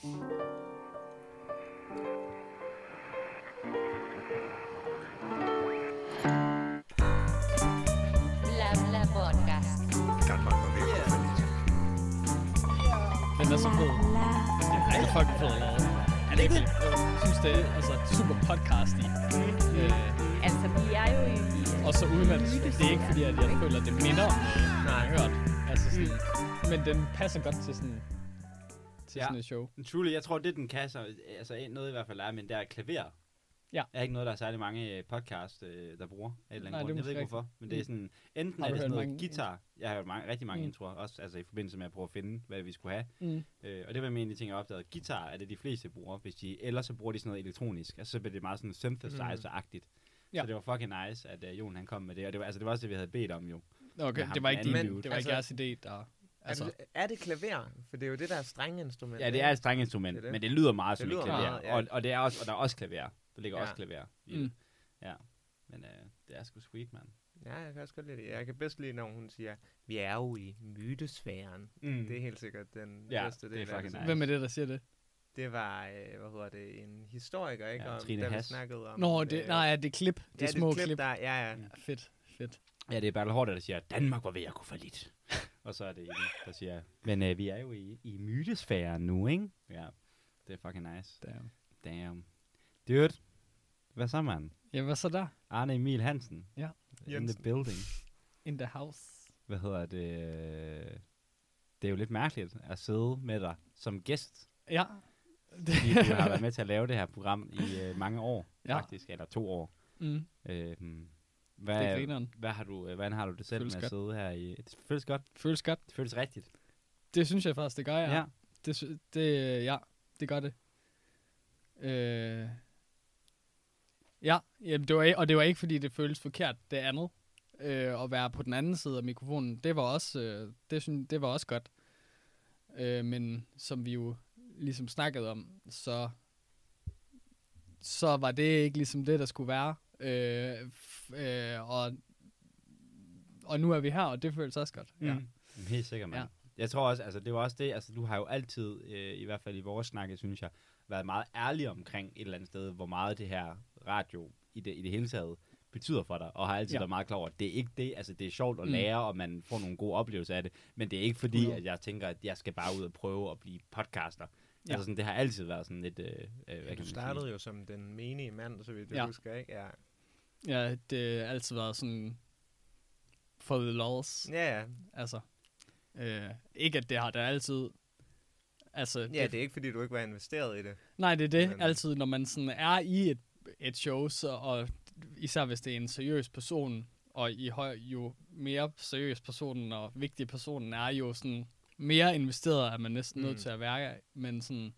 Danmark var ved at falde. Den er så fed. Det er rigtig fucking fed lavet. Er det ikke det? Jeg synes, det er altså super podcast i. Altså, vi er jo i... Og så uden at det er ikke fordi, at jeg føler, at det minder om noget, jeg har hørt. Altså sådan, men den passer godt til sådan, sådan et show. Truly, jeg tror, det den kan, altså noget i hvert fald er, men der er klaver. Ja. Er ikke noget, der er særlig mange podcast, der bruger. Nej, jeg ved ikke hvorfor, men det er sådan, enten er det sådan noget guitar, jeg har hørt rigtig mange introer, også altså i forbindelse med at prøve at finde, hvad vi skulle have. Og det var en af de ting, jeg opdagede. Guitar er det de fleste bruger, ellers så bruger de sådan noget elektronisk, altså så bliver det meget sådan synthesizer-agtigt. Ja. Så det var fucking nice, at Jon han kom med det, og det var også det, vi havde bedt om jo. Okay, det var ikke det var ikke jeres idé, der... Altså, er det klaver? For det er jo det der strenginstrument. Ja, det er et strenginstrument, men det lyder meget som et klaver. Meget, og, det er også, og der er også klaver. Der ligger også klaver i det. Ja, men det er sgu sweet, man. Ja, jeg kan også godt lide det. Jeg kan bedst lide, når hun siger, vi er jo i mytesfæren. Det er helt sikkert den bedste del af det. Nice. Hvem er det, der siger det? Det var, en historiker, ikke? Ja, om, Trine der Hass. vi snakkede om. Nå, det er klip. Det er små klip. Der, ja. Fedt. Ja, det er Bertel Haarder, der siger, Danmark var ved at kunne få lidt. Og så er det Ine, der siger, men vi er jo i mytesfæren nu, ikke? Ja, det er fucking nice. Damn. Dude, hvad så, mand? Ja, hvad så der? Arne Emil Hansen. Ja. In the building. In the house. Hvad hedder det? Det er jo lidt mærkeligt at sidde med dig som gæst. Ja. Fordi du har været med til at lave det her program i mange år, faktisk. Eller 2 år. Hvordan har du det selv føles med at sidde her i... Det føles godt. Det føles rigtigt. Det synes jeg faktisk, det gør, ja. Det gør det. Ja, jamen, det var ikke, fordi det føles forkert, det andet. At være på den anden side af mikrofonen, det var også, det var også godt. Men som vi jo ligesom snakkede om, så var det ikke ligesom det, der skulle være. Og nu er vi her, og det føles også godt. Ja. Helt sikkert, mand. Ja. Jeg tror også, altså det var også det, altså du har jo altid, i hvert fald i vores snakke, synes jeg, været meget ærlig omkring et eller andet sted, hvor meget det her radio i det hele taget betyder for dig, og har altid været meget klar over, at det er ikke det, altså det er sjovt at lære, og man får nogle gode oplevelser af det, men det er ikke fordi, at jeg tænker, at jeg skal bare ud og prøve at blive podcaster. Altså sådan, det har altid været sådan lidt... du startede jo som den menige mand, så vidt du husker, ikke? Ja, det har altid været sådan for the lols. Ja. Altså, ikke at det har der altid... Altså, det er ikke fordi, du ikke var investeret i det. Nej, det er det. Men altid, når man sådan er i et show, og især hvis det er en seriøs person, og jo mere seriøs personen og vigtig personen er, jo sådan mere investeret, er man næsten nødt til at være. Men sådan...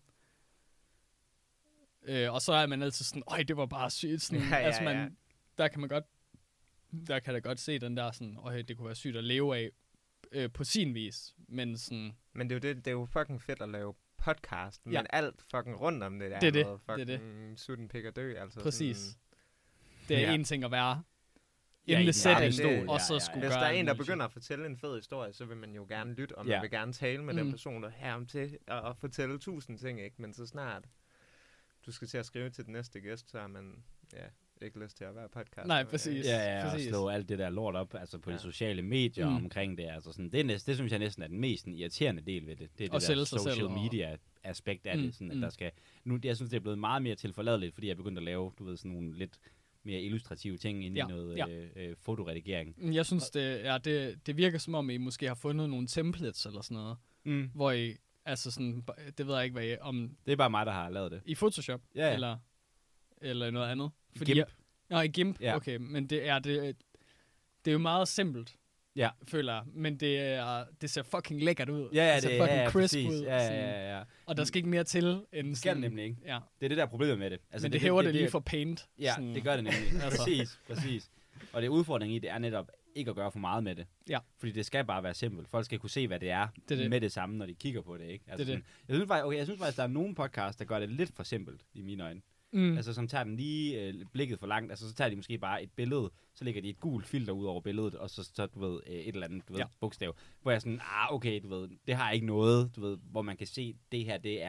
og så er man altid sådan, det var bare sygt. Sådan, der kan da godt se den der sådan, det kunne være sygt at leve af på sin vis, men sådan... Men det er jo fucking fedt at lave podcast, men alt fucking rundt om det der. Det er det. Sutten pik og dø, altså. Præcis. Sådan, det er en ting at være in the setting, og så skulle hvis gøre... der er en, der begynder at fortælle en fed historie, så vil man jo gerne lytte, og man vil gerne tale med den person, der her om til at fortælle 1000 ting, ikke? Men så snart du skal til at skrive til den næste gæst, så har man ikke lyst til at være podcast. Nej, præcis. Og slå alt det der lort op, altså på de sociale medier omkring det. Altså sådan, det synes jeg næsten er den mest irriterende del ved det. Det er det der social media aspekt af det. Sådan, at der skal, jeg synes, det er blevet meget mere tilforladeligt, fordi jeg er begyndt at lave, nogle lidt mere illustrative ting ind i noget fotoredigering. Jeg synes, det virker som om, I måske har fundet nogle templates eller sådan noget, hvor I, altså sådan, det ved jeg ikke, hvad I om... Det er bare mig, der har lavet det. I Photoshop? Eller noget andet? Fordi GIMP. I GIMP, okay. Men det er jo meget simpelt, føler jeg. Men det ser fucking lækkert ud. Det ser fucking crisp ud. Ja. Og der skal ikke mere til end det skal nemlig ikke. Ja. Det er det der problem med det. Altså, men det hæver det lige for Paint. Ja, sådan. Det gør det nemlig. Præcis. Og det udfordringen i det er netop ikke at gøre for meget med det. Ja. Fordi det skal bare være simpelt. Folk skal kunne se, hvad det er med det samme, når de kigger på det. Ikke? Altså, jeg synes faktisk, der er nogle podcasts, der gør det lidt for simpelt i mine øjne. Altså som tager den lige blikket for langt, altså så tager de måske bare et billede, så lægger de et gult filter ud over billedet, og så du ved, et eller andet, bogstav, hvor jeg sådan, okay, du ved, det har ikke noget, du ved, hvor man kan se, det her, det er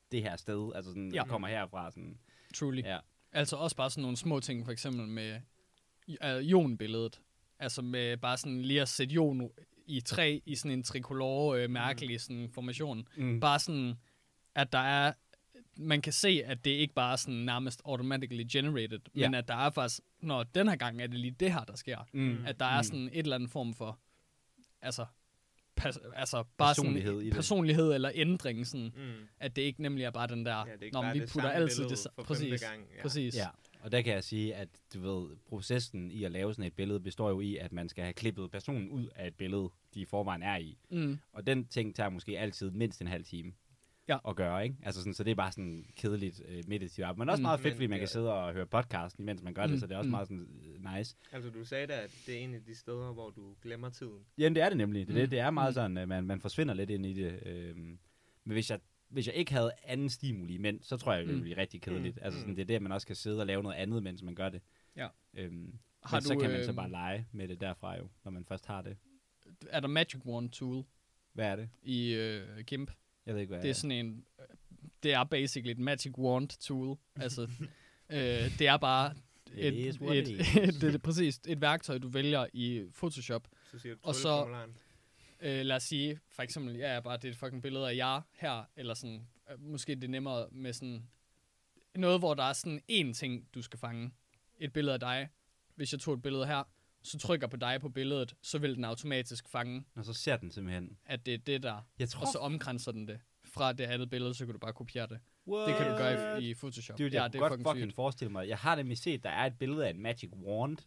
det her sted, altså sådan, Ja. kommer herfra. Sådan. Truly. Ja. Altså også bare sådan nogle små ting, for eksempel med Jon-billedet. Altså med bare sådan lige at sætte Jon i træ, i sådan en tricolore mærkelig sådan formation. Bare sådan, at der er, man kan se, at det ikke bare er sådan nærmest automatically generated, men at der er faktisk, når den her gang er det lige det her, der sker. At der er sådan et eller andet form for, altså bare personlighed sådan i det. Personlighed eller ændring, sådan, at det ikke nemlig er bare den der, Ja, det er ikke når bare vi det putter samme altid billede det for præcis, femte gang. Ja. præcis. Ja, og der kan jeg sige, at du ved, processen i at lave sådan et billede består jo i, at man skal have klippet personen ud af et billede, de i forvejen er i. Og den ting tager måske altid mindst en halv time at gøre, ikke? Altså sådan, så det er bare sådan kedeligt meditativt arbejde. Men også meget fedt, fordi man kan sidde og høre podcasten, mens man gør det, så det er også meget sådan nice. Altså du sagde da, at det er en af de steder, hvor du glemmer tiden. Jamen det er det nemlig. Det er meget sådan, man forsvinder lidt ind i det. Men hvis jeg ikke havde anden stimuli, men så tror jeg, det ville blive rigtig kedeligt. Altså sådan, det er det, at man også kan sidde og lave noget andet, mens man gør det. Ja. Men så kan man så bare lege med det derfra jo, når man først har det. Er der Magic Wand Tool Hvad er det? i GIMP? Jeg ved ikke, hvad Det er sådan en, det er basically et Magic Wand Tool. Altså, det er bare præcis et værktøj, du vælger i Photoshop. Så siger du Og så- trylleformularen. Lad os sige, for eksempel, bare det er et fucking billede af jer her, eller sådan, måske det er nemmere med sådan, noget, hvor der er sådan en ting, du skal fange. Et billede af dig. Hvis jeg tog et billede her, så trykker på dig på billedet, så vil den automatisk fange, Og så ser den simpelthen. at det er det der, Jeg tror... og så omkranser den det. Fra det andet billede, så kan du bare kopiere det. What? Det kan du gøre i Photoshop. Det Ja, jeg kunne godt fucking forestille mig. Jeg har nemlig set, der er et billede af en Magic Wand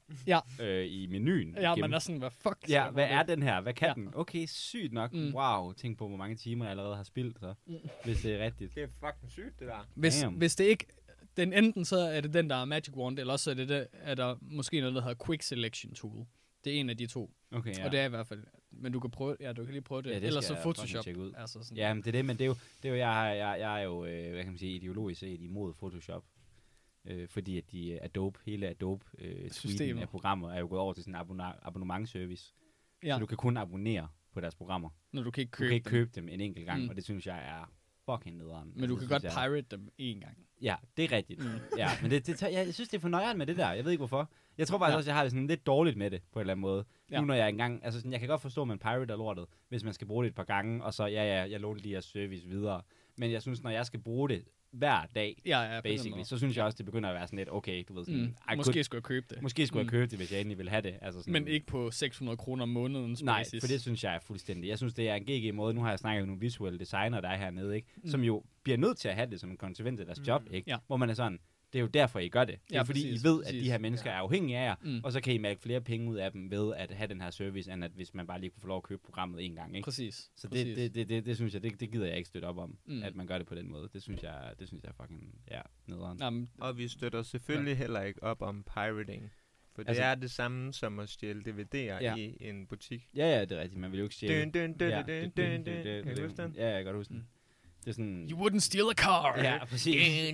i menuen. Ja, man er sådan, hvad fuck? Ja, hvad er den her? Hvad kan Ja. den? Okay, sygt nok. Wow, tænk på, hvor mange timer jeg allerede har spildt, så, hvis det er rigtigt. Det er fucking sygt, det der. Hvis det ikke, den enten så er det den, der er Magic Wand, eller også er der måske noget, der hedder Quick Selection Tool. Det er en af de to. Okay, ja. Og det er i hvert fald, men du kan prøve, du kan lige prøve det. Ja, det Ellers skal så jeg Photoshop. fucking tjekke ud. Altså sådan. Ja, men det er det, men det er jo jeg er jo, hvad kan man sige, ideologisk set imod Photoshop. Fordi at hele Adobe-suiten Systemet. af programmer er jo gået over til sådan en abonnementservice. Ja. Så du kan kun abonnere på deres programmer. Når du kan ikke Du købe, kan ikke dem. købe dem en enkelt gang, og det synes jeg er fucking nederen. Men du kan godt pirate dem en gang. Ja, det er rigtigt. Ja, men jeg synes, det er for nøjeren med det der. Jeg ved ikke hvorfor. Jeg tror faktisk også, jeg har det sådan lidt dårligt med det, på en eller anden måde. Nu når jeg engang, altså sådan, jeg kan godt forstå, at man pirater lortet, hvis man skal bruge det et par gange, og så, jeg låner lige jeres service videre. Men jeg synes, når jeg skal bruge det hver dag, basically, så synes jeg også, det begynder at være sådan lidt, okay, du ved sådan... Måske skulle jeg købe det. Måske skulle jeg købe det, hvis jeg endelig ville have det. Altså sådan, Men ikke på 600 kroner om måneden. nej, for det synes jeg er fuldstændig. Jeg synes, det er en GG-måde. Nu har jeg snakket med nogle visuelle designer, der er hernede, ikke? Som jo bliver nødt til at have det som en konsekvens af deres job, ikke? Ja. Hvor man er sådan, det er jo derfor, I gør det. Det er Ja, fordi, præcis, I ved, at præcis. de her mennesker er afhængige af jer, og så kan I mærke flere penge ud af dem ved at have den her service, end at hvis man bare lige kunne få lov at købe programmet en gang, ikke? Præcis. Så det synes jeg, det gider jeg ikke støtte op om, at man gør det på den måde. Det synes jeg fucking, nederen. Jamen, Og vi støtter selvfølgelig heller ikke op om pirating. For det Altså- er det samme som at stjæle DVD'er i en butik. Ja, det er rigtigt. Man vil jo ikke stjæle. Dun, dun, dun, dun, dun, dun. Kan du huske den? Ja, jeg kan godt huske den. Det er sådan... you wouldn't steal a car. Ja, præcis.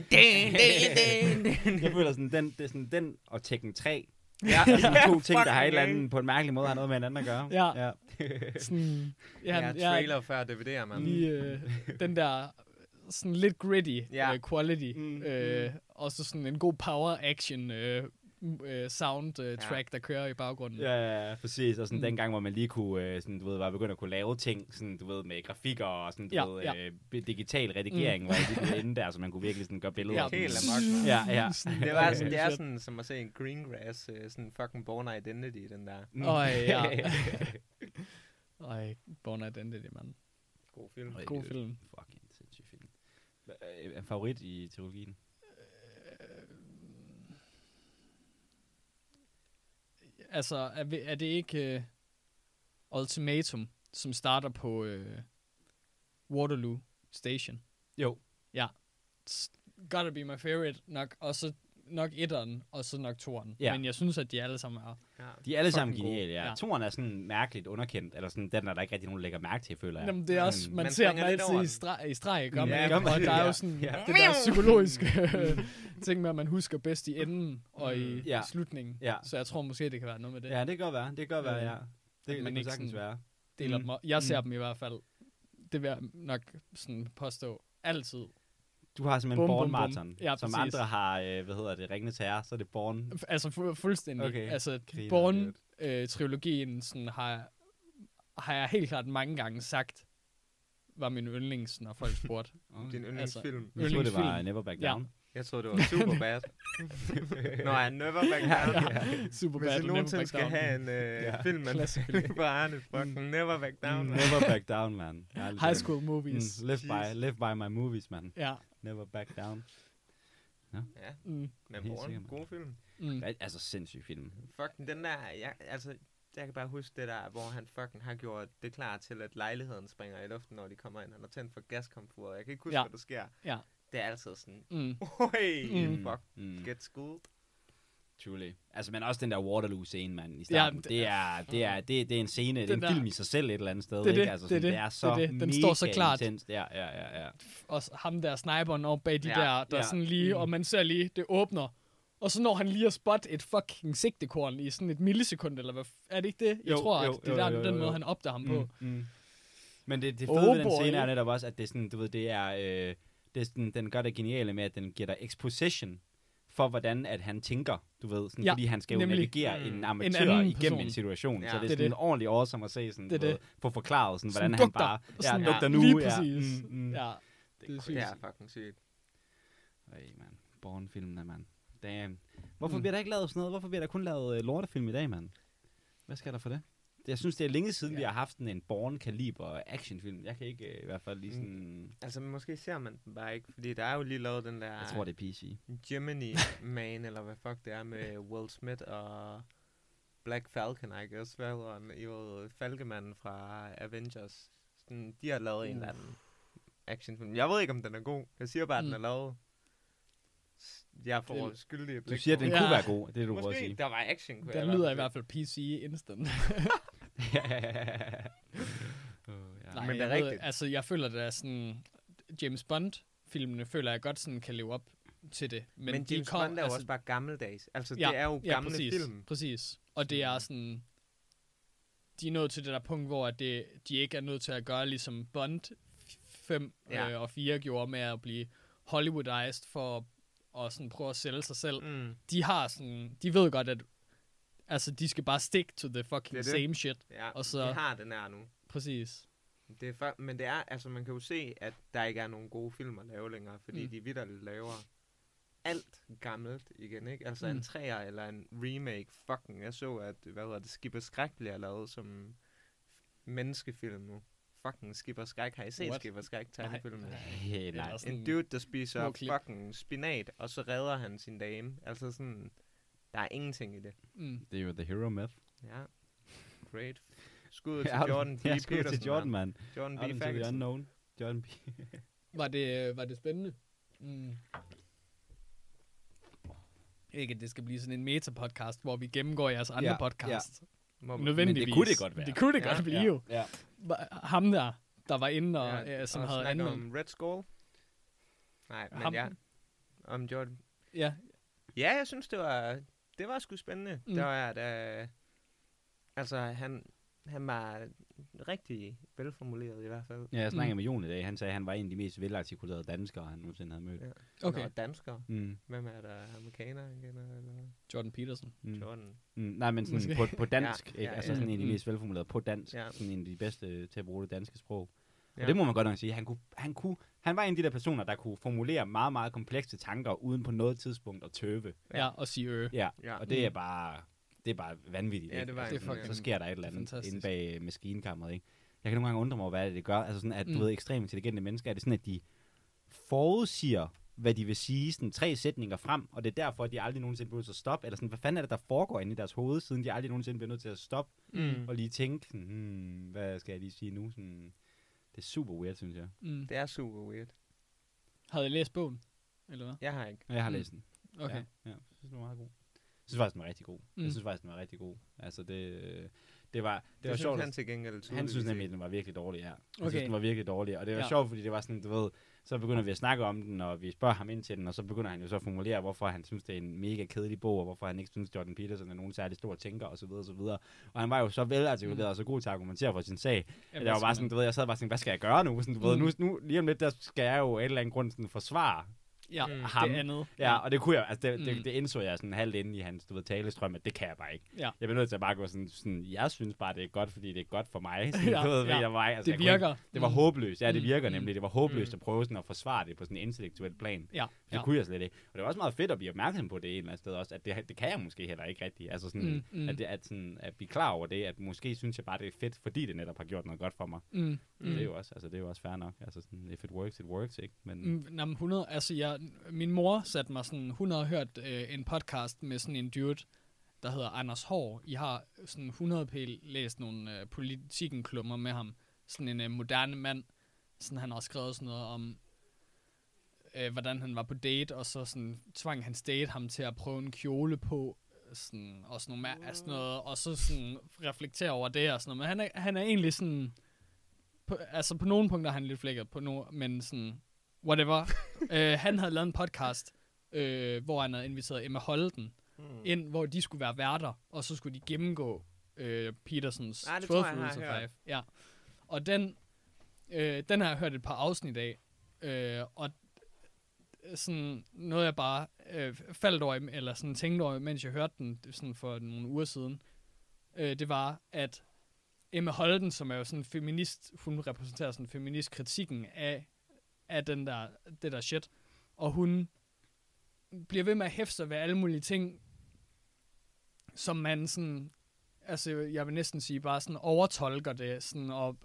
Jeg føler sådan, det er sådan den og Tekken 3. Ja, altså de to ting, der har et eller andet på en mærkelig måde, har noget med hinanden at gøre. Ja. Sådan, Ja, trailer før DVD'er, man. lige den der sådan lidt gritty quality, Mm. og så sådan en god power action soundtrack, der kører i baggrunden. Ja, præcis. Og sådan den gang, hvor man lige kunne, sådan, du ved, var begyndt at kunne lave ting, sådan, du ved, med grafikker og sådan, du ved, digital redigering, hvor jeg lige blev inde der, så man kunne virkelig sådan gøre billeder. Ja, Helt amok. Ja. Det er sådan, som at se en Greengrass, sådan fucking Born Identity, den der. Ja. Ej, Born Identity, mand. God film. God film. Fucking sindssyg film. En favorit i trilogien? Altså, er det ikke Ultimatum, som starter på Waterloo Station? Jo. Ja. Gotta be my favorite nok, og så nok etteren, og så nok toeren. Ja. Men jeg synes, at de alle sammen er... Ja. De er alle sammen Fucking geniale, gode. ja. Toren er sådan mærkeligt underkendt, eller sådan den, der ikke rigtig nogen lægger mærke til, føler jeg. Jamen, det er også, man Man ser springer dem lidt over altid i streg, gør man Ja, ikke? gør man. Og der er jo Ja. sådan Ja. det der psykologiske ting med, at man husker bedst i enden og i Ja. slutningen. Ja. Så jeg tror måske, det kan være noget med det. Ja, det kan godt være. Det kan godt være, ja. Det man kan ikke sagtens sådan- være. Deler dem op. Jeg ser dem i hvert fald, det vil jeg nok sådan påstå, altid Du har simpelthen Bum, bum, Born bum. Marathon, Ja, som præcis. andre har, Ringenes Herre, så er det Born. Altså fuldstændig. Okay. Altså Griner, Born-trilogien sådan har jeg helt klart mange gange sagt, var min yndlings, når folk spurgte. Din yndlingsfilm. Jeg troede, det var yndlingsfilm. Never Back Ja. Down. Jeg troede, det var Superbad. Nå, jeg Never Back Down. Super Hvis bad. jeg nogensinde skal have en film, man Klassiker. på Arne, fucking Never Back Down. man. Never Back Down, man. High school movies. Live by my movies, man. Ja. Never Back Down. Ja, Mm. men Helt Born, sikkert, man. god film. Mm. Altså, sindssyg film. Fucking den der, jeg kan bare huske det der, hvor han fucking har gjort det klar til, at lejligheden springer i luften, når de kommer ind. Han har tændt for gaskomfuret. Jeg kan ikke huske, hvad der sker. Ja. Det er altid sådan, Mm. fuck, get schooled. Truly. Altså, men også den der Waterloo-scene, mand, i starten. Det er en scene, det er en der- film i sig selv et eller andet sted, Det er ikke? det, Altså, det er sådan, det, det er det så er det. Den mega står så klart. intenst. Ja. Og ham der sniperen over bag de Ja, der ja. sådan lige, og man ser lige, det åbner. Og så når han lige at spotte et fucking sigtekorn i sådan et millisekund, eller hvad er det ikke det? Jeg tror, at det er den måde, han opdager ham på. Men det fede Oh ved den boy. scene er netop også, at det er sådan, du ved, det er sådan, den gør det geniale med, at den giver dig exposition for, hvordan at han tænker, du ved, sådan, Ja, fordi han skal jo nemlig. navigere en amatør anden igennem person. en situation. Ja. Så det er Det er sådan det. ordentligt awesome at se, sådan, Det er du ved, det. få forklaret, sådan, Sådan hvordan han dugter. bare Sådan, dugter nu. lige Ja. præcis. Ja, det er Det sygt. er fucking sygt. Hey, man. Born-filmene, man. Damn. Hvorfor bliver der ikke lavet sådan noget? Hvorfor bliver der kun lavet lortefilm i dag, mand? Hvad skal der for det? Jeg synes, det er længe siden, vi har haft en Born-kaliber actionfilm. Jeg kan ikke i hvert fald lige sådan... Altså, måske ser man den bare ikke, fordi der er jo lige lavet den der Jeg tror, det er PC. Gemini Man, eller hvad fuck det er, med Will Smith og Black Falcon, I guess, hvad hedder han? Jo, Falkemanden fra Avengers. Sådan, de har lavet en eller anden actionfilm. Jeg ved ikke, om den er god. Jeg siger bare, at den er lavet. Jeg får skyldig Du siger, at den Ja. kunne være god. Det er det, du prøver at Måske, sige. der var action. kunne Den jeg lyder i fald- hvert fald PC instant. Nej, Men det er jeg ved, rigtigt. altså, jeg føler, det er sådan... James Bond-filmene føler jeg godt sådan kan leve op til det. Men de James Bond er jo også bare gammeldags. Altså, Ja, det er jo gamle præcis, film. Præcis. Og det er sådan... De er nået til det der punkt, hvor de ikke er nødt til at gøre ligesom Bond 5 Ja. og 4 gjorde med at blive Hollywoodized for at sådan prøve at sælge sig selv. Mm. De har sådan... De ved godt, at altså, de skal bare stick to the fucking Det er det. same shit. Ja, Og så- de har den her nu. Præcis. Men det er, altså man kan jo se, at der ikke er nogen gode film at lave længere, fordi de vitterligt laver alt gammelt igen, ikke? Altså en træer eller en remake, fucking. Jeg så, at, Skipper Skræk bliver lavet som menneskefilm nu. Fucking Skipper Skræk. Har I set What? Skipper Skræk tegnefilmen? Hey, nej. Eller sådan En dude, der spiser små klip. fucking spinat, og så redder han sin dame. Altså sådan, der er ingenting i det. Mm. Det er jo The Hero Myth. Ja. Great. Skud til Jordan B. Ja, skud Peterson. til Jordan, man. Jordan B. Out into the Ferguson. unknown. Jordan B. Var det spændende? Mm. Ikke, at det skal blive sådan en meta-podcast, hvor vi gennemgår jeres andre Ja, podcasts. Må man- Nødvendigvis. Men det kunne det godt være. Det kunne det Ja, godt blive ja, jo. ja. Ham der var inde og som og havde snakke anmeldt. om Red Skull. Nej, men Ham- ja. Om Jordan. Ja, Ja, jeg synes, det var sgu spændende. Mm. Det var, altså, han var rigtig velformuleret i hvert fald. Ja, jeg snakkede med Jon i dag. Han sagde, at han var en af de mest velartikulerede danskere, han nogensinde havde mødt. Ja. okay. Og danskere. Mm. Hvem er der? Amerikaner igen? Eller Jordan Peterson. Mm. Jordan? Nej, men sådan Måske. på dansk. Ja, Ikke? ja, Altså ja. sådan en af de Mm. mest velformulerede på dansk. Ja. Sådan en af de bedste til at bruge det danske sprog. Ja. Og det må man godt nok sige. Han var en af de der personer, der kunne formulere meget, meget komplekse tanker, uden på noget tidspunkt at tøve. Ja, og sige Ja, Ja. og det er bare vanvittigt. Ja, ikke? det var Altså, det er sådan, fucking- så sker der et eller det er andet fantastisk. inde bag maskinkammeret, ikke? Jeg kan nogle gange undre mig over, hvad det gør. Altså sådan, at du ved, ekstremt intelligente mennesker, er det sådan, at de forudsiger, hvad de vil sige, sådan 3 sætninger frem, og det er derfor, at de aldrig nogensinde bliver nødt til at stoppe, eller sådan, hvad fanden er det, der foregår inde i deres hoved, siden de aldrig nogensinde bliver nødt til at stoppe, og lige tænke, sådan, hvad skal jeg lige sige nu? Sådan, det er super weird, synes jeg. Mm. Det er super weird. Havde I læst bogen? Eller hvad? Jeg har ikke. Og jeg har læst den. Okay. Ja, jeg synes, det var meget god. synes faktisk, den var rigtig god. Jeg synes faktisk, den var rigtig god. Altså, det var sjovt. Han til gengæld Han synes nemlig, at den var virkelig dårlig, ja. Jeg synes, den var virkelig dårlig, og det var sjovt, fordi det var sådan, du ved, så begynder vi at snakke om den, og vi spørger ham ind til den, og så begynder han jo så at formulere, hvorfor han synes, det er en mega kedelig bog, og hvorfor han ikke synes, Jordan Peterson er nogen særlig stor tænker, og så videre, og så videre. Og han var jo så velartikuleret og så god til at argumentere for sin sag. Jeg var bare sådan, du ved, jeg sad bare sådan, hvad skal jeg gøre nu? Sådan, du ved, nu lige om lidt, der skal jeg jo af en eller anden grund sådan forsvare ham. Det andet. Ja, og det kunne jeg, altså det indså jeg sådan halvt inde i hans, du ved, talestrøm, at det kan jeg bare ikke. Ja. Jeg bliver nødt til at bare gå sådan, jeg synes bare, det er godt, fordi det er godt for mig. Sådan, altså, det virker. Det var håbløst. Ja, det virker nemlig. Det var håbløst at prøve sådan at forsvare det på sådan en intellektuel plan. Ja. Det kunne jeg slet ikke. Og det var også meget fedt at blive opmærksom på det et eller andet sted også, at det kan jeg måske heller ikke rigtigt. Altså sådan, at blive klar over det, at måske synes jeg bare, det er fedt, fordi det netop har gjort noget godt for mig. Det er jo også, altså det er jo også fair nok. Altså sådan, if it works, ikke? Men 100, altså min mor satte mig sådan, hun har hørt en podcast med sådan en dude, der hedder Anders Haahr. I har sådan 100p læst nogle politikken-klummer med ham. Sådan en moderne mand. Sådan, han har skrevet sådan noget om, hvordan han var på date, og så sådan tvang hans date ham til at prøve en kjole på, sådan, og sådan noget, og så sådan reflektere over det og sådan noget. Men han er egentlig sådan, på nogle punkter er han lidt flækket, men sådan, whatever. Han havde lavet en podcast, hvor han havde inviteret Emma Holden ind, hvor de skulle være værter, og så skulle de gennemgå Petersons 12 Rules of Life. Ja. Og den har jeg hørt et par afsnit af, og sådan noget jeg bare faldt over, eller sådan tænkte over, mens jeg hørte den sådan for nogle uger siden, det var, at Emma Holden, som er jo sådan en feminist, hun repræsenterer sådan feministkritikken af det der shit, og hun bliver ved med at hæfte sig ved alle mulige ting, som man sådan, altså jeg vil næsten sige, bare sådan overtolker det, sådan, og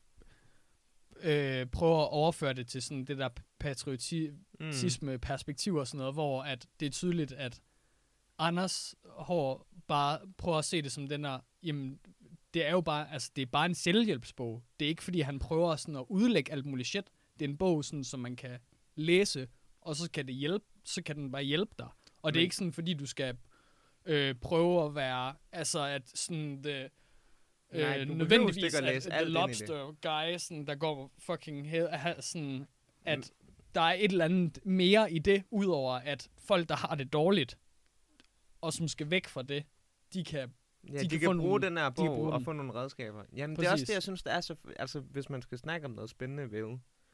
prøver at overføre det til sådan det der patriotisme perspektiv og sådan noget, hvor at det er tydeligt, at Anders Haahr bare prøver at se det som den der, jamen, det er jo bare, altså det er bare en selvhjælpsbog. Det er ikke fordi han prøver sådan at udlægge alt muligt shit. Det er en bog sådan, som man kan læse, og så kan den bare hjælpe dig. Og det er ikke sådan, fordi du skal prøve at være, altså at sådan nødvendigvis at the lobster guy, sådan, der går fucking sådan, at der er et eller andet mere i det, udover at folk, der har det dårligt, og som skal væk fra det, de kan bruge den her bog og få nogle redskaber. Jamen, præcis. Det er også det, jeg synes, det er så... Altså, hvis man skal snakke om noget spændende ved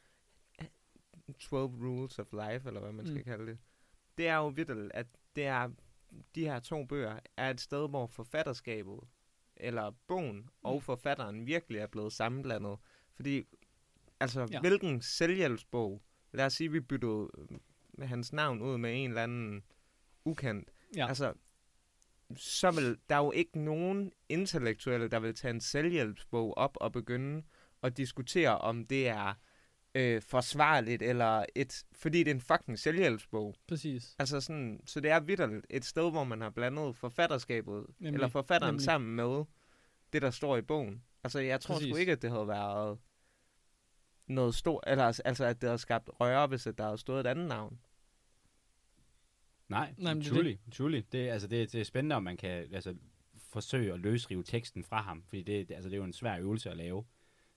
12 Rules of Life, eller hvad man skal kalde det, det er jo vitterligt, at det er, de her 2 bøger er et sted, hvor forfatterskabet, eller bogen og forfatteren virkelig er blevet sammenblandet. Fordi, altså, hvilken selvhjælpsbog, lad os sige, vi byttede hans navn ud med en eller anden ukendt, altså, så vil der jo ikke nogen intellektuelle, der vil tage en selvhjælpsbog op og begynde at diskutere, om det er forsvarligt, eller fordi det er en fucking selvhjælpsbog. Præcis. Altså sådan, så det er vitterligt et sted, hvor man har blandet forfatterskabet, eller forfatteren sammen med det, der står i bogen. Altså, jeg tror sgu ikke, at det havde været noget stort, eller altså, at det havde skabt røre, hvis der havde stået et andet navn. Nej, truly. Det er spændende, om man kan forsøge at løsrive teksten fra ham, fordi det er jo en svær øvelse at lave.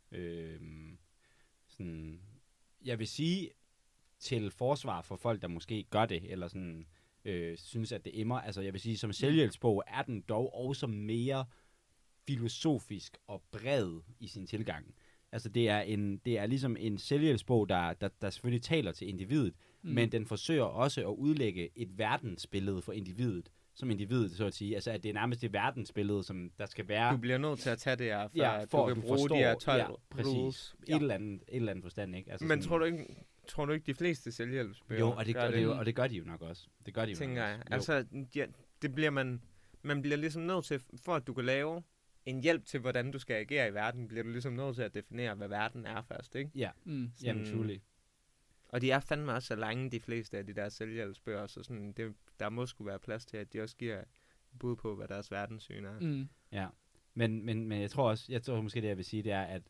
Sådan, jeg vil sige til forsvar for folk, der måske gør det, eller sådan synes, at det emmer. Altså, jeg vil sige, som selvhjælpsbog er den dog også mere filosofisk og bred i sin tilgang. Altså, det er ligesom en selvhjælpsbog, der selvfølgelig taler til individet, men den forsøger også at udlægge et verdensbillede for individet, som individet, så at sige. Altså, at det er nærmest det verdensbillede, som der skal være. Du bliver nødt til at tage det her, for at du kan bruge de her 12 rules. Et eller andet forstand, ikke? Altså, men tror du ikke, de fleste selvhjælpsbøger? Jo, og det gør de jo nok også. Det gør de jo tænker nok jeg. Altså, det bliver man bliver ligesom nødt til, for at du kan lave en hjælp til, hvordan du skal agere i verden, bliver du ligesom nødt til at definere, hvad verden er først, ikke? Ja, jamen truly. Og de er fandme også så lange, de fleste af de der selvhjælpsbøger, så sådan, der må sgu være plads til, at de også giver bud på, hvad deres verdenssyn er. Ja, men jeg tror måske det, jeg vil sige, det er,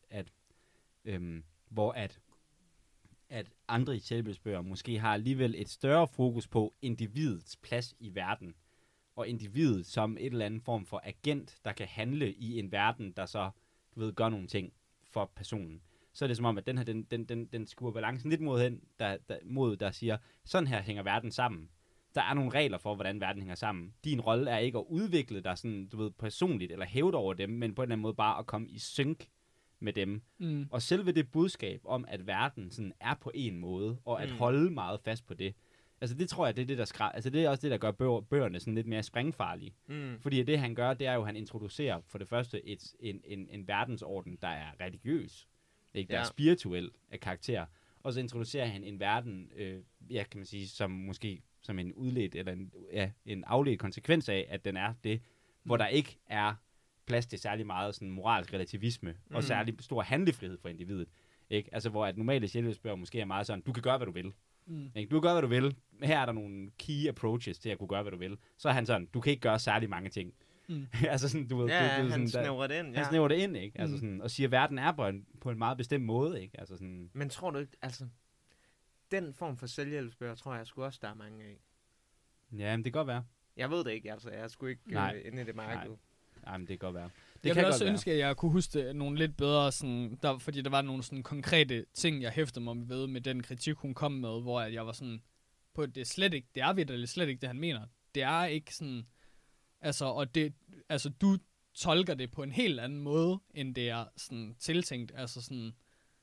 at andre i selvhjælpsbøger måske har alligevel et større fokus på individets plads i verden, og individet som et eller andet form for agent, der kan handle i en verden, der så, du ved, gør nogle ting for personen. Så er det som om, at den her, den skuer balancen lidt mod hen, der siger, sådan her hænger verden sammen. Der er nogle regler for, hvordan verden hænger sammen. Din rolle er ikke at udvikle dig sådan, du ved, personligt, eller hæve over dem, men på en eller anden måde bare at komme i synk med dem. Og selve det budskab om, at verden sådan er på en måde, og at holde meget fast på det, altså det tror jeg, det er det, der det er også det, der gør bøgerne sådan lidt mere springfarlige. Fordi det, han gør, det er jo, at han introducerer for det første en verdensorden, der er religiøs, ikke? Der er spirituel af karakter. Og så introducerer han en verden, kan man sige, som måske som en udledt, eller en afledt konsekvens af, at den er det, hvor der ikke er plads til særlig meget sådan moralsk relativisme, og særlig stor handlefrihed for individet. Ikke? Altså, hvor at normale selvhjælpsbøger måske er meget sådan, du kan gøre, hvad du vil. Ikke? Du kan gøre, hvad du vil. Her er der nogle key approaches til at kunne gøre, hvad du vil. Så er han sådan, du kan ikke gøre særlig mange ting. Altså sådan, du ved, han snævrer det ind. Han snævrer det ind, ikke? Altså sådan, og siger, at verden er på en meget bestemt måde, ikke? Altså sådan. Men tror du ikke, altså, den form for selvhjælpsbøger, tror jeg sgu også, der er mange af. Ja, men det kan godt være. Jeg ved det ikke, altså. Jeg er sgu ikke inde i det marked. Nej, men det kan godt være. Jeg kan også ønske, at jeg kunne huske nogle lidt bedre, sådan, fordi der var nogle sådan konkrete ting, jeg hæftede mig ved med den kritik, hun kom med, hvor jeg var sådan, på det er slet ikke, det er vitterligt slet ikke det, han mener. Det er ikke sådan, altså, og det, altså, du tolker det på en helt anden måde, end det er sådan tiltænkt, altså sådan,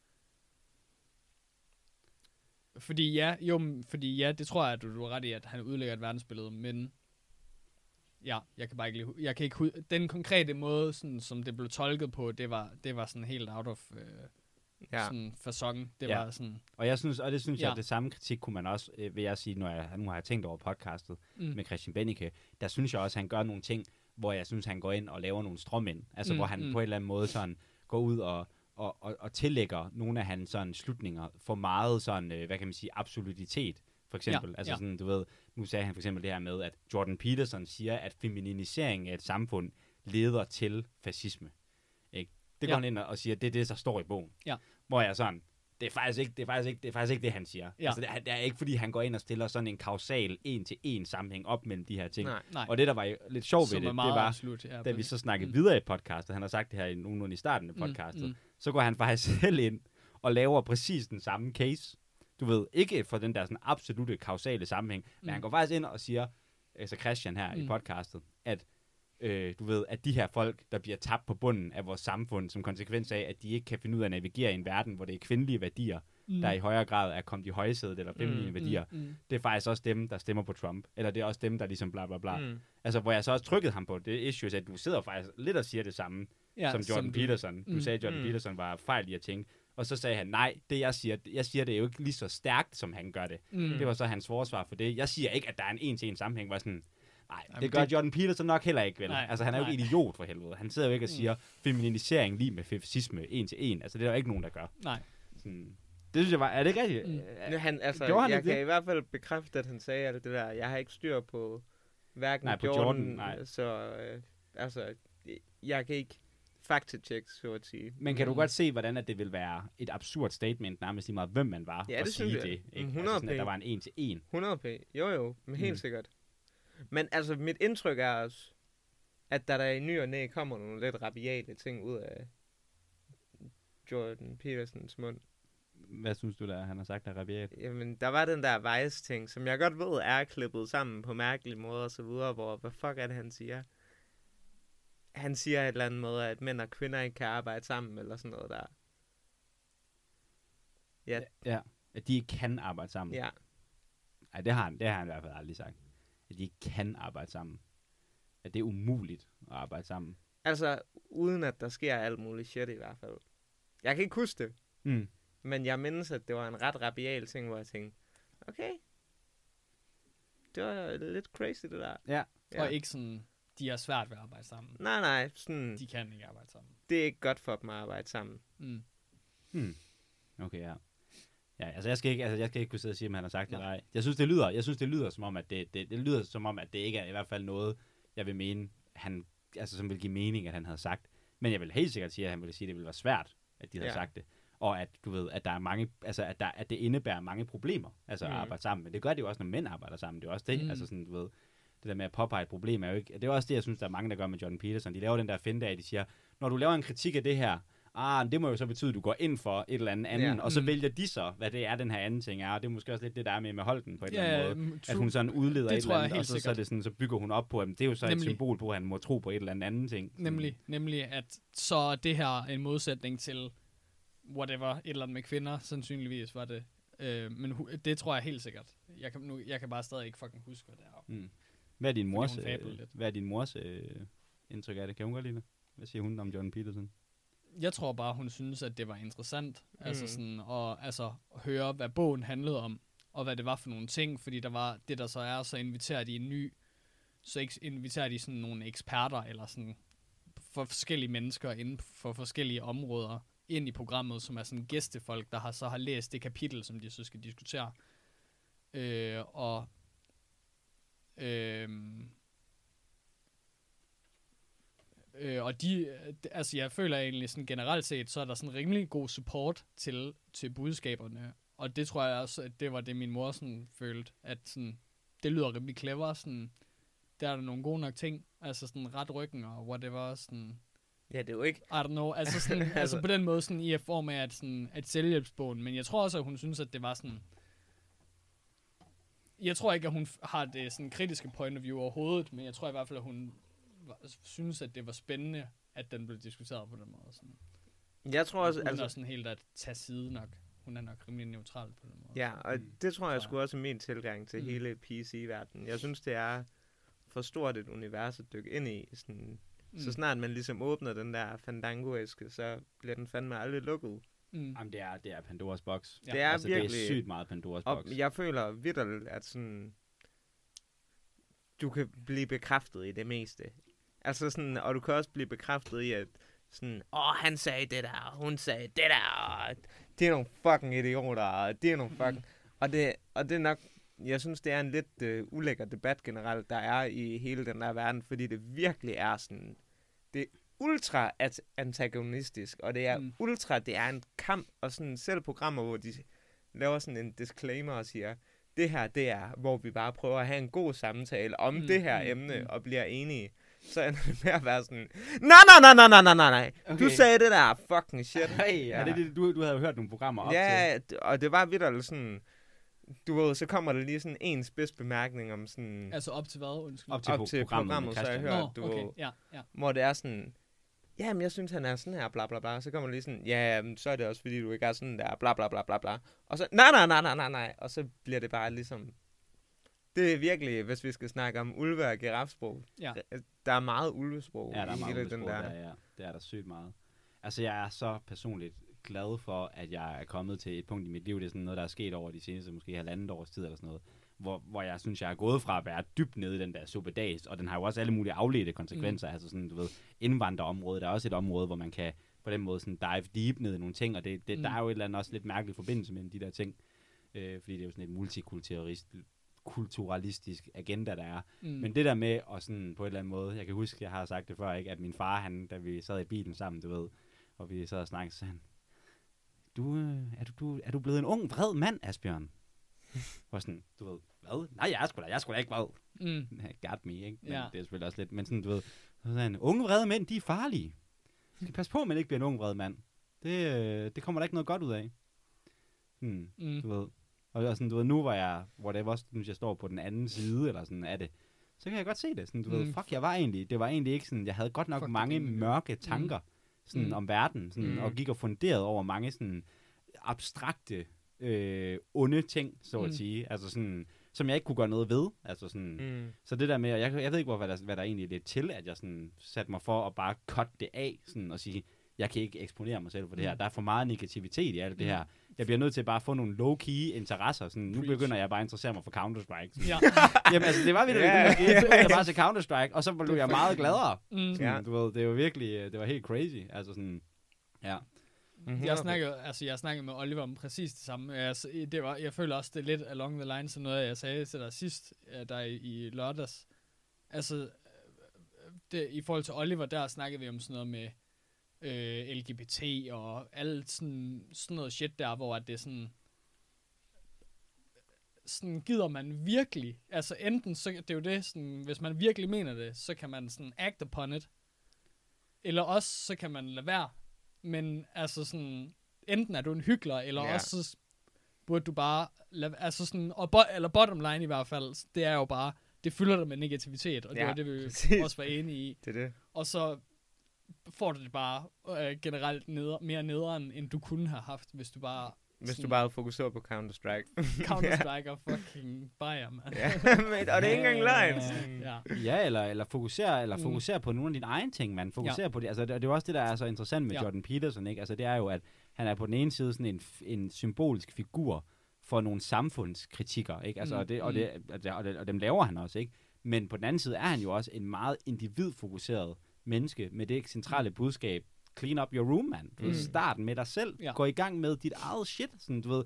fordi ja, det tror jeg, at du er ret i, at han udlægger et verdensbillede, men ja, jeg kan bare ikke den konkrete måde, sådan, som det blev tolket på, det var sådan helt out of sådan facon. Det var sådan. Og det synes jeg, at det samme kritik kunne man også, vil jeg sige, nu har jeg tænkt over podcastet med Christian Bennike, der synes jeg også, at han gør nogle ting, hvor jeg synes, han går ind og laver nogle stråmænd. Altså, hvor han på en eller anden måde sådan går ud og tillægger nogle af hans sådan slutninger for meget sådan, hvad kan man sige, absolutitet. For eksempel, sådan, du ved, nu sagde han for eksempel det her med, at Jordan Peterson siger, at feminisering af et samfund leder til fascisme. Ikke? Det går han ind og siger, at det er det, der står i bogen. Ja. Hvor jeg sådan, det er faktisk ikke det, han siger. Ja. Altså, det er ikke, fordi han går ind og stiller sådan en kausal en-til-en sammenhæng op mellem de her ting. Nej. Og det, der var lidt sjovt ved det var, absolut, da vi så snakkede videre i podcastet, han har sagt det her nogenlunde i starten af podcastet, så går han faktisk selv ind og laver præcis den samme case. Du ved, ikke for den der sådan absolute kausale sammenhæng, men han går faktisk ind og siger, altså Christian her i podcastet, at du ved, at de her folk, der bliver tabt på bunden af vores samfund, som konsekvens af, at de ikke kan finde ud af at navigere i en verden, hvor det er kvindelige værdier, der i højere grad er kommet i højsædet, eller feminine værdier, det er faktisk også dem, der stemmer på Trump, eller det er også dem, der ligesom bla bla bla. Altså, hvor jeg så også trykkede ham på det issue, at du sidder faktisk lidt og siger det samme, som Jordan Peterson. Du sagde, at Jordan Peterson var fejl i at tænke. Og så sagde han, nej, det jeg siger det er jo ikke lige så stærkt, som han gør det. Det var så hans forsvar for det. Jeg siger ikke, at der er en en-til-en sammenhæng, hvor sådan, nej, det gør Jordan Peterson nok heller ikke, vel? Altså, han er jo ikke idiot for helvede. Han sidder jo ikke og siger, feminisering lige med fascisme en-til-en. Altså, det er jo ikke nogen, der gør. Nej. Sådan, det synes jeg var, er det ikke rigtigt? Jeg kan i hvert fald bekræfte, at han sagde alt det der. Jeg har ikke styr på hverken Jordan, så altså, jeg kan ikke fakta-check, så at sige. Men kan du godt se, hvordan at det vil være et absurd statement, nærmest lige meget, hvem man var, at sige det? Ikke? 100 altså sådan, at der var en en-til-en. 100p. Jo, men helt sikkert. Men altså, mit indtryk er også, at der i ny og næ kommer nogle lidt rabiate ting ud af Jordan Petersons mund. Hvad synes du, der han har sagt, der er rabiat? Jamen, der var den der Vice-ting, som jeg godt ved er klippet sammen på mærkelige måder og så videre, hvor, hvad fuck er det, han siger? Han siger et eller andet med, at mænd og kvinder ikke kan arbejde sammen, eller sådan noget der. Ja, at de ikke kan arbejde sammen. Ja. Ej, det har han i hvert fald aldrig sagt. At de ikke kan arbejde sammen. At det er umuligt at arbejde sammen. Altså, uden at der sker alt muligt shit i hvert fald. Jeg kan ikke huske det. Men jeg mindes, at det var en ret rabial ting, hvor jeg tænkte, okay, det var lidt crazy det der. Ja. Og ikke sådan, de har svært ved at arbejde sammen. Nej, sådan. De kan ikke arbejde sammen. Det er ikke godt for dem at arbejde sammen. Okay, ja. Ja, altså jeg skal ikke kunne sidde og sige, om han har sagt det eller ej. Jeg synes det lyder som om, at det lyder som om, at det ikke er i hvert fald noget, jeg vil mene, som vil give mening, at han havde sagt. Men jeg vil helt sikkert sige, at han ville sige, at det ville være svært, at de havde sagt det. Og at du ved, at der er mange, altså at det indebærer mange problemer, altså at arbejde sammen. Men det gør det jo også, når mænd arbejder sammen. Det er også det, altså sådan, du ved. der med at påpege et problem er jo ikke... Det er også det, jeg synes, der er mange, der gør med Jordan Peterson. De laver den der finte af, de siger, når du laver en kritik af det her, det må jo så betyde, at du går ind for et eller andet, og så vælger de så, hvad det er, den her anden ting er. Og det er måske også lidt det, der er med Holden på et eller andet måde. At hun sådan udleder et eller andet, og så er det sådan, så bygger hun op på, at det er jo så et symbol på, at han må tro på et eller andet ting. Nemlig, at så det her en modsætning til whatever, et eller andet med kvinder, sandsynligvis var det. Men det tror jeg helt sikkert. Jeg kan bare stadig ikke fucking huske, hvad det er. Hvad er din mors indtryk af det? Kan hun godt lide det? Hvad siger hun om Jordan Peterson? Jeg tror bare, hun synes, at det var interessant altså sådan, at høre, hvad bogen handlede om, og hvad det var for nogle ting, fordi der var det, der så er, så inviterer de inviterer de sådan nogle eksperter, eller sådan for forskellige mennesker inden for forskellige områder, ind i programmet, som er sådan gæstefolk, der har læst det kapitel, som de så skal diskutere. Og altså jeg føler egentlig sådan generelt set, så er der sådan rimelig god support til budskaberne, og det tror jeg også, at det var det min mor sådan følte, at sådan, det lyder rimelig clever, sådan, der er der nogle gode nok ting, altså sådan ret ryggen og whatever, sådan. Ja, det er jo ikke... I don't know, altså sådan, altså på den måde sådan i form af at selvhjælpsbogen, men jeg tror også, at hun synes, at det var sådan, jeg tror ikke, at hun har det sådan kritiske point of view overhovedet, men jeg tror i hvert fald, at hun synes, at det var spændende, at den blev diskuteret på den måde. Sådan. Jeg tror også... Uden sådan helt at tage side nok. Hun er nok rimelig neutral på den måde. Ja, og det tror jeg sgu også er min tilgang til hele PC-verdenen. Jeg synes, det er for stort et univers at dykke ind i. Sådan, så snart man ligesom åbner den der Fandango-æske, så bliver den fandme aldrig lukket. Jamen, det er Pandoras boks. Ja. Det er altså, virkelig... Det er sygt meget Pandoras boks. Og jeg føler vitterligt, at sådan... Du kan blive bekræftet i det meste. Altså sådan, og du kan også blive bekræftet i, at sådan, han sagde det der, og hun sagde det der, og det er nogle fucking idioter, og det er nogle fucking... Og det er nok, jeg synes, det er en lidt ulækker debat generelt, der er i hele den der verden, fordi det virkelig er sådan, det er ultra antagonistisk, og det er det er en kamp, og sådan selv programmer, hvor de laver sådan en disclaimer og siger, det her, det er, hvor vi bare prøver at have en god samtale om det her emne, og bliver enige. Så ender det med at være sådan, nej. Okay. Du sagde det der fucking shit. Hey, ja. Det, du havde jo hørt nogle programmer op til. Ja, og det var vitterligt sådan, du ved, så kommer der lige sådan en spids bemærkning om sådan... Altså op til hvad? Undskyld. Op til programmet, så jeg hørt, du ved, ja. hvor det er sådan, jamen jeg synes, han er sådan her, bla bla bla. Så kommer der lige sådan, ja, så er det også fordi, du ikke er sådan der, bla bla bla bla bla. Og så, nej. Og så bliver det bare ligesom... Det er virkelig, hvis vi skal snakke om ulve- og girafsprog. Ja. Der er meget ulvesprog. Ja, der er meget ulvesprog, ja. Det er der sygt meget. Altså, jeg er så personligt glad for, at jeg er kommet til et punkt i mit liv. Det er sådan noget, der er sket over de seneste måske 1,5 års tid eller sådan noget. Hvor jeg synes, jeg er gået fra at være dybt nede i den der suppedags, og den har jo også alle mulige afledte konsekvenser. Altså sådan, du ved, indvandrerområdet er også et område, hvor man kan på den måde sådan dive deep ned i nogle ting, og der er jo et eller andet også lidt mærkeligt forbindelse mellem de der ting. Fordi det er jo sådan et multikulturalistisk agenda, der er. Men det der med, og sådan på en eller anden måde, jeg kan huske, jeg har sagt det før, ikke, at min far, han, da vi sad i bilen sammen, du ved, og vi sad og snakkede, så han, er du blevet en ung, vred mand, Asbjørn? Og sådan, du ved, hvad? Nej, jeg er sgu da ikke vred. Got me, ikke? Men det er selvfølgelig også lidt, men sådan, du ved, så sagde han, unge, vrede mænd, de er farlige. Du skal passe på, at man ikke bliver en ung, vred mand. Det kommer der ikke noget godt ud af. Du ved. Og sådan, du ved, nu hvor det også, synes jeg står på den anden side, eller sådan af det, så kan jeg godt se det. Sådan, du ved, det var egentlig ikke sådan, jeg havde godt nok mange mørke tanker sådan, om verden, sådan, og gik og funderede over mange sådan abstrakte, onde ting, så at sige. Altså sådan, som jeg ikke kunne gøre noget ved. Altså sådan, så det der med, jeg ved ikke, hvad der egentlig er lidt til, at jeg sådan satte mig for at bare cutte det af, sådan, og sige, jeg kan ikke eksponere mig selv for det her. Der er for meget negativitet i alt det her. Jeg bliver nødt til bare at få nogle low-key interesser. Sådan, nu begynder jeg bare at interessere mig for Counter-Strike. Ja. Jamen altså, det var virkelig jeg bare til Counter-Strike, og så blev jeg meget gladere. Sådan, du ved, det var virkelig, det var helt crazy. Altså sådan, ja. Jeg snakkede med Oliver om præcis det samme. Jeg føler også, det er lidt along the line, så noget, jeg sagde til dig sidst, der i lørdags. Altså, i forhold til Oliver, der snakkede vi om sådan noget med LGBT og alt sådan noget shit der, hvor det er sådan sådan, gider man virkelig, altså enten, så det er jo det, sådan, hvis man virkelig mener det, så kan man sådan act upon it, eller også, så kan man lade være, men altså sådan, enten er du en hykler, eller også, så burde du bare, altså sådan, eller bottom line i hvert fald, det er jo bare, det fylder dig med negativitet, og det var det, vi også var enige i. Det er det. Og så får du det bare generelt mere nederen, end du kunne have haft, hvis du bare... Hvis du bare havde fokuseret på Counter-Strike. Counter-Strike og fucking Bayern, man. Ja, og det er ikke engang løgn. Ja, eller fokusere på nogle af dine egne ting, man. Fokusere på det. Altså, det er jo også det, der er så interessant med Jordan Peterson, ikke? Altså, det er jo, at han er på den ene side sådan en symbolisk figur for nogle samfundskritikker, ikke? Altså, og dem laver han også, ikke? Men på den anden side er han jo også en meget individfokuseret menneske med det centrale budskab, clean up your room, man. Start med dig selv. Gå i gang med dit eget shit. Sådan, du ved,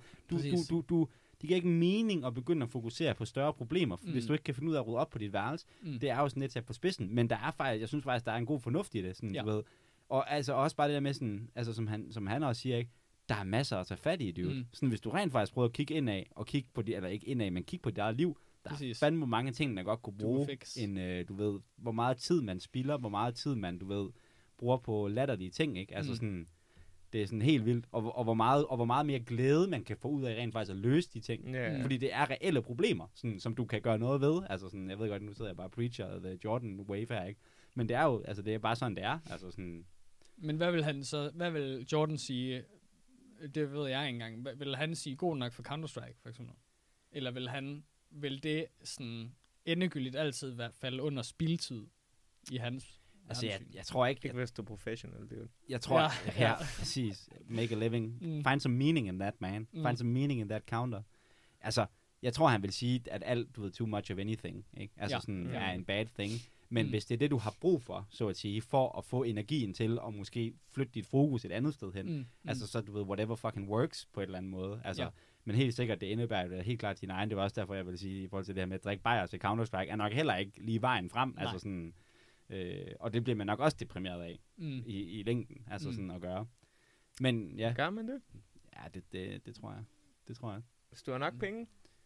det giver ikke mening at begynde at fokusere på større problemer, hvis du ikke kan finde ud af at rydde op på dit værelse. Det er jo sådan lidt sat på spidsen, men der er faktisk, jeg synes faktisk, der er en god fornuft i det, sådan, du ved. Og altså også bare det der med sådan, altså som han også siger, ikke, der er masser at tage fat i, dude. Sådan, hvis du rent faktisk prøver at kigge indad, og kigge på det, eller ikke indad, men kigge på dit eget liv, der er fandme mange ting, der godt kunne bruge du ved, hvor meget tid man spilder, hvor meget tid man, du ved, bruger på latterlige ting, ikke? Altså sådan, det er sådan helt vildt, og hvor meget mere glæde man kan få ud af rent faktisk at løse de ting, fordi det er reelle problemer, sådan, som du kan gøre noget ved. Altså sådan, jeg ved godt, nu sidder jeg bare og preacher the Jordan wave her, ikke? Men det er jo, altså det er bare sådan, det er. Altså sådan. Men hvad vil Jordan sige? Det ved jeg ikke engang. Vil han sige god nok for Counter-Strike, for eksempel? Eller vil det sådan endegyldigt altid falde under spildtid i hans? Altså, jeg tror ikke... hvis du er professional, dude. Jeg tror... præcis. Make a living. Find some meaning in that, man. Find some meaning in that counter. Altså, jeg tror, han vil sige, at alt, du ved, too much of anything, ikke? Altså, sådan, er en bad thing. Men hvis det er det, du har brug for, så at sige, for at få energien til at måske flytte dit fokus et andet sted hen, altså, så du ved, whatever fucking works på et eller andet måde. Altså, men helt sikkert, det indebærer jo helt klart din egen. Det var også derfor, jeg vil sige, i forhold til det her med at drikke bajer til Counter-Strike, er nok heller ikke lige vejen frem. Nej. Altså sådan... og det bliver man nok også deprimeret af i længden, altså sådan at gøre. Men ja. Gør man det? Ja, det tror jeg. Det tror jeg. Hvis du har nok penge,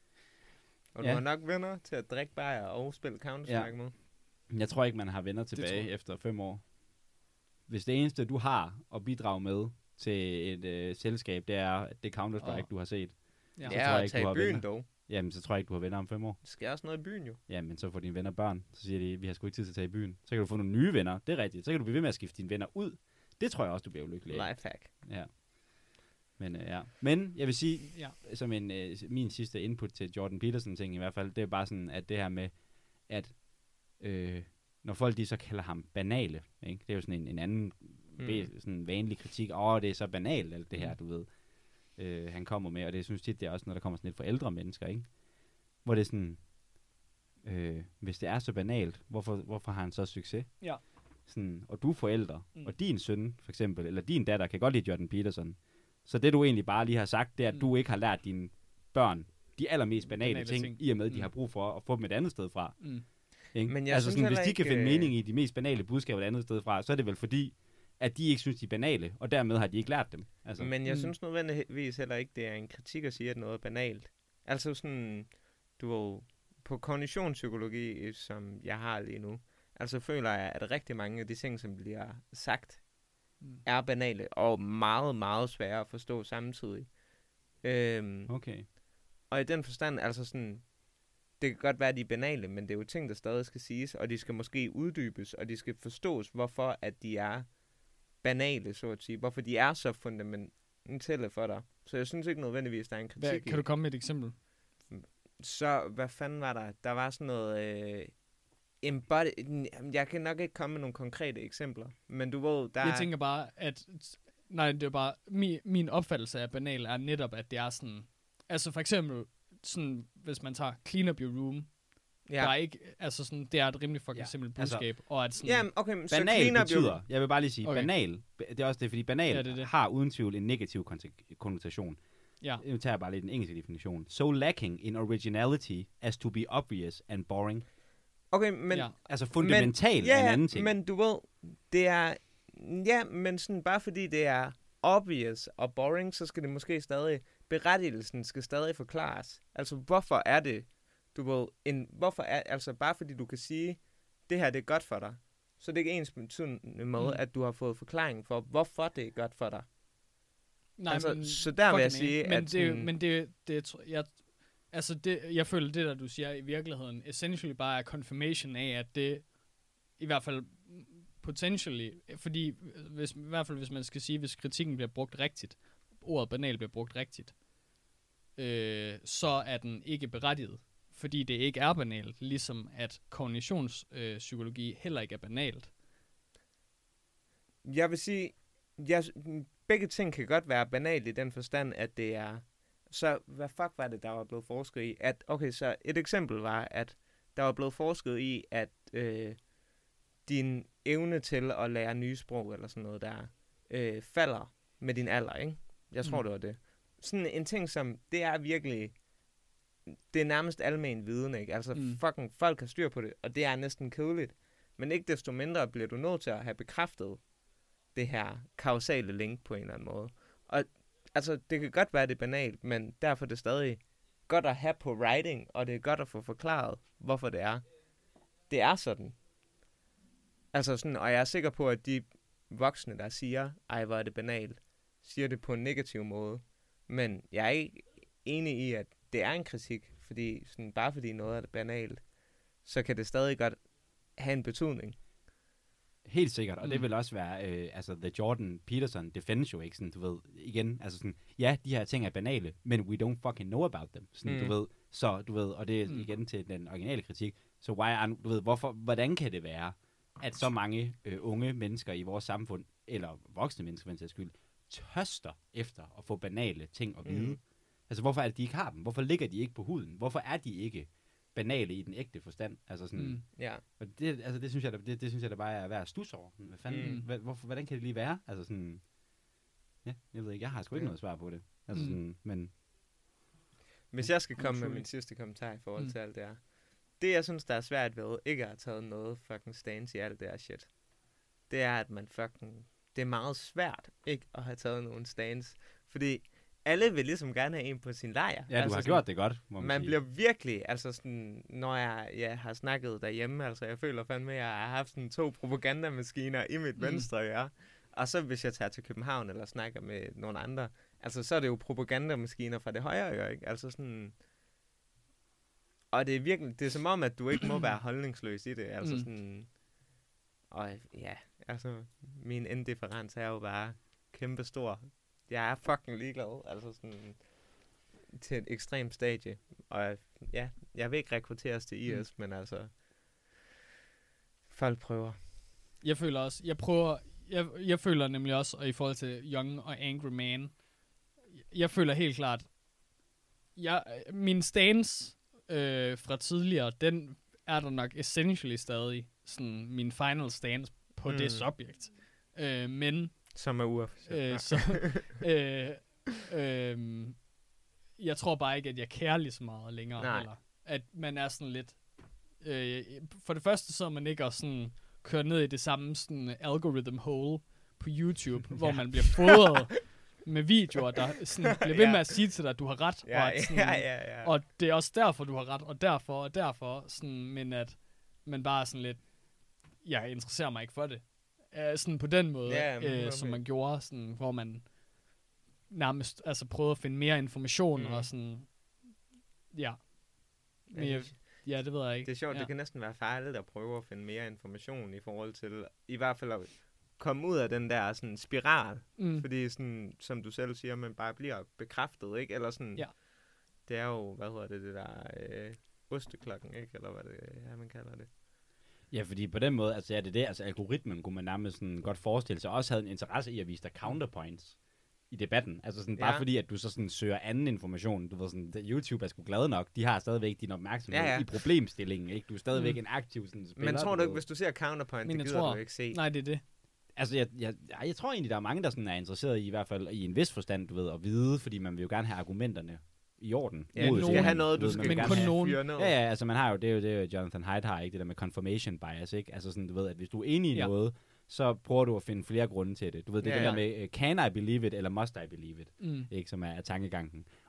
og du har nok venner til at drikke bajer og spille Counter-Strike med. Jeg tror ikke, man har venner tilbage efter 5 år. Hvis det eneste, du har at bidrage med til et selskab, det er det Counter-Strike, du har set. Ja, så tror jeg ikke, du har byen venner. Dog. Jamen, så tror jeg ikke, du har venner om 5 år. Det sker også noget i byen, jo. Jamen, så får dine venner børn. Så siger de, vi har sgu ikke tid til at tage i byen. Så kan du få nogle nye venner. Det er rigtigt. Så kan du blive ved med at skifte dine venner ud. Det tror jeg også, du bliver ulykkelig af. Lifehack. Ja. Men jeg vil sige, som min sidste input til Jordan Peterson ting i hvert fald, det er bare sådan, at det her med, at når folk de så kalder ham banale, ikke? Det er jo sådan en anden sådan vanlig kritik. Det er så banalt, alt det her, du ved. Han kommer med, og det synes tit, det er også, når der kommer sådan lidt for ældre mennesker, ikke? Hvor det er sådan, hvis det er så banalt, hvorfor har han så succes? Ja. Sådan, og du er forældre, og din søn, for eksempel, eller din datter, kan godt lide Jordan Peterson. Så det, du egentlig bare lige har sagt, det er, at du ikke har lært dine børn de allermest banale ting, i og med, at de har brug for at få dem et andet sted fra. Men jeg altså synes sådan, hvis de kan finde mening i de mest banale budskaber et andet sted fra, så er det vel fordi, at de ikke synes, de er banale, og dermed har de ikke lært dem. Altså. Men jeg synes nødvendigvis heller ikke, det er en kritik at sige, at noget er banalt. Altså sådan, du ved, på kognitionspsykologi, som jeg har lige nu, altså føler jeg, at rigtig mange af de ting, som bliver sagt, er banale, og meget, meget svære at forstå samtidig. Okay. Og i den forstand, altså sådan, det kan godt være, at de er banale, men det er jo ting, der stadig skal siges, og de skal måske uddybes, og de skal forstås, hvorfor at de er banale, så at sige. Hvorfor de er så fundamentale for dig. Så jeg synes ikke nødvendigvis, der er en kritik. Kan du komme med et eksempel? Så, hvad fanden var der? Der var sådan noget... jeg kan nok ikke komme med nogle konkrete eksempler, men du ved, der Jeg tænker bare, at... Nej, det er bare... Min opfattelse af banal er netop, at det er sådan... Altså for eksempel, sådan, hvis man tager clean up your room, der er ikke... Altså sådan, det er et rimelig fucking simpelt budskab, og at sådan... Ja, okay, så banal betyder... Jeg vil bare lige sige, banal... Det er også det, fordi banal har uden tvivl en negativ konnotation. Ja. Nu tager jeg bare lidt den engelske definition. So lacking in originality as to be obvious and boring. Okay, men... Altså fundamentalt en anden ting. Men du ved, det er... Ja, men sådan bare fordi det er obvious og boring, så skal det måske stadig berettigelsen skal stadig forklares. Altså, hvorfor er det, altså bare fordi du kan sige, det her det er godt for dig, så det er ikke ens betydende med, at du har fået forklaring for, hvorfor det er godt for dig. Nej, altså, men, så der vil jeg sige, men at... jeg føler det, der du siger i virkeligheden, essentially bare er confirmation af, at det i hvert fald potentially, fordi i hvert fald hvis man skal sige, hvis kritikken bliver brugt rigtigt, ordet banal bliver brugt rigtigt, så er den ikke berettiget, fordi det ikke er banalt, ligesom at kognitionspsykologi heller ikke er banalt. Jeg vil sige, begge ting kan godt være banalt i den forstand, at det er... Så hvad fuck var det, der var blevet forsket i? Okay, så et eksempel var, at der var blevet forsket i, at din evne til at lære nye sprog, eller sådan noget der, falder med din alder, ikke? Jeg tror, det var det. Sådan en ting som, det er virkelig... Det er nærmest almen viden, ikke? Altså, fucking folk har styr på det, og det er næsten kedeligt. Men ikke desto mindre bliver du nødt til at have bekræftet det her kausale link på en eller anden måde. Og altså, det kan godt være, det er banalt, men derfor er det stadig godt at have på writing, og det er godt at få forklaret, hvorfor det er. Det er sådan. Altså sådan, og jeg er sikker på, at de voksne, der siger, ej, hvor er det banalt, siger det på en negativ måde. Men jeg er ikke enig i, at det er en kritik, fordi sådan, bare fordi noget er banalt, så kan det stadig godt have en betydning. Helt sikkert, og det vil også være, altså The Jordan Peterson defense jo, ikke sådan, du ved, igen, altså sådan, ja, de her ting er banale, men we don't fucking know about them, sådan, du ved, så, du ved, og det er igen til den originale kritik, så du ved, hvordan kan det være, at så mange unge mennesker i vores samfund, eller voksne mennesker, for en sags skyld, tørster efter at få banale ting at vide? Altså, hvorfor er det, de ikke har dem? Hvorfor ligger de ikke på huden? Hvorfor er de ikke banale i den ægte forstand? Altså sådan, og det, altså, det synes jeg da bare er værd at stusse over. Hvad fanden, hvordan kan det lige være? Altså sådan, ja, jeg ved ikke, jeg har sgu ikke noget svar på det. Altså sådan, men... Hvis jeg skal komme med min sidste kommentar i forhold til alt det her. Det, jeg synes, der er svært ved, ikke at have taget noget fucking stance i alt det her shit, det er, at man fucking... Det er meget svært, ikke at have taget nogen stance. Fordi alle vil ligesom gerne have en på sin lejr. Ja, du har gjort det godt, må man bliver virkelig, altså sådan, når jeg har snakket derhjemme, altså jeg føler fandme, at jeg har haft sådan 2 propagandamaskiner i mit venstre øre. Og så hvis jeg tager til København eller snakker med nogle andre, altså så er det jo propagandamaskiner fra det højre øre, ikke? Altså sådan... Og det er virkelig, det er som om, at du ikke må være holdningsløs i det, altså sådan... Og ja, altså, min indifferens er jo bare kæmpestor. Jeg er fucking ligeglad, altså sådan, til et ekstremt stadie. Og ja, jeg vil ikke rekrutteres til IS, men altså, folk prøver. Jeg føler også, jeg føler nemlig også, og i forhold til Young og Angry Man, jeg føler helt klart, min stance fra tidligere, den er der nok essentially stadig, sådan min final stance på det subjekt. Men som er uofficielt. Jeg tror bare ikke, at jeg kærer lige så meget længere. Nej. Eller at man er sådan lidt... for det første, så er man ikke også sådan kører ned i det samme sådan algorithm hole på YouTube, hvor man bliver fodret med videoer, der sådan bliver ved med at sige til dig, at du har ret. Og, at sådan, og det er også derfor, du har ret, og derfor. Sådan, men at man bare er sådan lidt... Jeg interesserer mig ikke for det. Sådan på den måde, som man gjorde, sådan, hvor man nærmest altså prøvede at finde mere information og sådan, men det ved jeg ikke. Det er sjovt, det kan næsten være farligt at prøve at finde mere information i forhold til, i hvert fald at komme ud af den der sådan spiral, fordi sådan, som du selv siger, man bare bliver bekræftet, ikke? Eller sådan, det er jo, hvad hedder det der, osteklokken, ikke? Eller hvad det man kalder det. Ja, fordi på den måde, altså altså algoritmen kunne man nærmest sådan godt forestille sig, også havde en interesse i at vise dig counterpoints i debatten. Altså sådan, bare fordi, at du så sådan søger anden information, du ved sådan, YouTube er sgu glad nok, de har stadigvæk din opmærksomhed i problemstillingen, ikke? Du er stadigvæk en aktiv sådan spiller. Men tror du ikke, hvis du ser counterpoint, det gider du ikke se? Nej, det er det. Altså, jeg tror egentlig, der er mange, der sådan er interesseret i hvert fald i en vis forstand, du ved, at vide, fordi man vil jo gerne have argumenterne i orden. Ja, du skal have noget, du skal men kun nogen. Ja, altså man har jo, det er jo Jonathan Haidt har, ikke, det der med confirmation bias, ikke? Altså sådan, du ved, at hvis du er enig i noget, så prøver du at finde flere grunde til det. Du ved, det er det der med, can I believe it, eller must I believe it, ikke, som er tankegangen.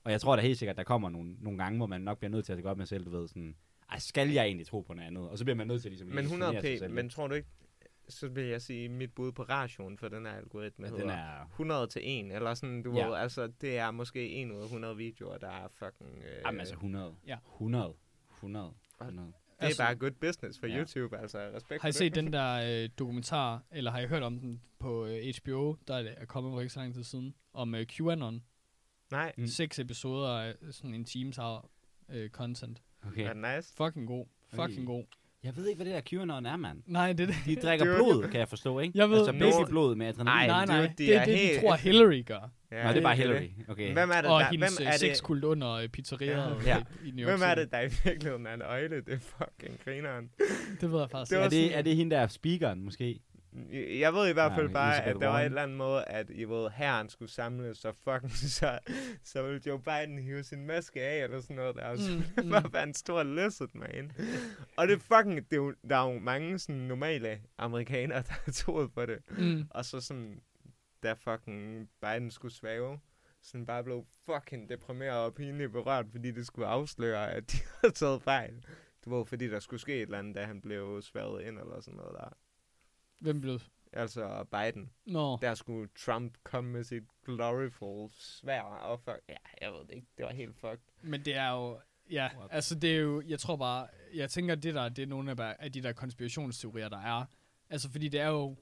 Og jeg tror da helt sikkert, at der kommer nogle gange, hvor man nok bliver nødt til at gå op med sig selv, du ved, sådan, skal jeg egentlig tro på noget andet? Og så bliver man nødt til ligesom... Men 100p, men tror du ikke, så vil jeg sige, mit bud på ratioen for den her algoritme hedder den er 100 til 1, eller sådan, du ved, altså, det er måske 1 ud af 100 videoer, der er fucking... Jamen altså 100. Ja. 100. Det er bare good business for YouTube, altså respekt. Har I set den der dokumentar, eller har I hørt om den på HBO, der er kommet for ikke så lang tid siden, om QAnon? Nej. 6 episoder af sådan en times content. Okay. Er det nice? Fucking god. Jeg ved ikke, hvad det der QAnon er, mand. Nej, det er det. De drikker blod, kan jeg forstå, ikke? Jeg ved, altså babyblod med adrenalin. Nej, det er det, de tror, Hillary gør. Ja, nej, det er bare Hillary. Okay. Hvem er det, og der, hendes hvem er det? sexkult under pizzeriet i New York Hvem er City. det, der i virkeligheden er en øjle? Det er fucking grineren. Det ved jeg faktisk ikke. Er det hende der speakeren, måske? Jeg ved i hvert fald bare, at der var Warren. et eller andet måde, at I ved, herren skulle samles, så fucking så ville Joe Biden hive sin maske af, eller sådan noget der, og så det var bare en stor lizard, man. Og det er fucking, der er jo mange sådan normale amerikanere, der har troet på det. Og så sådan, da fucking Biden skulle svæve, sådan bare blev fucking deprimeret og pinligt berørt, fordi det skulle afsløre, at de havde taget fejl. Det var fordi, der skulle ske et eller andet, da han blev svævet ind, eller sådan noget der. Hvem blev? Altså Biden. Nå. Der skulle Trump komme med sit gloriful svær og jeg ved det ikke. Det var helt fucked. Men det er jo... Ja, altså det er jo... Jeg tror bare... Jeg tænker, det er nogle af de der konspirationsteorier, der er. Altså fordi det er jo...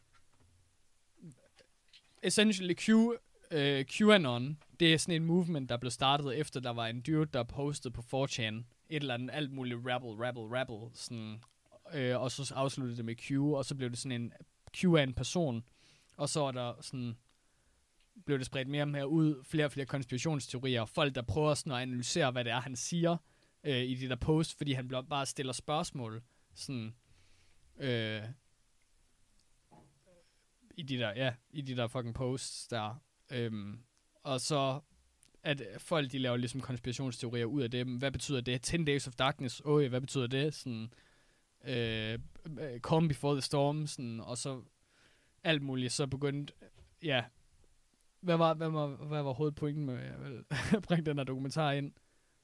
Essentially QAnon, det er sådan en movement, der blev startet efter, der var en dude, der postede på 4chan et eller andet alt muligt rabble, sådan... og så afsluttede det med Q, og så blev det sådan en Q af en person, og så er der sådan, blev det spredt mere og mere ud, flere og flere konspirationsteorier, folk der prøver sådan at analysere, hvad det er, han siger i de der post, fordi han bare stiller spørgsmål, sådan, i de der fucking posts der, og så at folk, de laver ligesom konspirationsteorier ud af dem. Hvad betyder det? 10 Days of Darkness, hvad betyder det? Sådan, Calm Before the Storm, sådan, og så alt muligt, så begyndte, hvad var hovedpointen med at bringe den her dokumentar ind?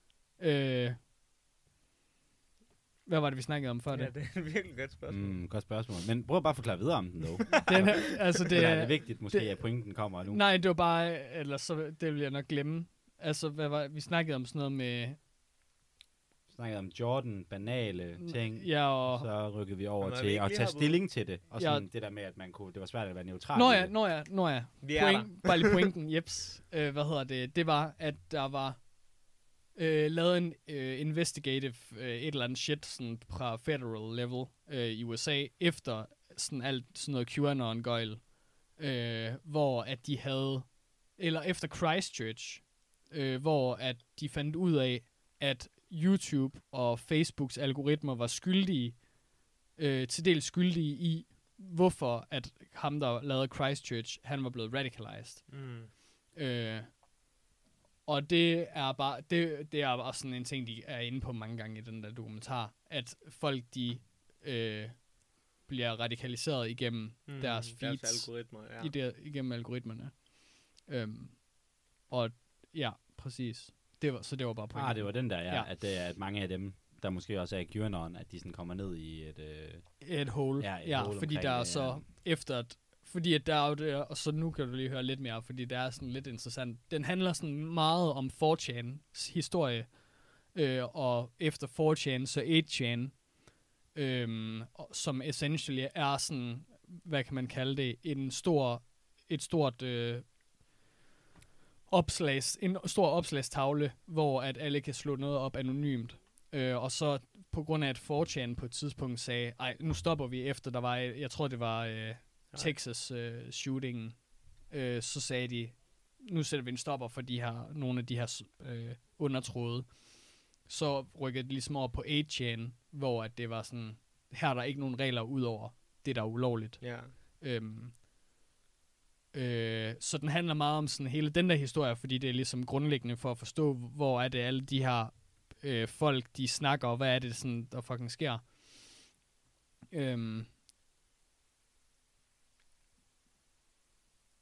Hvad var det, vi snakkede om før det? Ja, det er et virkelig godt spørgsmål. Godt spørgsmål. Men prøv bare at forklare videre om den, dog. Det er det vigtigt, måske, at pointen kommer nu? Nej, det var bare, eller så, det vil jeg nok glemme. Altså, vi snakkede om sådan noget med... Snakkede om Jordan, banale ting, og så rykkede vi over til at tage stilling til det. Og sådan det der med, at det var svært at være neutral. Nå ja. Bare lige pointen, jeps. Det var, at der var lavet en investigative et eller andet shit sådan fra federal level i USA, efter sådan alt sådan noget QAnon-gøjl, hvor at de havde, eller efter Christchurch, hvor at de fandt ud af, at YouTube og Facebooks algoritmer var skyldige, til dels skyldige i, hvorfor at ham, der lavede Christchurch, han var blevet radicalized. Og det er bare sådan en ting, de er inde på mange gange i den der dokumentar, at folk, de bliver radikaliseret igennem deres feeds. Deres algoritmer, igennem algoritmerne. Og ja, præcis. Det var bare pointen. Det var den der, ja. At mange af dem, der måske også er i QAnon, at de sådan kommer ned i et hole. Hole fordi der er så efter at, fordi at der er jo det, og så nu kan du lige høre lidt mere, fordi det er sådan lidt interessant. Den handler sådan meget om 4chan's historie, og efter 4chan, så 8chan, som essentially er sådan, hvad kan man kalde det, en stor opslagstavle, hvor at alle kan slå noget op anonymt. Og så på grund af, at 4chan på et tidspunkt sagde, nu stopper vi efter, der var, jeg tror det var Texas shooting, så sagde de, nu sætter vi en stopper for nogle af de her undertråde. Så rykkede det ligesom over på 8chan, hvor at det var sådan, her er der ikke nogen regler ud over det, der er ulovligt. Ja. Så den handler meget om sådan hele den der historie, fordi det er ligesom grundlæggende for at forstå, hvor er det alle de her folk, de snakker, og hvad er det sådan, der fucking sker.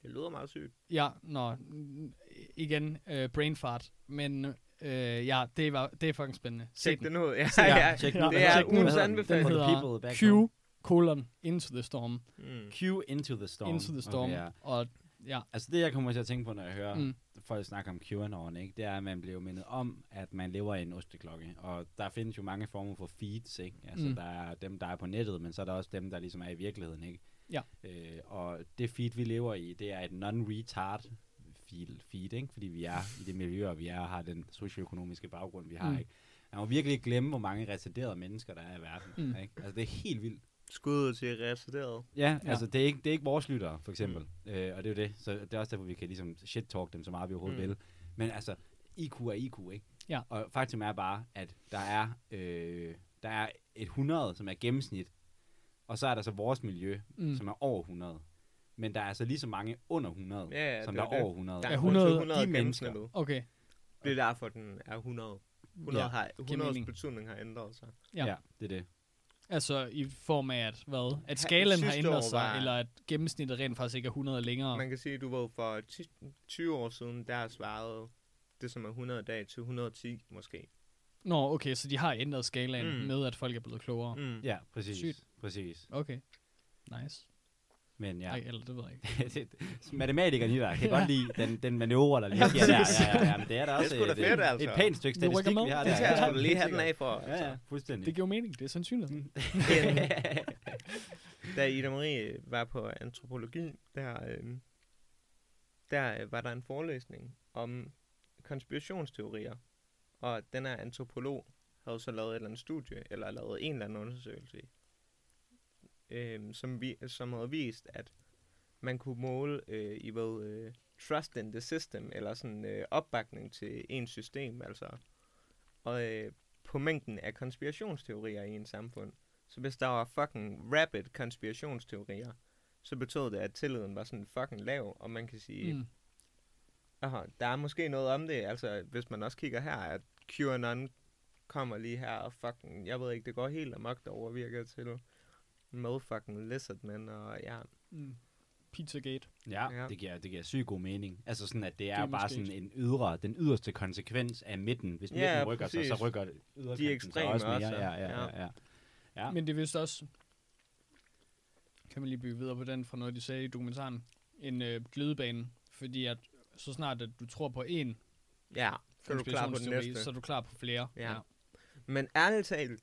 Det lyder meget sygt. Ja, igen, brain fart. Men ja, det er fucking spændende. Tjek den ud. Ja, Ja, tjek ja, nu. det er tjek nu. ugens Den anbefaling. hedder Q:Into the Storm. Q into the storm. Into the Storm. Okay, ja. Og ja, Altså det, jeg kommer til at tænke på, når jeg hører folk snakke om QAnon, ikke, det er, at man bliver mindet om, at man lever i en osteklokke. Og der findes jo mange former for feeds, ikke? Altså der er dem, der er på nettet, men så er der også dem, der ligesom er i virkeligheden, ikke? Ja. Og det feed, vi lever i, det er et non-retard feed, ikke? Fordi vi er i det miljø, og vi har den socioøkonomiske baggrund, vi har, ikke? Man må virkelig glemme, hvor mange retarderede mennesker, der er i verden, ikke? Altså det er helt vildt. Skud til retarderet. Ja, altså det er ikke vores lyttere, for eksempel. Og det er jo det. Så det er også derfor, vi kan ligesom shit-talk dem så meget, vi overhovedet vil. Men altså, IQ er IQ, ikke? Ja. Og faktum er bare, at der er et 100, som er gennemsnit, og så er der så vores miljø, som er over 100. Men der er altså lige så mange under 100, som der er over 100. Der er er 100 de mennesker. Okay. Det er derfor, den er 100. 100's betydning har ændret sig. Ja, det er det. Altså i form af, at skalaen har ændret sig, eller at gennemsnittet rent faktisk ikke er 100 længere. Man kan sige, at du var for 20 år siden, der svarede det, som er 100 dage, til 110 måske. Nå, okay, så de har ændret skalaen med, at folk er blevet klogere. Ja, præcis. Sygt. Præcis. Okay, nice. Men ja. Ej, eller det ved jeg ikke. Matematikeren i dig kan godt lide den manøvre, der lige sker der. Ja, men det er der også det fedt, altså. et pænt stykke statistik, vi har der. Det skal jeg lige have den af for. Altså. Ja, fuldstændig. Det giver mening, det er sandsynligt. Da Ida Marie var på antropologi, der var der en forelæsning om konspirationsteorier. Og den her antropolog havde så lavet et eller andet studie, eller lavet en eller anden undersøgelse, som havde vist, at man kunne måle trust in the system, eller sådan opbakning til ens system, altså. Og på mængden af konspirationsteorier i en samfund. Så hvis der var fucking rapid konspirationsteorier, så betød det, at tilliden var sådan fucking lav, og man kan sige, der er måske noget om det, altså hvis man også kigger her, at QAnon kommer lige her, og fucking, jeg ved ikke, det går helt amok derovre, virker til motherfucking lizardmen, og ja. Pizzagate. Ja, det giver sygt god mening. Altså sådan, at det er bare sådan den yderste konsekvens af midten. Hvis midten rykker sig, så rykker yderkanten sig også mere. Ja. Men det er vist også, kan man lige bygge videre på den, fra noget, de sagde i dokumentaren, en glidebane, fordi at så snart, at du tror på en så er du klar på den næste. Så er du klar på flere. Ja. Men ærligt talt,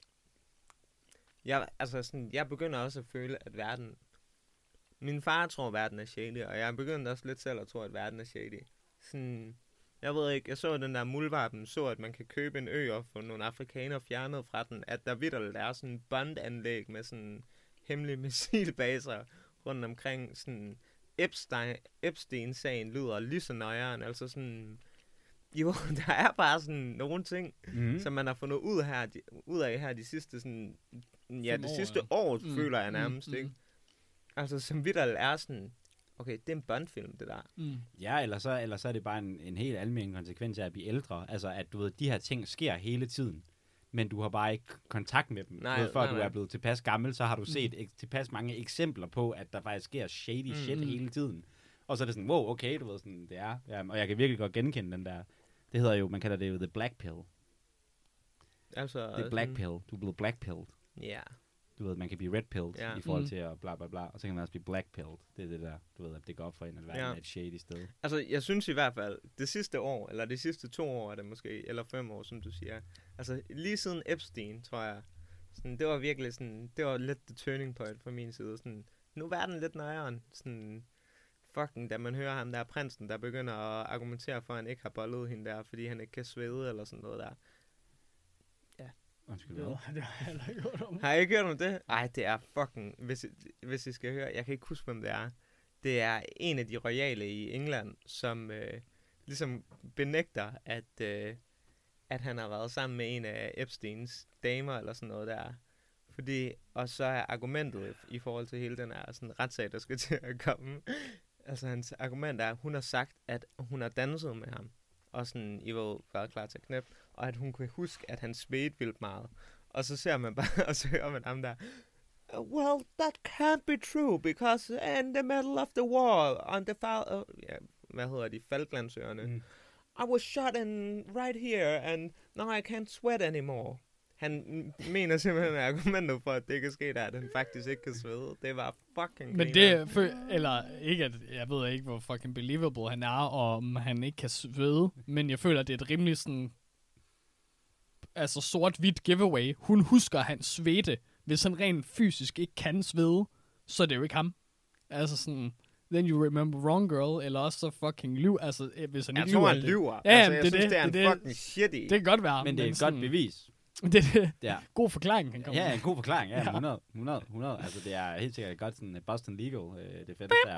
jeg begynder også at føle, at verden... Min far tror, at verden er shady, og jeg begyndte også lidt selv at tro, at verden er shady. Sådan, jeg ved ikke, jeg så den der muldvarpen, så at man kan købe en ø og få nogle afrikanere fjernet fra den, at der vitterligt er sådan en bondanlæg med sådan hemmelige missilbaser rundt omkring. Sådan Epstein-sagen lyder lige så nøjeren, altså sådan... Jo, der er bare sådan nogle ting, som man har fundet ud af her de sidste sådan... Ja, det sidste år, føler jeg nærmest, ikke? Altså, som vitterligt er sådan... Okay, det er en Bond-film, det der. Ja, eller så er det bare en helt almindelig konsekvens af at blive ældre. Altså, at du ved, de her ting sker hele tiden. Men du har bare ikke kontakt med dem. Før du er blevet tilpas gammel, så har du set tilpas mange eksempler på, at der faktisk sker shady shit hele tiden. Og så er det sådan, wow, okay, du ved sådan, det er. Ja, og jeg kan virkelig godt genkende den der. Det hedder jo, man kalder det jo the black pill. Altså... The black pill. Du er blevet blackpilled. Ja. Du ved, man kan blive redpilled i forhold til at bla bla bla, og så kan man også blive blackpilled. Det er det der, du ved, at det går op for en, at verden er et shady sted. Altså, jeg synes i hvert fald, det sidste år, eller de sidste 2 år er det måske, eller 5 år, som du siger. Altså, lige siden Epstein, tror jeg, sådan, det var virkelig sådan, det var lidt the turning point fra min side. Sådan, nu er verden lidt nøjeren. Sådan, fucking, da man hører ham der prinsen, der begynder at argumentere for, at han ikke har bollet hende der, fordi han ikke kan svede, eller sådan noget der. Undskyld, det har jeg ikke hørt om. Har I ikke hørt om det? Ej, det er fucking... Hvis I skal høre... Jeg kan ikke huske, hvem det er. Det er en af de royale i England, som ligesom benægter, at han har været sammen med en af Epsteins damer, eller sådan noget der. Fordi... Og så er argumentet i forhold til hele den her sådan, retssag, der skal til at komme. Altså, hans argument er, at hun har sagt, at hun har danset med ham. Og sådan, I var været klar til at knæppe. Og at hun kunne huske, at han svedte vildt meget. Og så ser man bare, og så hører man ham der. well, that can't be true, because in the middle of the war, on the hvad hedder de, Falklandsøerne, I was shot in right here, and now I can't sweat anymore. Han mener simpelthen, at argumentet for, at det kan ske, der, at han faktisk ikke kan svede. Det var fucking Men det eller ikke, at jeg ved ikke, hvor fucking believable han er, og om han ikke kan svede, men jeg føler, at det er et rimelig sådan, altså sort-hvidt giveaway. Hun husker hans svede. Hvis han rent fysisk ikke kan svede, så er det jo ikke ham. Altså sådan, then you remember wrong girl, eller også så fucking lyv. Altså, hvis han ikke lyver. Jeg tror, han lyver. Ja, altså, jeg synes, det det er en fucking shitty. Det kan godt være. Men det er et godt bevis. Det Ja. God forklaring, han kommer Ja, en god forklaring. Ja, 100. Altså, det er helt sikkert et godt sådan Boston Legal, det fedeste der.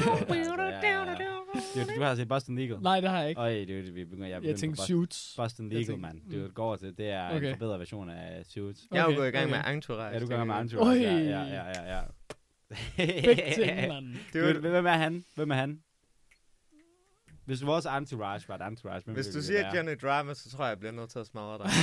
Du har set Boston Legal? Nej, det har jeg ikke. Øj, det vi begynder, Jeg tænkte Suits. Boston Legal, mand. Det går til. Det er en forbedret version af Suits. Jeg er jo gået i gang med Entourage. Ja, du går i gang med Entourage. Ja. Begge ting, mand. Hvem er han? Hvis vores Entourage var et Entourage... Hvis du siger Johnny Drama, så tror jeg bliver nødt til at smadre dig.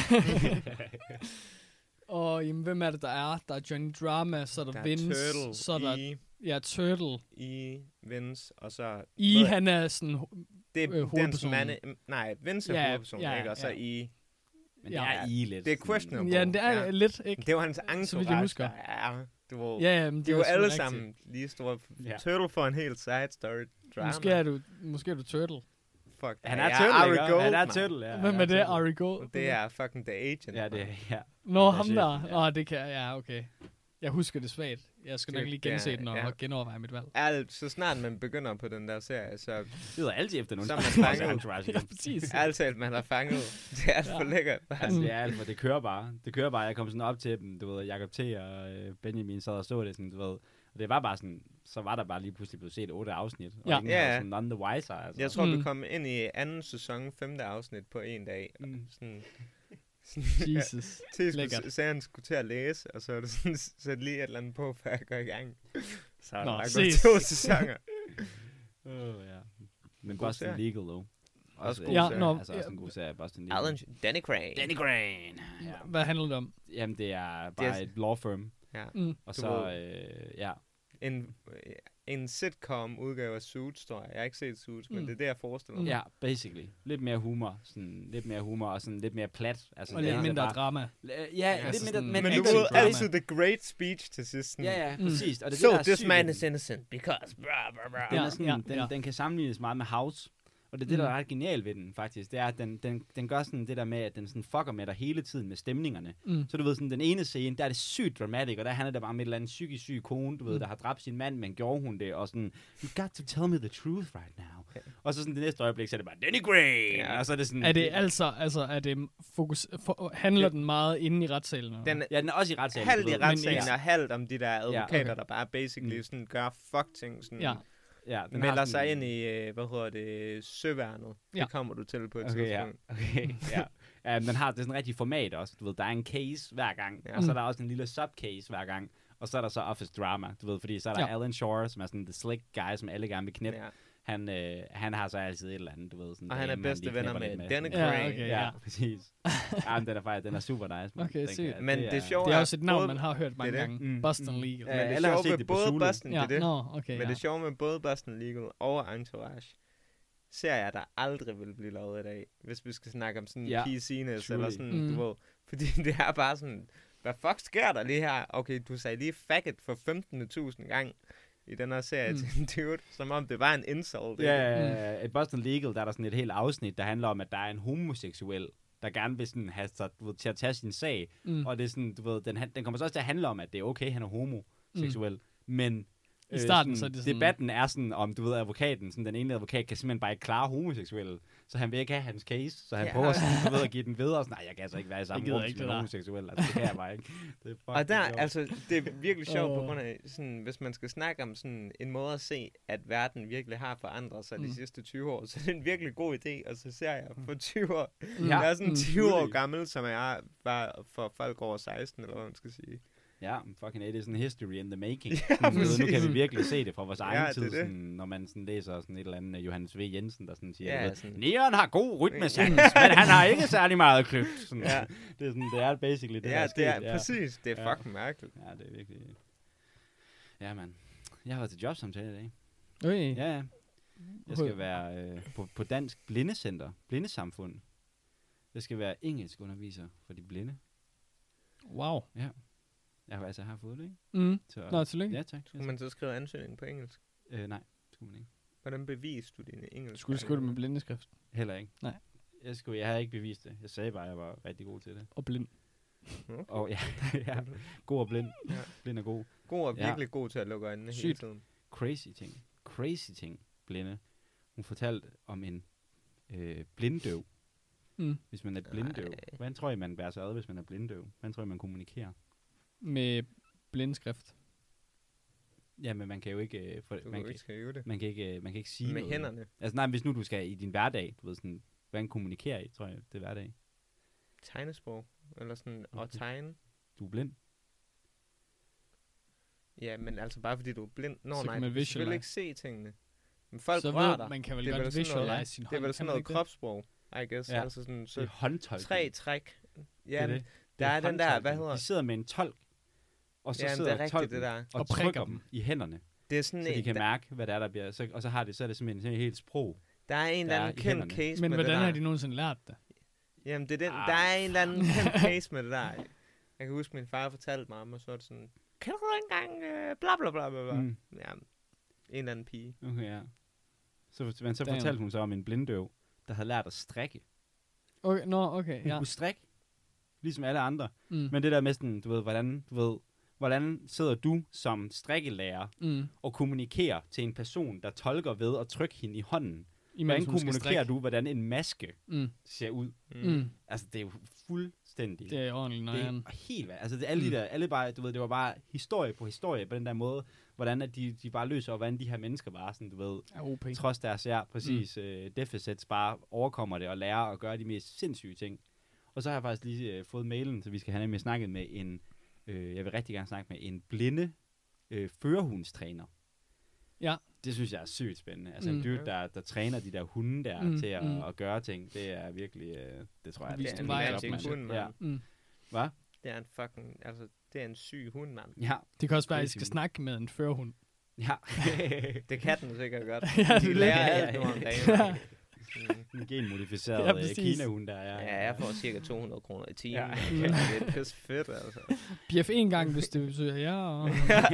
Og jamen, hvem er det, der er? Der er Johnny Drama, så er der Vince. Turtle, så er der... Ja, Turtle. Vince, og så... Han er sådan det er hovedpersonen. Nej, Vince er hovedpersonen, ikke? Og så Men det er lidt. Det er questionable. Ja, det er lidt, ikke? Det var hans entourage, jeg husker. De er jo alle sammen lige store. Turtle får en helt side story drama. Måske er du Turtle. Fuck. Han er Turtle, ikke? Han er Turtle, ja. Hvem er det? Ari Gold? Det er fucking The Agent. Ja, det er, ja. Nå, ham der. Det kan okay. Jeg husker det svagt. Jeg skal nok lige gense den og genoverveje mit valg. Alt, så snart man begynder på den der serie, så... Det er altid efter nogen. Så er man fanget. Ja, præcis. Altid, man har fanget. Det er alt for lækkert. Altså, det er alt for, det kører bare. Jeg kom sådan op til dem, du ved, Jacob T. og Benjamin sad og så det sådan, du ved. Og det var bare sådan, så var der bare lige pludselig blevet set 8 afsnit. Og ingen havde sådan none the wiser. Altså. Jeg tror, vi kom ind i anden sæson, 5. afsnit på en dag. Sådan... Jesus. Så han skulle til at læse, og så var det sådan, sæt lige et eller andet på, før jeg går i gang. Så er der bare gået 2 sæsoner. Ja. Men Boston Legal, dog. Også også en god serie, Boston Legal. Danny Crane. Ja. Hvad handler det om? Jamen, det er bare et law firm. Ja. Og så, en sitcom-udgave af Suits, tror jeg. Jeg har ikke set Suits, men det er det, jeg forestiller mig. Ja, basically. Lidt mere humor. Og sådan lidt mere plat. Altså, og lidt mindre drama. Ja, lidt mindre. Men du ved altid the great speech til sidst. Ja, præcis. Og det so this man is innocent, because... Den kan sammenlignes meget med House. Og det er det, der er ret genialt ved den, faktisk. Det er, at den gør sådan det der med, at den sådan fucker med dig hele tiden med stemningerne. Så du ved, sådan den ene scene, der er det sygt dramatisk, og der handler det bare om et eller andet psykisk syg kone, du ved, der har dræbt sin mand, men gjorde hun det, og sådan, you got to tell me the truth right now. Okay. Og så sådan det næste øjeblik, så er det bare, Danny Crane! Og så er det sådan... Er det er det handler den meget inde i retssalen? Den er også i retssalen. Halvt i retssalen, og halvt om de der advokater, der bare basically sådan gør fuck-ting, sådan... Ja, den melder sig ind i, søværnet. Det kommer du til på et tidspunkt. Ja, den har det sådan rigtig format også. Du ved, der er en case hver gang, og så er der også en lille subcase hver gang. Og så er der så office drama, du ved, fordi så er der Alan Shore, som er sådan the slick guy, som alle gerne vil knippe. Han har så altid et eller andet, du ved. Sådan og han er bedste venner med Danny Crane. Ja, præcis. Den er super nice. Okay, sygt. Men det sjove det er også et navn, man har hørt mange gange. Boston Legal. Men det sjove med både Boston, men det sjove med både Boston Legal og Entourage, ser jeg, der aldrig vil blive lavet i dag, hvis vi skal snakke om sådan PC-ness, eller sådan, du ved. Fordi det er bare sådan, hvad fuck sker der lige her? Okay, du sagde lige faggot for 15.000 gang i den her serie til en dude, som om det var en insult. Ja, i Boston Legal, der er der sådan et helt afsnit, der handler om, at der er en homoseksuel, der gerne vil sådan have sig, du ved, til at tage sin sag. Og det er sådan, du ved, den kommer så også til at handle om, at det er okay, han er homoseksuel. Men i starten, sådan, så er det sådan... Debatten er sådan, om du ved, advokaten, sådan den ene advokat kan simpelthen bare ikke klare homoseksuelle, så han vil ikke have hans case, så han prøver sådan, du ved, at give den videre, og sådan, nej, jeg kan altså ikke være i samme rum som en homoseksuel, altså det kan jeg bare ikke. Det og der, altså, det er virkelig sjovt på grund af, sådan, hvis man skal snakke om sådan en måde at se, at verden virkelig har forandret sig de sidste 20 år, så det er en virkelig god idé, og så ser jeg for 20 år, jeg er sådan 20 år gammel, som jeg var for folk over 16, eller hvad man skal sige. Ja, fucking it is en history in the making. Nu kan vi virkelig se det fra vores egen tid, sådan, når man sådan læser sådan et eller andet Johannes V. Jensen, der sådan siger, Neon har god rytmesans, men han har ikke særlig meget kløft. Det er sådan, det er basically det, der er sket. Præcis. Det er fucking mærkeligt. Ja, det er virkelig... Ja, mand. Jeg har været til jobsamtale i dag. Okay. Ja. Jeg skal være på Dansk Blindecenter, Blindesamfund. Jeg skal være engelsk underviser for de blinde. Wow. Ja. Jeg har fået det, ikke? Mm. Så, Nå, tillykke. ja, tak. Skulle man så skrive ansøgning på engelsk? Nej, skulle man ikke. Hvordan beviser du dine engelsk? Skulle du skrive det med blindeskrift? Heller ikke. Nej. Jeg havde ikke bevist det. Jeg sagde bare, at jeg var rigtig god til det. Og blind. Okay. Og ja, god og blind. Ja. Blind og god. God og virkelig god til at lukke øjnene hele Sygt. tiden. Crazy ting, blinde. Hun fortalte om en blinddøv. Mm. Hvis man er blinddøv. Hvordan tror I, man bærer sig ad, hvis man er blinddøv? Hvordan tror I, man kommunikerer? Med blindeskrift. Ja, men man kan jo ikke... Du kan jo ikke skrive det. man kan ikke sige Med noget. hænderne. Altså nej, hvis nu du skal i din hverdag, du ved sådan, hvordan kommunikerer I, tror jeg, det er hverdag. Tegnesprog. Eller sådan, og Okay. tegne. Du er blind. Ja, men altså bare fordi du er blind. Nå Så nej, kan man du kan selvfølgelig visualize. ikke se tingene. Men folk Så rører ved, dig. man kan vel Det er godt vel sådan noget, visualize sin Det er hånd. vel sådan kan man noget ikke det? kropssprog, I guess. Ja. Altså sådan, Det så er håndtolk. 3 træk. Det Ja, er det. der er den der, hvad hedder? De sidder med en tolk, og så Ja, det sidder er rigtigt, tolken det der. og Og trykker prikker dem i hænderne, Det er sådan så de en, kan mærke, hvad det er, der bliver. Så, og så er det simpelthen sådan et helt sprog. der er en eller der er anden i kendt hænderne. case Men med det hvordan der. har de nogensinde lært det? Jamen, det er den, Ah. der er en eller anden kendt case med det der. Jeg kan huske, min far fortalte mig om, og så er det sådan, kan du ikke engang bla bla bla bla bla. Mm. Ja, en eller anden pige. Okay, ja. Så Damn. fortalte hun så om en blinddøv, der havde lært at strikke. Okay, okay, Hun ja. kunne strikke, ligesom alle andre. Mm. Men det der med sådan, hvordan sidder du som strikkelærer Mm. og kommunikerer til en person, der tolker ved at trykke hende i hånden? Imens Hvordan hun skal kommunikerer strikke. du, hvordan en maske Mm. ser ud? Mm. Altså, det er jo fuldstændig... Det er ordentligt nøjeren. Det er helt altså det er alle de der, alle bare, du ved, det var bare historie på historie på den der måde, hvordan at de bare løser, og hvordan de her mennesker bare sådan, du ved, Ja, OP. trods deres deficits bare overkommer det og lærer at gøre de mest sindssyge ting. Og så har jeg faktisk lige fået mailen, så vi skal have nemlig snakket med en, jeg vil rigtig gerne snakke med en blinde førerhundstræner. Ja. Det synes jeg er sygt spændende. Altså en dude, der træner de der hunde der til at gøre ting, det er virkelig, det tror jeg, Vis det dem er vej en op, job, mand. hund, Ja. mand. Mm. Hvad? Det er en fucking, altså, det er en syg hund, mand. Ja. Det kan også være, at I Crazy skal hund. snakke med en førerhund. Ja. Det kan den sikkert godt. Ja, De det lærer er alt det. nu om dagen. Ja. Mm. En genmodificeret Ja, præcis. Kina-hund der, ja. Ja, jeg får cirka 200 kroner i timen. Ja. Ja. Det er pisse fedt, altså. Bjef en gang, hvis det betyder ja. Og...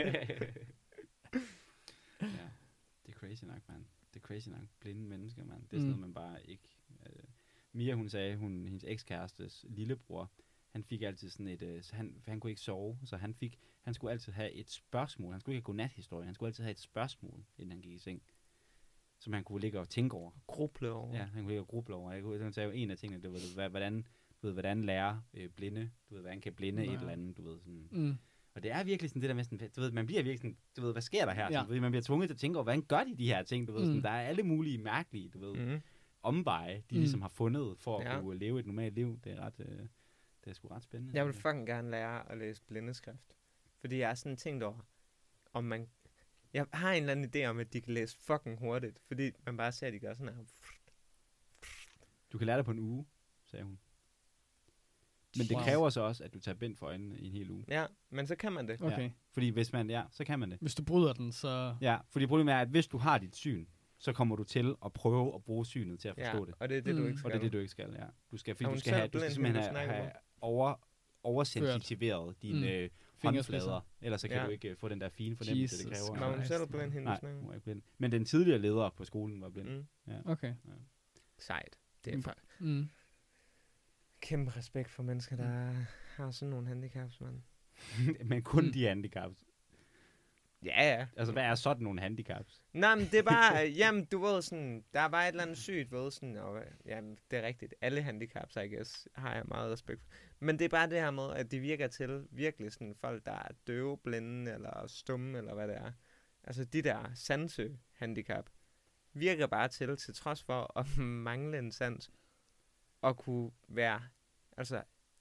Ja, det er crazy nok, mand. Det er crazy nok. Blinde mennesker, mand. Det er sådan noget, man bare ikke... Mia, hun sagde, hendes ekskærestes lillebror, han fik altid sådan et... han kunne ikke sove, så han skulle altid have et spørgsmål. Han skulle ikke have godnathistorie. Han skulle altid have et spørgsmål, inden han gik i seng. Som han kunne ligge og tænke over. Gruble over. Ja, han kunne ligge og gruble over. Han sagde jo en af tingene, det var, hvordan lære blinde, du ved, hvordan kan blinde et eller andet, du ved, sådan... Mm. Og det er virkelig sådan det der med sådan, du ved, man bliver virkelig sådan, du ved, hvad sker der her? Ja. Sådan, man bliver tvunget til at tænke over, hvordan gør de her ting, du ved, sådan, der er alle mulige mærkelige, du ved, Mm. omveje, de ligesom har fundet for at Ja. kunne leve et normalt liv. Det er ret, det er sgu ret spændende. Jeg vil fucking gerne lære at læse blindeskrift. Fordi jeg er sådan tænkt over, om man... Jeg har en eller anden idé om, at de kan læse fucking hurtigt. Fordi man bare ser, at de gør sådan her. Du kan lære det på en uge, sagde hun. Men det Wow. kræver så også, at du tager bind for øjnene i en hel uge. Ja, men så kan man det. Okay. Ja. Fordi hvis man, så kan man det. Hvis du bryder den, så... Ja, fordi problemet er, at hvis du har dit syn, så kommer du til at prøve at bruge synet til at forstå det. og det er det, du ikke skal. Og det er det, du ikke skal, ja. Du skal, fordi Er hun du skal, selv have, du skal blind, simpelthen hende, du have, snakker have oversensitiveret dine Fingerspidser. håndflader. Ellers så kan Ja. du ikke få den der fine fornemmelse, det Jesus kræver. Var hun Christ, selv mand. blind, hende, du Nej, snakker hun om? var ikke blind. Men den tidligere leder på skolen var blind. Mm. Okay. Sejt. Det er Mm. kæmpe respekt for mennesker, der har sådan nogle handicaps, mand. Men kun de handicaps. Ja, ja. Altså, hvad er sådan nogle handicaps? Nej, men det er bare, jamen, du ved sådan, der er bare et eller andet sygt ved sådan, og jamen, det er rigtigt, alle handicaps, I guess, har jeg meget respekt for. Men det er bare det her med, at de virker til virkelig sådan folk, der er døve, blinde, eller stumme, eller hvad det er. Altså, de der sanse-handicap virker bare til trods for at mangle en sans, at kunne være, altså,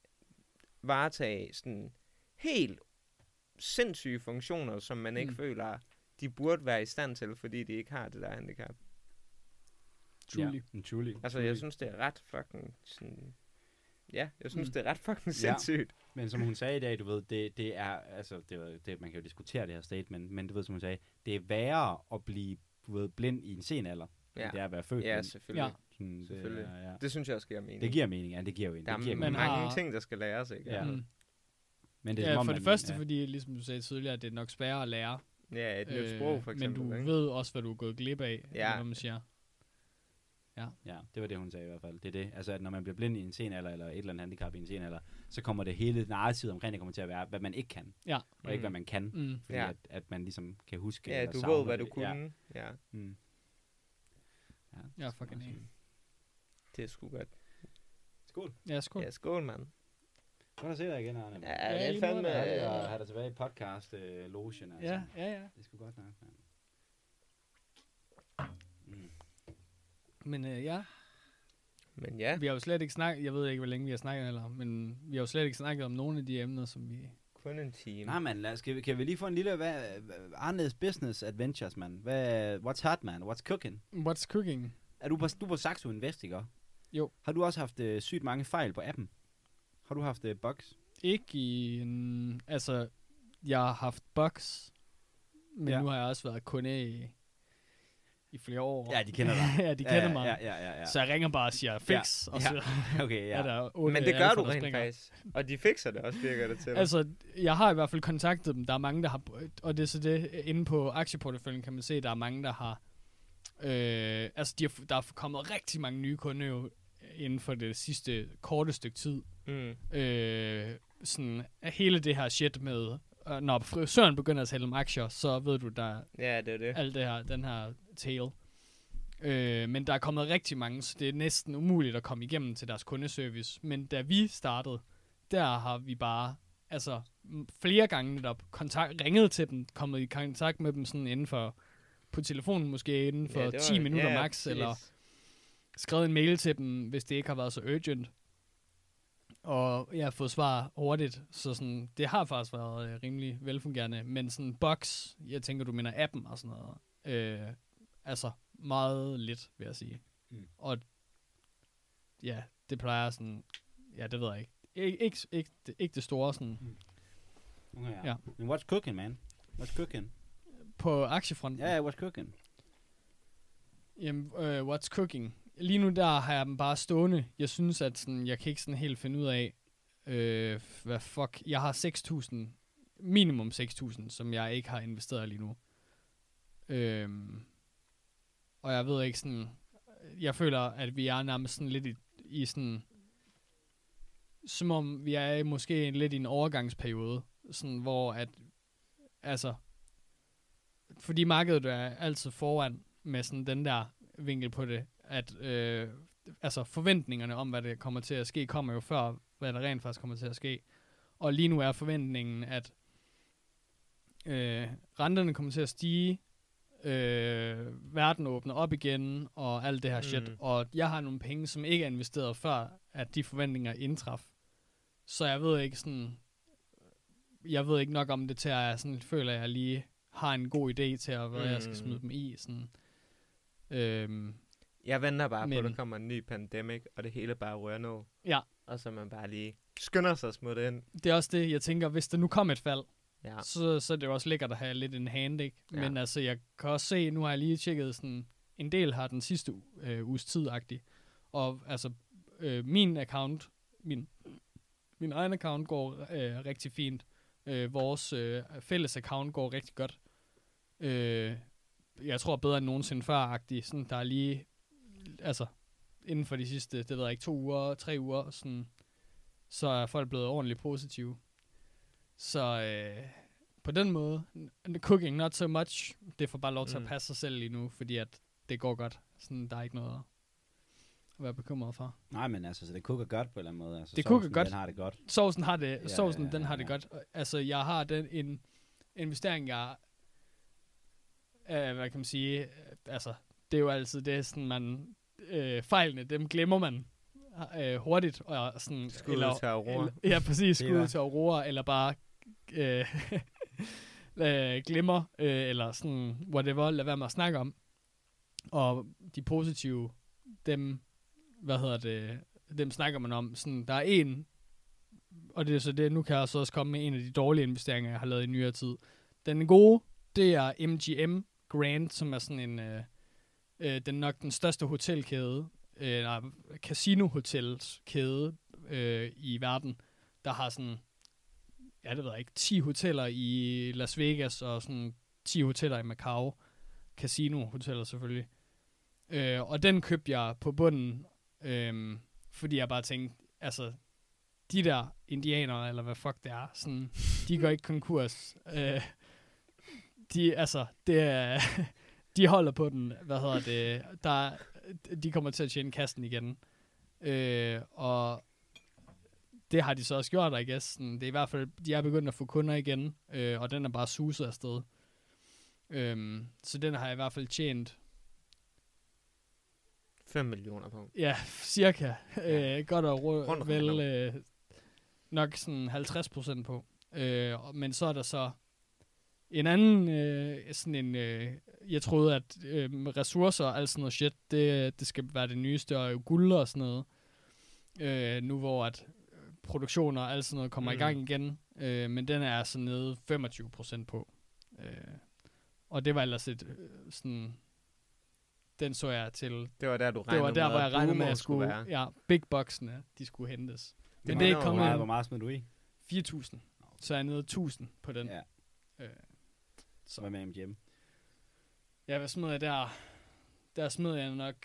varetage sådan helt sindssyge funktioner, som man ikke føler, de burde være i stand til, fordi de ikke har det der handicap. Truly. Ja, truly. Altså, jeg synes, det er ret fucking sådan... Ja, jeg synes, det er ret fucking sindssygt. Men som hun sagde i dag, du ved, det er, altså, det, man kan jo diskutere det her statement, men du ved, som hun sagde, det er værre at blive, du ved, blind i en sen alder, end det er at være født blind. Selvfølgelig. Ja. Sådan, Selvfølgelig. Det synes jeg også giver mening. Det giver mening, ja, det giver jo en. Der det giver er mange ting, der skal læres, ikke? Ja. Mm. Men det er, Ja, som om, for det første, fordi, ligesom du sagde tidligere, det er nok sværere at lære. Ja, et nyt sprog, for eksempel. Men du ikke? ved også, hvad du er gået glip af, når man siger. Ja, det var det, hun sagde i hvert fald. Det er det. Altså, at når man bliver blind i en sen alder, eller et eller andet handicap i en sen alder, så kommer det hele narrativet omkring det kommer til at være, hvad man ikke kan. Ja. Og ikke, hvad man kan. Mm. Fordi at man ligesom kan huske. Ja, eller du savne ved, hvad du det. kunne. Ja. Mm. Ja, fucking enig. Det er sgu godt. Skål. Ja, skål. Ja, skål, mand. Godt at se dig igen, Arne. Ja, det lige er måde, fandme... at have dig tilbage i podcast-logen. Altså. Ja. Det er sgu godt nok, mand. Men Men ja, vi har jo slet ikke snakket, jeg ved ikke, hvor længe vi har snakket heller, men vi har jo slet ikke snakket om nogle af de emner, som vi... kun en time. Nej, man, kan vi lige få en lille Arnes business adventures, man? What's hot, man? What's cooking? What's cooking? Er du på Saxo Invest, ikke? Jo. Har du også haft sygt mange fejl på appen? Har du haft bugs? Ikke i en... Altså, jeg har haft bugs, men nu har jeg også været kunde i flere år. Ja, de kender dig. Ja, de kender mig. Ja. Så jeg ringer bare og siger, fix, og så Okay, ja. er der 8 Men det gør alfa, du der rent springer. faktisk. Og de fikser det også, virker det til. Altså, jeg har i hvert fald kontaktet dem. Der er mange, der har... Og det er så det, inde på aktieporteføljen kan man se, der er mange, der har... altså, der er kommet rigtig mange nye kunder jo inden for det sidste korte stykke tid. Mm. Sådan hele det her shit med... når frisøren begynder at tale om aktier, så ved du, der Ja, det er det. alt det her, den her tale. Men der er kommet rigtig mange, så det er næsten umuligt at komme igennem til deres kundeservice. Men da vi startede, der har vi bare flere gange netop ringet til dem, kommet i kontakt med dem sådan inden for, på telefonen måske inden for 10 minutter max, eller skrevet en mail til dem, hvis det ikke har været så urgent. Og jeg har fået svar hurtigt, så sådan, det har faktisk været rimelig velfungerende. Men sådan bugs, jeg tænker, du mener appen og sådan noget, meget lidt, vil jeg sige. Mm. Og ja, det plejer sådan, ja, det ved jeg ikke. Ikke det store sådan. Okay, ja. Men what's cooking, man? What's cooking? På aktiefronten? Ja, what's cooking? Jamen, what's cooking? Lige nu der har jeg dem bare stående. Jeg synes, at sådan, jeg kan ikke sådan helt finde ud af, hvad fuck. Jeg har 6.000, minimum 6.000, som jeg ikke har investeret lige nu. Og jeg ved ikke sådan, jeg føler, at vi er nærmest sådan lidt i sådan, som om vi er måske lidt i en overgangsperiode, sådan hvor at, fordi markedet er altid foran med sådan den der vinkel på det, at forventningerne om, hvad det kommer til at ske, kommer jo før, hvad der rent faktisk kommer til at ske. Og lige nu er forventningen, at renterne kommer til at stige, verden åbner op igen, og alt det her shit. Og jeg har nogle penge, som ikke er investeret før, at de forventninger indtraf. Så jeg ved ikke nok om det til, at jeg sådan føler, at jeg lige har en god idé til, hvad jeg skal smide dem i. Sådan. Jeg venter bare på, at der kommer en ny pandemic, og det hele bare rører ned. Ja. Og så man bare lige skynder sig at smutte ind. Det er også det, jeg tænker, hvis der nu kom et fald, så er det jo også lækkert at have lidt en hand, ikke? Ja. Men altså, jeg kan også se, nu har jeg lige tjekket sådan, en del har den sidste uges tid-agtig. Og altså, min account, min egen account går rigtig fint. Vores fælles account går rigtig godt. Jeg tror bedre end nogensinde før-agtig. Sådan, der er lige, inden for de sidste, det ved jeg ikke, 2 uger, 3 uger, sådan, så er folk blevet ordentligt positive. Så på den måde, cooking not so much, det får bare lov til at passe sig selv lige nu, fordi at det går godt. Sådan, der er ikke noget at være bekymret for. Nej, men altså, så det koger godt på en eller anden måde. Altså, det koger godt. Den har det godt. Sovsen har det, den har det godt. Altså, jeg har en investering, jeg hvad kan man sige, det er jo altid det, sådan man, fejlene, dem glemmer man hurtigt. Og sådan, skud til Aurora. Ja, præcis, skud til Aurora, eller bare glemmer, eller sådan, whatever, lad være med at snakke om. Og de positive, dem, dem snakker man om. Sådan, der er en, og det er så det, nu kan jeg så også komme med en af de dårlige investeringer, jeg har lavet i nyere tid. Den gode, det er MGM Grand, som er sådan en, den nok den største hotelkæde, casino-hotelskæde i verden, der har sådan, ja, det ved jeg ikke, 10 hoteller i Las Vegas, og sådan 10 hoteller i Macau. Casino-hoteller selvfølgelig. Og den købte jeg på bunden, fordi jeg bare tænkte, altså, de der indianere, eller hvad fuck det er, sådan, de går ikke konkurs. De holder på den, de kommer til at tjene kassen igen. Og det har de så også gjort, I guess. Sådan, det er i hvert fald, de er begyndt at få kunder igen, og den er bare suset afsted. Så den har jeg i hvert fald tjent 5 millioner på. Ja, cirka. Godt og vel nok sådan 50% på. Men så er der så en anden, jeg troede, at ressourcer og alt sådan noget shit, det skal være det nyeste, og guld og sådan noget. Nu hvor at produktioner og alt sådan noget kommer i gang igen. Men den er så nede 25% på. Og det var ellers sådan, den så jeg til. Det var der, du regnede med. Det var der, hvor jeg regnede med, at jeg skulle være. Ja, big boxene, de skulle hentes. Men det er ikke kommet. Hvor meget smed du i? 4.000. Så er jeg nede 1.000 på den. Ja. Så hvad med MGM? Ja, hvad smed jeg der? Der smed jeg nok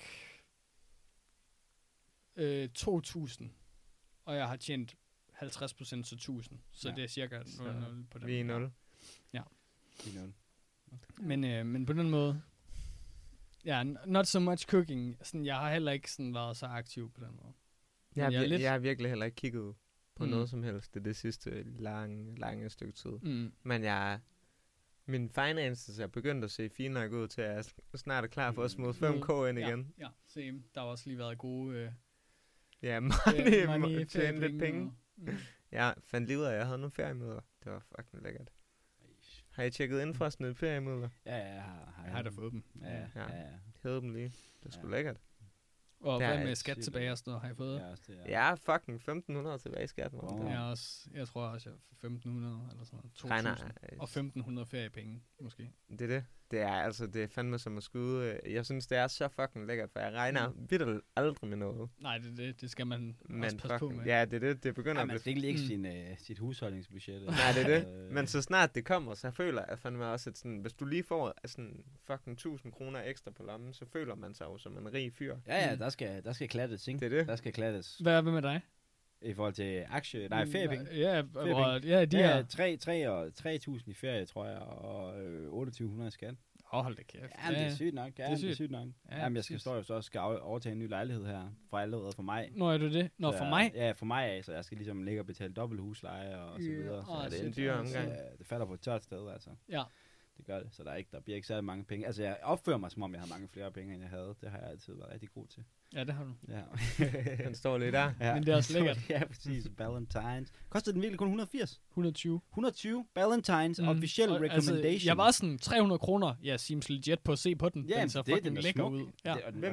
2.000. Og jeg har tjent 50%, så 1.000. Så det er cirka 0 på den. Vi er 0. Ja. Vi er 0. Men på den måde, ja, not so much cooking. Sådan, jeg har heller ikke sådan været så aktiv på den måde. Jeg har virkelig heller ikke kigget på noget som helst det sidste lange stykke tid. Men min finances er begyndt at se fint nok ud til, at jeg snart er klar for at smide 5K ind igen. Ja, same. Der har også lige været gode money tjene lidt penge. Jeg fandt lige ud af, at jeg havde nogle feriemøder. Det var fucking lækkert. Har I tjekket ind for at smide feriemøder? Ja, jeg har da fået dem. Ja. Hævede dem lige. Det er sgu lækkert. Og hvad med skat tilbage og sådan noget, har I fået? Ja, fucking 1.500 tilbage i skat. Jeg tror også, jeg får 1.500 eller sådan noget. 2.000 og 1.500 feriepenge, måske. Det er det. Det er altså, det er fandme som at skyde. Jeg synes, det er så fucking lækkert, for jeg regner vildt aldrig med noget. Nej, det skal man også passe på med. Ja, det er det. Det begynder man skal ikke sit husholdningsbudget. Nej, det er det. Men så snart det kommer, så føler jeg fandme også, at sådan, hvis du lige får sådan fucking 1.000 kroner ekstra på lommen, så føler man sig jo som en rig fyr. Ja, der skal klattes, ikke? Det er det. Der skal klattes. Hvad er det med dig? I forhold til feriepenge? Ja, 3.000 i ferie, tror jeg, og 2.800 i skat. Hold da kæft. Ja, det er sygt nok. Ja, det er sygt nok. Ja, jamen, jeg skal overtage en ny lejlighed her, allerede for mig. Nå, er du det? Nå, for mig? Ja, for mig af, så jeg skal ligesom ligge og betale dobbelt husleje og så videre. Så det er en dyr omgang. Det falder på et tørt sted, altså. Ja. Det gør det, så der bliver ikke særlig mange penge. Altså, jeg opfører mig, som om jeg har mange flere penge, end jeg havde. Det har jeg altid været rigtig god til. Ja, det har du. Ja. Den står lidt der. Ja. Men det er også lækkert. Ja, præcis. Valentines. Kostede den virkelig kun 180? 120. 120. Valentines. Official recommendation. Altså, jeg var sådan 300 kroner. Jeg seems legit på at se på den. Ja, den så fucking lækker ud. Ja.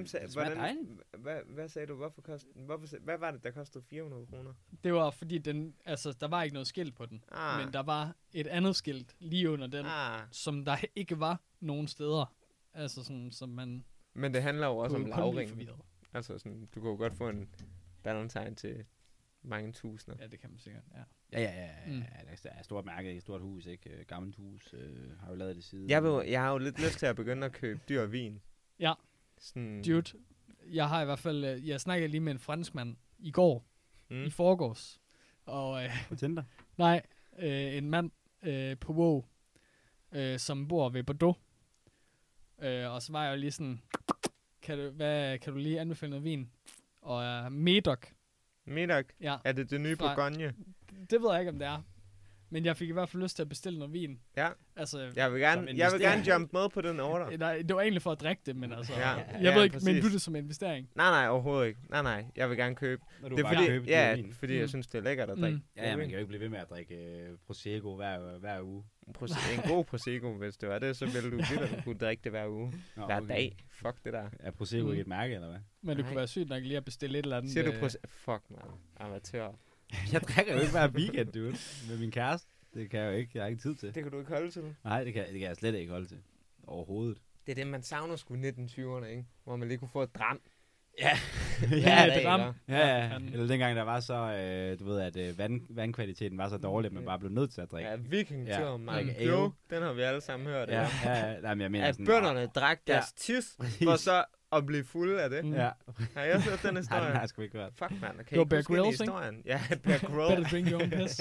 Hvad sagde du? Hvad var det, der kostede 400 kroner? Det var fordi der var ikke noget skilt på den. Men der var et andet skilt lige under den, som der ikke var nogen steder. Altså sådan, som man... Men det handler jo også om lavring. Altså sådan, du kan jo godt få en Valentine til mange tusinder. Ja, det kan man sikkert, ja. Ja. Der er stort mærke, et stort hus, ikke? Gammelt hus, har jo lavet det siden. Jeg har jo lidt lyst til at begynde at købe dyr vin. Ja. Sådan... Dude, jeg har i hvert fald, jeg snakkede lige med en franskmand i går, i forgårs. Og, på Tinder? Nej, en mand på WoW, som bor ved Bordeaux. Og så var jeg jo lige sådan, kan du lige anbefale noget vin? Og Médoc. Médoc? Ja. Er det nye Bourgogne? Det ved jeg ikke, om det er. Men jeg fik i hvert fald lyst til at bestille noget vin. Ja. Altså, Jeg vil gerne jump med på den order. nej, det var egentlig for at drikke det, men altså... Ja. Jeg ved ikke, præcis. men du det som investering? Nej, overhovedet ikke. Nej, jeg vil gerne købe. Når du Det er bare fordi, køber fordi jeg synes, det er lækkert at drikke. Ja, man kan jo ikke blive ved med at drikke Prosecco hver uge. En god Prosecco, hvis det var det, så ville du vildt kunne drikke det hver uge. Nå, Hver dag. Fuck det der. Er Prosecco ikke et mærke, eller hvad? Men det Nej. kunne være sygt nok lige at bestille et eller andet... Siger du Prosecco? Fuck, man. Amatør. Jeg drikker jo ikke hver weekend, dude. Med min kæreste. Det kan jeg jo ikke. Jeg har ikke tid til. Det kan du ikke holde til. Nej, det kan jeg slet ikke holde til. Overhovedet. Det er det, man savner sgu 1920'erne, ikke? Hvor man lige kunne få et dram. Ja. Ja, dag, et dram. eller? Ja. Eller dengang der var så, du ved, at vandkvaliteten var så dårlig, at man bare blev nødt til at drikke. Ja, vikingtur, Ja. man. Drikke Jo, ale. den har vi alle sammen hørt. Ja. Nej, men jeg mener At sådan... bønderne drak deres tis, præcis. for så at blive fulde af det. Mm. Ja. Har jeg også hørt den Nej, historie? den har jeg sgu ikke hørt. Fuck, man. Kan Det I var ikke Bear huske den Grylls, ikke? historien? Ja, Bear Grylls. Better drink your own piss.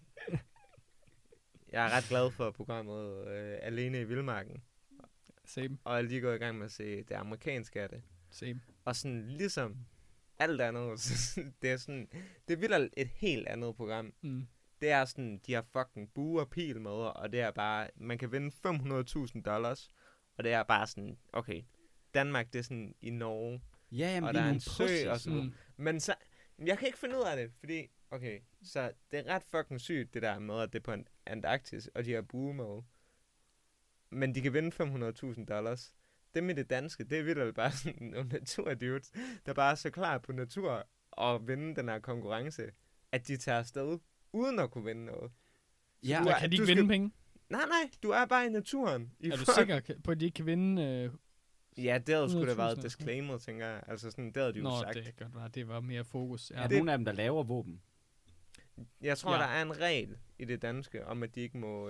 Jeg er ret glad for programmet Alene i Vildmarken. Same. Og jeg er lige gået i gang med at se det amerikanske af det. Same. Og sådan ligesom alt andet, det er sådan, det er vildt et helt andet program. Mm. Det er sådan, de har fucking bue og pil med, og det er bare, man kan vinde $500,000, og det er bare sådan, okay, Danmark, det er sådan i Norge, Ja, jamen, og det der er nogle en sø pussies. og sådan noget. Mm. Men så, jeg kan ikke finde ud af det, fordi, okay, så det er ret fucking sygt, det der med, at det er på Antarktis, og de har bue med. Men de kan vinde $500,000. Det med det danske, det er vildt bare sådan nogle naturdudes, der bare er så klar på natur og vinde den her konkurrence, at de tager afsted uden at kunne vinde noget. Ja, Du Men er- kan de du ikke skal- vinde penge? Nej, du er bare i naturen. Er du sikker på, at de ikke kan vinde? Ja, det havde sgu da 100.000 været eller disclaimer, tænker jeg. Altså sådan, det havde de jo Nå, sagt. det kan godt være. Det var mere fokus. Ja. er der det- nogen af dem, der laver våben? Jeg tror, Ja. der er en regel i det danske, om at de ikke må,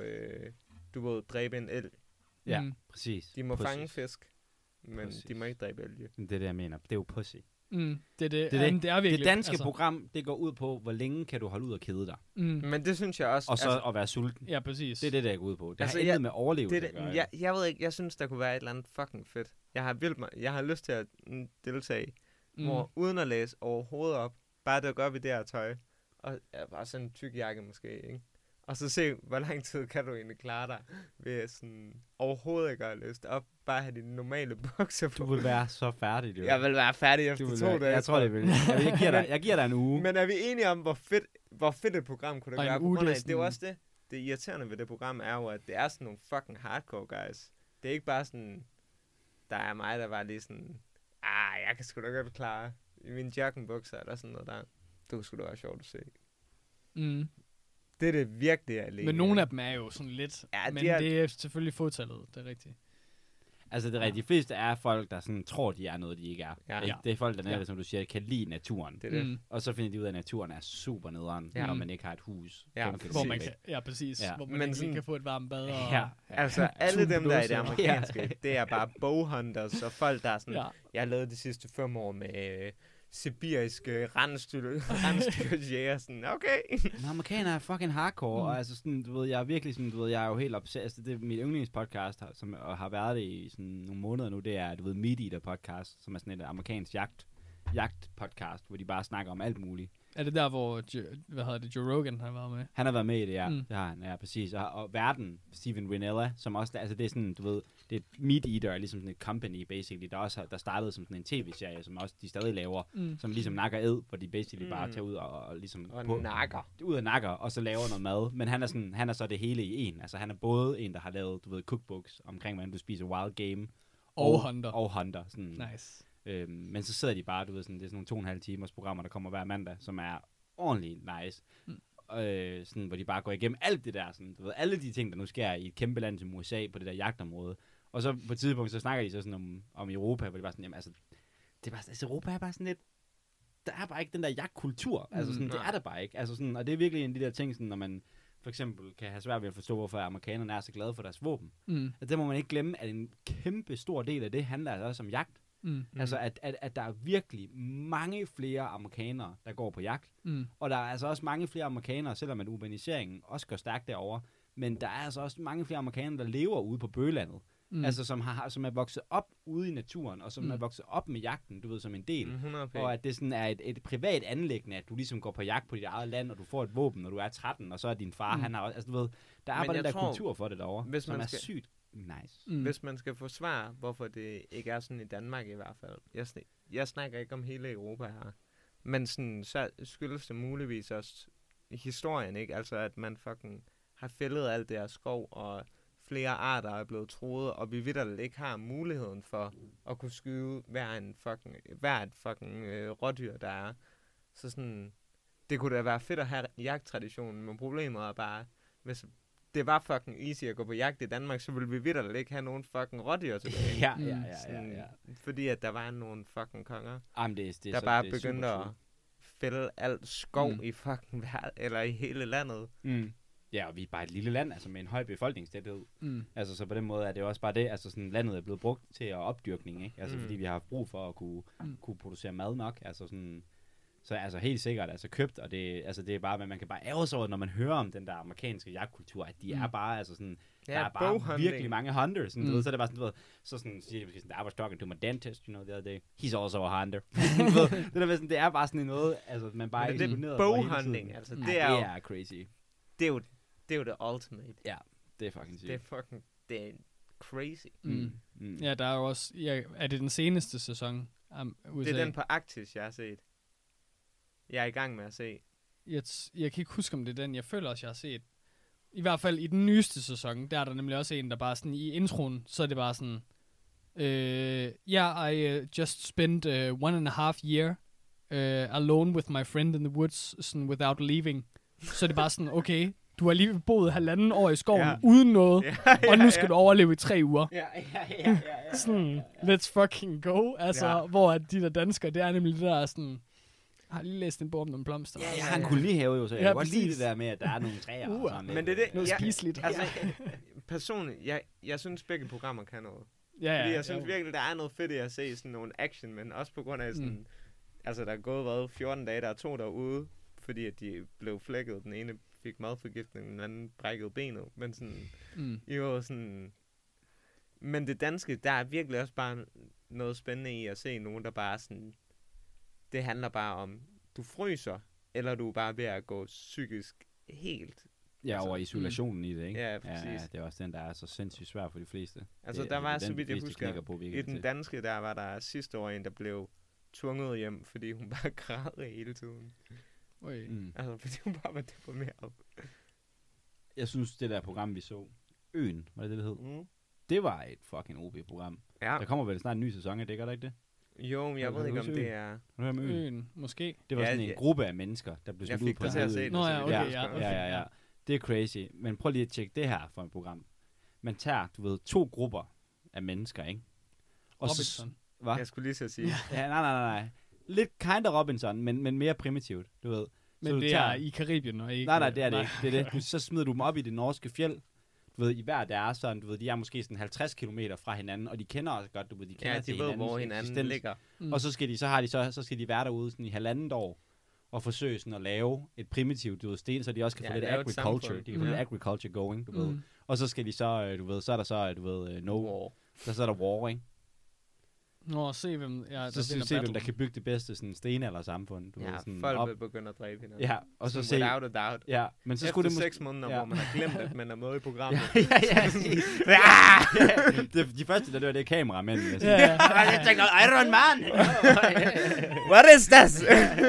du ved, dræbe en elg. Ja, Mm. præcis. De må Pussies. fange fisk, men Præcis. de må ikke dræbe elge. Det er det, jeg mener. Det er jo pussy. Mm. Det er det. Det er det. Jamen, det er virkelig. Det danske program, det går ud på, hvor længe kan du holde ud og kede dig. Mm. Men det synes jeg også... Og så at være sulten. Ja, præcis. Det er det, der går ud på. Det Altså, har intet jeg- med overlevelse det, at gøre. jeg ved ikke, jeg synes, der kunne være et eller andet fucking fedt. Jeg har lyst til at deltage, hvor uden at læse overhovedet op, bare dukke op i det her tøj, og bare sådan en tyk jakke måske, ikke? Og så se, hvor lang tid kan du egentlig klare dig ved sådan overhovedet ikke at læse op, bare have dine normale bukser på. Du vil være så færdig, jo. Jeg vil være færdig efter Du vil 2 være, dage. jeg tror, det vil. Jeg giver dig en uge. Men er vi enige om, hvor fedt et program kunne det Og en være? På uge, grund af, det er det er jo sådan- også det. Det irriterende ved det program er jo, at det er sådan nogle fucking hardcore guys. Det er ikke bare sådan, der er mig, der var lige sådan, jeg kan sgu da godt klare i mine joggenbukser eller sådan noget der. Det kunne sgu da være sjovt at se. Mm. Det er det virkelig alene. Men nogle af dem er jo sådan lidt. Ja, Men de er- det er selvfølgelig fåtallet, det er rigtigt. Altså, det er rigtigt. De fleste er folk, der sådan tror, de er noget, de ikke er. Ja. Ikke? Det er folk, der netop, Ja. som du siger, kan lide naturen. Det er det. Mm. Og så finder de ud af, at naturen er super nederen, Ja. når man ikke har et hus. Ja, 5 præcis. Hvor man kilometer kan, ja, præcis. Ja. Hvor man Men ikke sådan- lige kan få et varmt bad. Og, Ja. Altså, alle dem, der er i det Tusind amerikanske, det er bare boghunters og folk, der er sådan, Ja. jeg har lavet de sidste 5 år med sibiriske rensdyrjæger, sådan, okay. Men amerikanere er fucking hardcore, og altså sådan, du ved, jeg er virkelig sådan, du ved, jeg er jo helt obsessed. Altså, det er mit yndlingspodcast, som og har været det i sådan nogle måneder nu, det er, du ved, Meat Eater podcast, som er sådan et amerikansk jagtpodcast, hvor de bare snakker om alt muligt. Er det der, hvor Joe Rogan har været med? Han har været med i det, ja. Mm. Det har han, ja, præcis. Og verden, Steven Rinella, som også, altså det er sådan, du ved, det er Meat Eater, er ligesom sådan et company, basically, der startede som sådan en tv-serie, som også de stadig laver, som ligesom nakker ed, hvor de basically bare tager ud og ligesom... Og nakker. Ud af nakker, og så laver noget mad. Men han er så det hele i en. Altså han er både en, der har lavet, du ved, cookbooks omkring, hvordan du spiser wild game. Og hunter. Og hunter. Sådan. Nice. Men så sidder de bare, du ved, sådan, det er sådan nogle 2,5 timers programmer, der kommer hver mandag, som er ordentligt nice. Sådan, hvor de bare går igennem alt det der, sådan, du ved, alle de ting, der nu sker i et kæmpe land som USA på det der jagtområde. Og så på et tidspunkt, så snakker de så sådan om Europa, hvor de bare sådan, jamen altså, det er bare, altså Europa er bare sådan lidt, der er bare ikke den der jagtkultur. Altså sådan, det er der bare ikke. Altså sådan, og det er virkelig en af de der ting, sådan, når man for eksempel kan have svært ved at forstå, hvorfor amerikanerne er så glade for deres våben. Altså, det må man ikke glemme, at en kæmpe stor del af det handler altså også om jagt. Altså, at der er virkelig mange flere amerikanere, der går på jagt. Og der er altså også mange flere amerikanere, selvom at urbaniseringen også går stærkt derover. Men der er altså også mange flere amerikanere, der lever ude på bøgelandet. Altså, som er vokset op ude i naturen, og som er vokset op med jagten, du ved, som en del. 100p. Og at det sådan er et privat anliggende, at du ligesom går på jagt på dit eget land, og du får et våben, når du er 13, og så er din far, han har også, altså du ved, der er Men bare den jeg der tror, kultur for det derovre, hvis som man er skal- sygt nice. Hvis man skal forsvare, hvorfor det ikke er sådan i Danmark i hvert fald. Jeg snakker ikke om hele Europa her. Men sådan, så skyldes det muligvis også historien, ikke? Altså, at man fucking har fældet alt det her skov, og flere arter er blevet truet, og vi vitterligt ikke har muligheden for at kunne skyde hver et fucking rådyr, der er. Så sådan, det kunne da være fedt at have jagttraditionen, men problemet er bare, hvis det var fucking easy at gå på jagt i Danmark, så ville vi vitterligt ikke have nogen fucking rådyr tilbage. Ja. Fordi at der var nogle fucking konger, Jamen, det er der så, bare det er begyndte super at true. fælde alt skov i fucking eller i hele landet. Ja, og vi er bare et lille land, altså med en høj befolkningstæthed. Altså, så på den måde er det også bare det, altså sådan, landet er blevet brugt til opdyrkning, ikke? Altså, fordi vi har haft brug for at kunne producere mad nok, altså sådan, så altså helt sikkert, altså købt, og det er bare, men man kan bare ærge sig over, når man hører om den der amerikanske jagtkultur, at de er bare, altså sådan, der er bare virkelig mange hunters, sådan, du ved, så er det bare sådan, du ved, så sådan, siger de måske sådan, I was talking to my dentist, you know, the other day, he's also a hunter. Du ved, det er bare sådan noget, altså, man bare Men det er bowhunting, altså, det er crazy. Det er jo det ultimate. Ja, det er fucking sygt. Det er crazy. Ja, der er jo også, er det den seneste sæson? Det er den på Arktis, jeg har set. Jeg er i gang med at se. Jeg kan ikke huske, om det er den. Jeg føler også, jeg har set. I hvert fald i den nyeste sæson, der er der nemlig også en, der bare sådan i introen, så er det bare sådan, I just spent 1.5 year alone with my friend in the woods, sådan without leaving. Så er det bare sådan, okay, du har lige boet 1,5 år i skoven uden noget, og nu skal du overleve i 3 uger. Sådan, let's fucking go. Altså, hvor at de der danskere, det er nemlig det der sådan, jeg har lige læst en bog om nogle blomster. Ja, jeg har en kolonihave jo, så jeg kan godt lide det der med, at der er nogle træer og sådan. Men det er det. Noget spiseligt. Altså, personligt, jeg synes begge programmer kan noget. Ja, fordi jeg synes virkelig, der er noget fedt i at se sådan nogle action, men også på grund af sådan, altså der er gået 14 dage, der er 2 derude, fordi at de blev flækket. Den ene fik madforgiftning, den anden brækkede benet, men sådan, jo sådan, men det danske, der er virkelig også bare noget spændende i at se nogen, der bare sådan, det handler bare om, du fryser, eller du er bare ved at gå psykisk helt. Ja, over isolationen i det, ikke? Ja, præcis. Ja, det er også den, der er så sindssygt svær for de fleste. Altså, det, der var, den, så vidt jeg husker, i den danske, der var der sidste år en, der blev tvunget hjem, fordi hun bare græd hele tiden. Altså, fordi hun bare var deprimeret. Jeg synes, det der program, vi så, Øen, var det hed? Det var et fucking OB-program. Ja. Der kommer vel snart en ny sæson af det, gør der ikke det? Jo, men jeg ved ikke, om det er... Øen, måske. Det var sådan en gruppe af mennesker, der blev smidt ud på en ø. Nå ja, okay, ja. Det er crazy. Men prøv lige at tjekke det her for et program. Man tager, du ved, 2 grupper af mennesker, ikke? Og Robinson. Hvad? Jeg skulle lige så sige. Ja, nej. Lidt kind of Robinson, men mere primitivt, du ved. Men det er i Karibien og ikke... Nej, det er det ikke. Det er det. Så smider du dem op i det norske fjeld. Du ved, i hver der er sådan, du ved, de er måske sådan 50 kilometer fra hinanden, og de kender også godt, du ved, de kender til ved, hvor hinanden ligger. Og så skal de være derude sådan i 1,5 år, og forsøge sådan at lave et primitivt, du ved, sten, så de også kan få lidt agriculture. De kan få lidt agriculture going, du ved. Og så skal de så, du ved, så er der så, du ved, no war. Så er der war, ikke? Nå, se hvem, hvem der kan bygge det bedste sådan stenaldersamfund. Du ved, sådan folk vil begynde at dræbe hinanden. Ja, og så se... Without a doubt. Ja, men så efter skulle det 6 måneder, hvor man har glemt, at man er med i programmet. De første, der dør, det er kameramændene. Jeg tænker, Iron Man! What is this?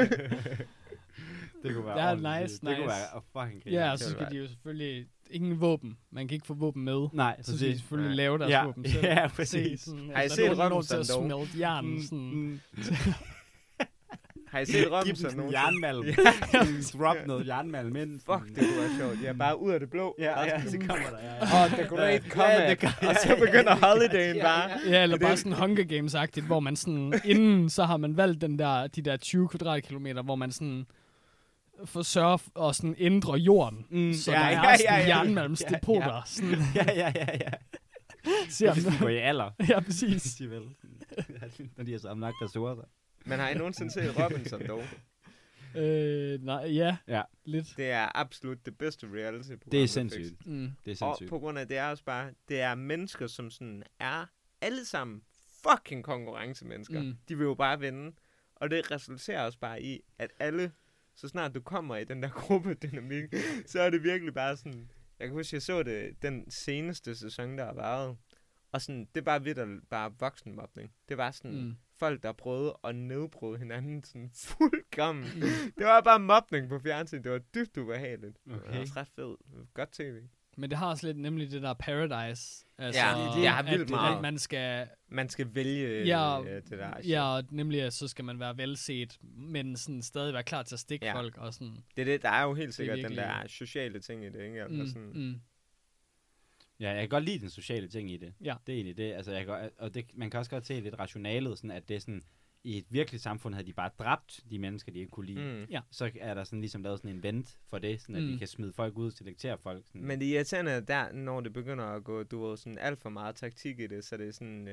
Det kunne være nice. Det kunne være fucking crazy. Ja, og så skal de jo selvfølgelig ingen våben. Man kan ikke få våben med. Nej, så skal de selvfølgelig lave deres våben selv. Ja, præcis. Har I set Robinson dog? Smelte jern, sådan. Har I set Robinson nogen? Jernmalm. Drop noget jernmalm ind. Fuck, det kunne være sjovt. De er bare ud af det blå. Ja, så kommer der. The great comeback. Og så begynder holidayen bare. Ja, eller bare sådan Hunger Games-agtigt, hvor man sådan, inden så har man valgt de der 20 kvadratkilometer, hvor man sådan forsørger at sådan ændre jorden. Så der er sådan jernmalmsdepoter. Ja. Ser man går i alder. Ja, præcis. Når de har sammenlagt ressourcer. Men har I nogensinde set Robinson dog? Nej, ja. Ja. Lidt. Det er absolut det bedste reality-program. Det er der sindssygt. findes. Det er Og sindssygt. på grund af, det er også bare, det er mennesker, som sådan er alle sammen fucking konkurrencemennesker. De vil jo bare vinde. Og det resulterer også bare i, at alle, så snart du kommer i den der gruppedynamik, så er det virkelig bare sådan, jeg kan huske, jeg så det den seneste sæson, der har været, og sådan, det er bare vildt bare voksenmobning. Det var sådan, folk, der prøvede at nedbryde hinanden sådan fuldkommen. Det var bare mobning på fjernsyn. Det var dybt ubehageligt. Det var også ret fedt. Godt tv. Men det har også lidt nemlig det der Paradise. Altså, Ja, det er vildt meget. At man skal vælge det der. Ja, og nemlig at så skal man være velset, men sådan stadig være klar til at stikke folk. Og sådan. Det er det, der er jo helt sikkert virkelig den der sociale ting i det, ikke? Altså sådan. Ja, jeg kan godt lide den sociale ting i det. Ja. Det er egentlig det. Altså, og det, man kan også godt se lidt rationalet, sådan at det er sådan, i et virkeligt samfund havde de bare dræbt de mennesker, de ikke kunne lide. Ja. Så er der sådan ligesom lavet sådan en vent for det, sådan at de kan smide folk ud og selektere folk. Sådan. Men det irriterende der, når det begynder at gå, du ved, sådan alt for meget taktik i det, så det er sådan,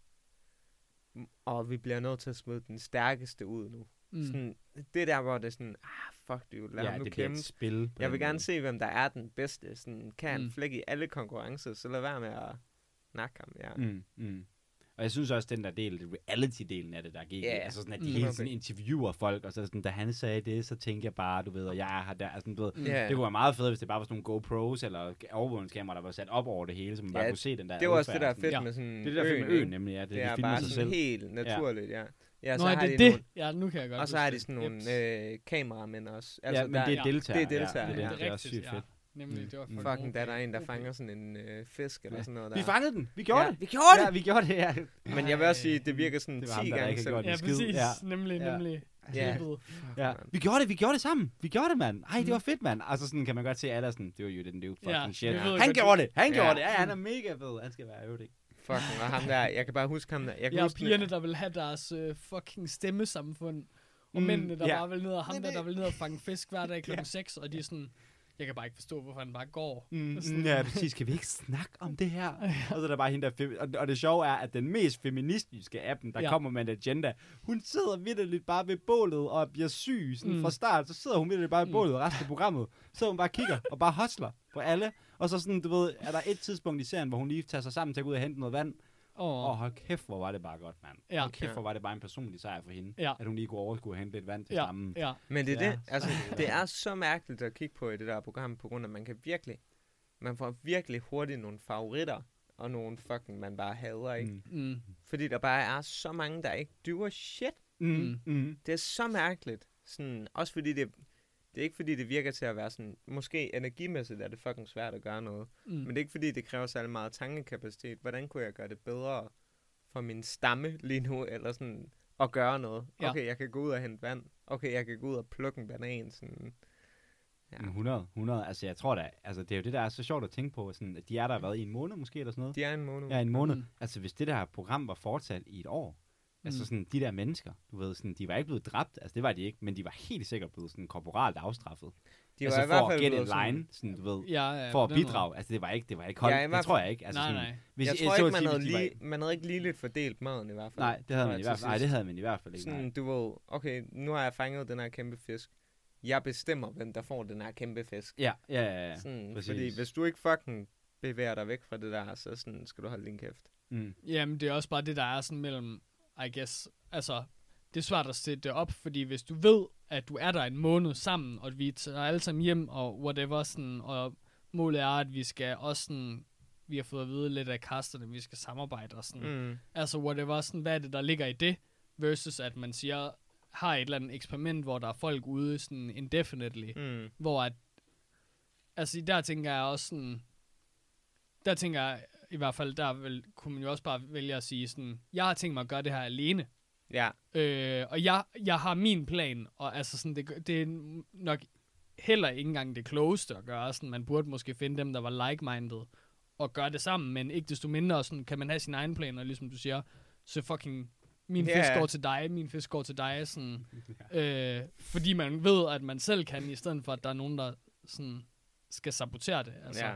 og vi bliver nødt til at smide den stærkeste ud nu. Sådan, det der, hvor det er sådan, fuck det, lad ham nu kæmpe. Spil jeg vil gerne se, hvem der er den bedste. Sådan, kan han flække i alle konkurrencer, så lad være med at nakke ham. Ja. Og jeg synes også, den der del, reality-delen af det, der gik, altså sådan, at de hele tiden interviewer folk, og så sådan, da han sagde det, så tænker jeg bare, du ved, og jeg er her der, altså, du ved, det kunne være meget fedt, hvis det bare var sådan nogle GoPros, eller overvågningskameraer, der var sat op over det hele, så man bare kunne se den der. Det var også det, der er fedt med sådan det er det der fedt med øen, nemlig, ja. Det er bare sådan helt naturligt, ja. Ja, så har de det. Ja, nu kan jeg godt. Og så har de sådan nogle kameramænd også. Altså, ja, men det er deltager. Det er deltager, ja. Det er også sygt fedt. Nemlig, det var fucking der er en, der fanger sådan en fisk eller sådan noget der. Vi fangede den! Vi gjorde det! Vi gjorde det! Ja, vi gjorde det, ja. Men jeg vil også sige, det virker sådan 10 gange selv. Ja, præcis. Nemlig. Ja. Vi gjorde det sammen. Vi gjorde det, mand. Ej, det var fedt, mand. Altså sådan kan man godt se, at alle sådan, det var jo den new fucking shit. Han gjorde det! Ja, han er mega fed. Han skal være øvet, ikke? Fucking, og ham der, jeg kan bare huske ham der. Jeg kan huske pigerne, der vil have deres fucking stemmesamfund. Og mændene, der bare vil ned, og ham der vil ned og fange fisk hver dag klokken 6, og de er sådan, jeg kan bare ikke forstå, hvorfor han bare går. Ja, præcis. Kan vi ikke snakke om det her? Og så er der bare hende der, og det sjove er, at den mest feministiske af dem, der kommer med en agenda, hun sidder vitterligt bare ved bålet og bliver syg sådan fra start. Så sidder hun vitterligt bare ved bålet resten af programmet. Så hun bare kigger og bare hustler på alle. Og så sådan, du ved, er der et tidspunkt i serien, hvor hun lige tager sig sammen til at gå ud og hente noget vand. Hold kæft, hvor var det bare godt, mand. Hold kæft, hvor var det bare en personlig sejr for hende. At hun lige kunne overskue at hente lidt vand til stammen. Men det er det, altså, det er så mærkeligt at kigge på i det der program, på grund af, at man får virkelig hurtigt nogle favoritter, og nogle fucking, man bare hader, ikke? Fordi der bare er så mange, der ikke duer shit. Det er så mærkeligt. Sådan, også fordi det er ikke fordi, det virker til at være sådan, måske energimæssigt er det fucking svært at gøre noget. Men det er ikke fordi, det kræver særlig meget tankekapacitet. Hvordan kunne jeg gøre det bedre for min stamme lige nu, eller sådan, at gøre noget? Okay, jeg kan gå ud og hente vand. Okay, jeg kan gå ud og plukke en banan. Sådan. Ja. 100. Altså, jeg tror da, altså, det er jo det, der er så sjovt at tænke på. Sådan, at de er der været i en måned måske, eller sådan noget. De er en måned. Ja, en måned. Altså, hvis det der program var fortsat i et år, altså sådan, de der mennesker, du ved, sådan, de var ikke blevet dræbt, altså det var de ikke, men de var helt sikkert blevet sådan korporalt afstraffet. De altså var i hvert fald for at get in line, sådan, du ved, for at bidrage. Altså det var ikke hold, det tror jeg ikke. Altså, nej. Sådan, hvis, jeg tror ikke, man havde ikke ligeligt fordelt maden i hvert fald. Nej, det havde man i hvert fald. Nej, det havde man i hvert fald ikke. Sådan, du ved, okay, nu har jeg fanget den her kæmpe fisk. Jeg bestemmer, hvem der får den her kæmpe fisk. Ja. Sådan, fordi hvis du ikke fucking bevæger dig væk fra det der, så sådan, skal du holde din kæft. Jamen, det er også bare det, der er sådan mellem, I guess, altså, det er svært at sætte det op, fordi hvis du ved, at du er der en måned sammen, og vi tager alle sammen hjem, og whatever, sådan, og målet er, at vi skal også sådan, vi har fået at vide lidt af casterne, vi skal samarbejde og sådan, altså whatever, sådan, hvad er det, der ligger i det, versus at man siger, har et eller andet eksperiment, hvor der er folk ude sådan indefinitely, hvor at, altså der tænker jeg også sådan, der tænker jeg i hvert fald, kunne man jo også bare vælge at sige sådan, jeg har tænkt mig at gøre det her alene. Ja. Og jeg har min plan, og altså sådan, det er nok heller ikke engang det klogeste at gøre. Sådan, man burde måske finde dem, der var like-minded, og gøre det sammen, men ikke desto mindre sådan, kan man have sin egen plan, og ligesom du siger, så fucking, min fisk går til dig, min fisk går til dig, sådan, fordi man ved, at man selv kan, i stedet for, at der er nogen, der sådan, skal sabotere det. Altså.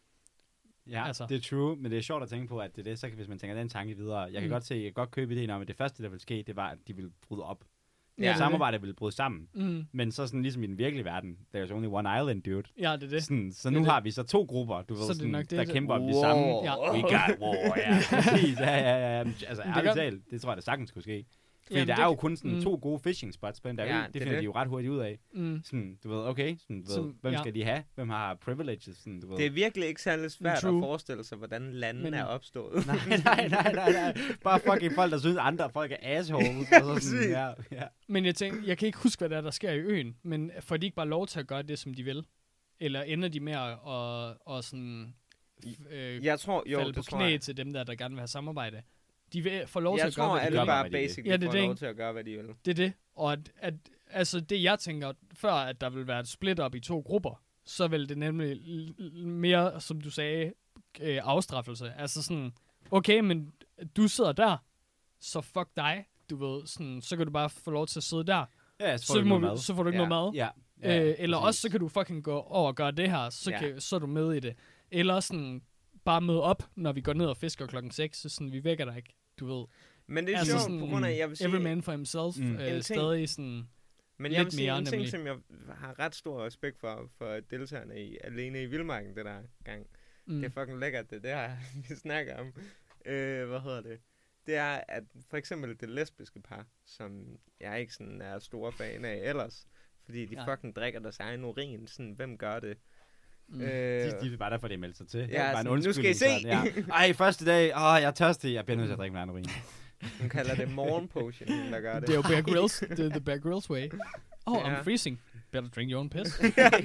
Ja, altså. Det er true, men det er sjovt at tænke på, at det er det, så hvis man tænker den tanke videre, jeg kan godt købe ideen om, at det første, der ville ske, det var, at de ville bryde op. Ja, samarbejdet ville bryde sammen. Mm. Men så sådan ligesom i den virkelige verden, there's only one island, dude. Ja, det er det. Sådan, så Det er nu det. har vi så 2 grupper, du ved, Så det er sådan, nok det, der det- kæmper om det samme. Ja. We got war, ja. Præcis, ja. Altså, Men det ærligt gør- talt, det tror jeg, der sagtens kunne ske. Fordi Jamen, der det er jo kan- kun sådan 2 gode fishing spots på den der Ja, ø. det Det er finder det. de jo ret hurtigt ud af. Mm. Sådan, du ved, okay, sådan, du ved, Som- hvem ja. skal de have? Hvem har privileges? Sådan, du ved. Det er virkelig ikke særlig svært at True. forestille sig, hvordan landene Men- er opstået. nej. Bare fucking folk, der synes, andre folk er assholes. Ja, og så sådan, præcis. ja. Men jeg tænker, jeg kan ikke huske, hvad der sker i øen, men får de ikke bare lov til at gøre det, som de vil? Eller ender de med at sådan, Jeg tror, jo, falde på det tror knæ jeg. til dem, der gerne vil have samarbejde? De vil få lov til Jeg at gøre, tror, hvad de alle vil. gør, bare hvad de vil. basically Ja, det er får det, lov ikke? til at gøre, hvad de vil. Det er det. Og altså det, jeg tænker, før at der vil være et split op i 2 grupper, så vil det nemlig mere, som du sagde, afstraffelse. Altså sådan, okay, men du sidder der, så fuck dig, du ved, sådan, så kan du bare få lov til at sidde der. Ja, Så får du ikke Ja. noget mad. Ja. Eller præcis. også, så kan du fucking gå over og gøre det her, så er du med i det. Eller sådan, bare møde op, når vi går ned og fisker klokken 6, så sådan, vi vækker dig ikke, du ved. Men det er Altså sjovt, sådan, på grund af, jeg vil sige, Every man for himself, Mm. En ting- stadig sådan, men jeg vil lidt sige mere, en ting, nemlig. som jeg har ret stor respekt for deltagerne i Alene i Vildmarken, det der gang. Det er fucking lækkert, det der, vi snakker om. Hvad hedder det? Det er, at for eksempel det lesbiske par, som jeg ikke sådan er store fan af ellers, fordi de Nej. fucking drikker deres egen urin, sådan, hvem gør det? Mm. De er bare derfor, de melder sig til. Ja, Det er bare en sådan, nu skal I undskyldning, se. sådan, ja. Ej, første dag, jeg er tørstig, jeg bliver nødt til at drikke min egen urin. Hun kalder det morgen potion, hende, der gør det. Det er jo Bear Grylls, det er the Bear Grylls way. Oh, Ja. I'm freezing. Better drink your own piss.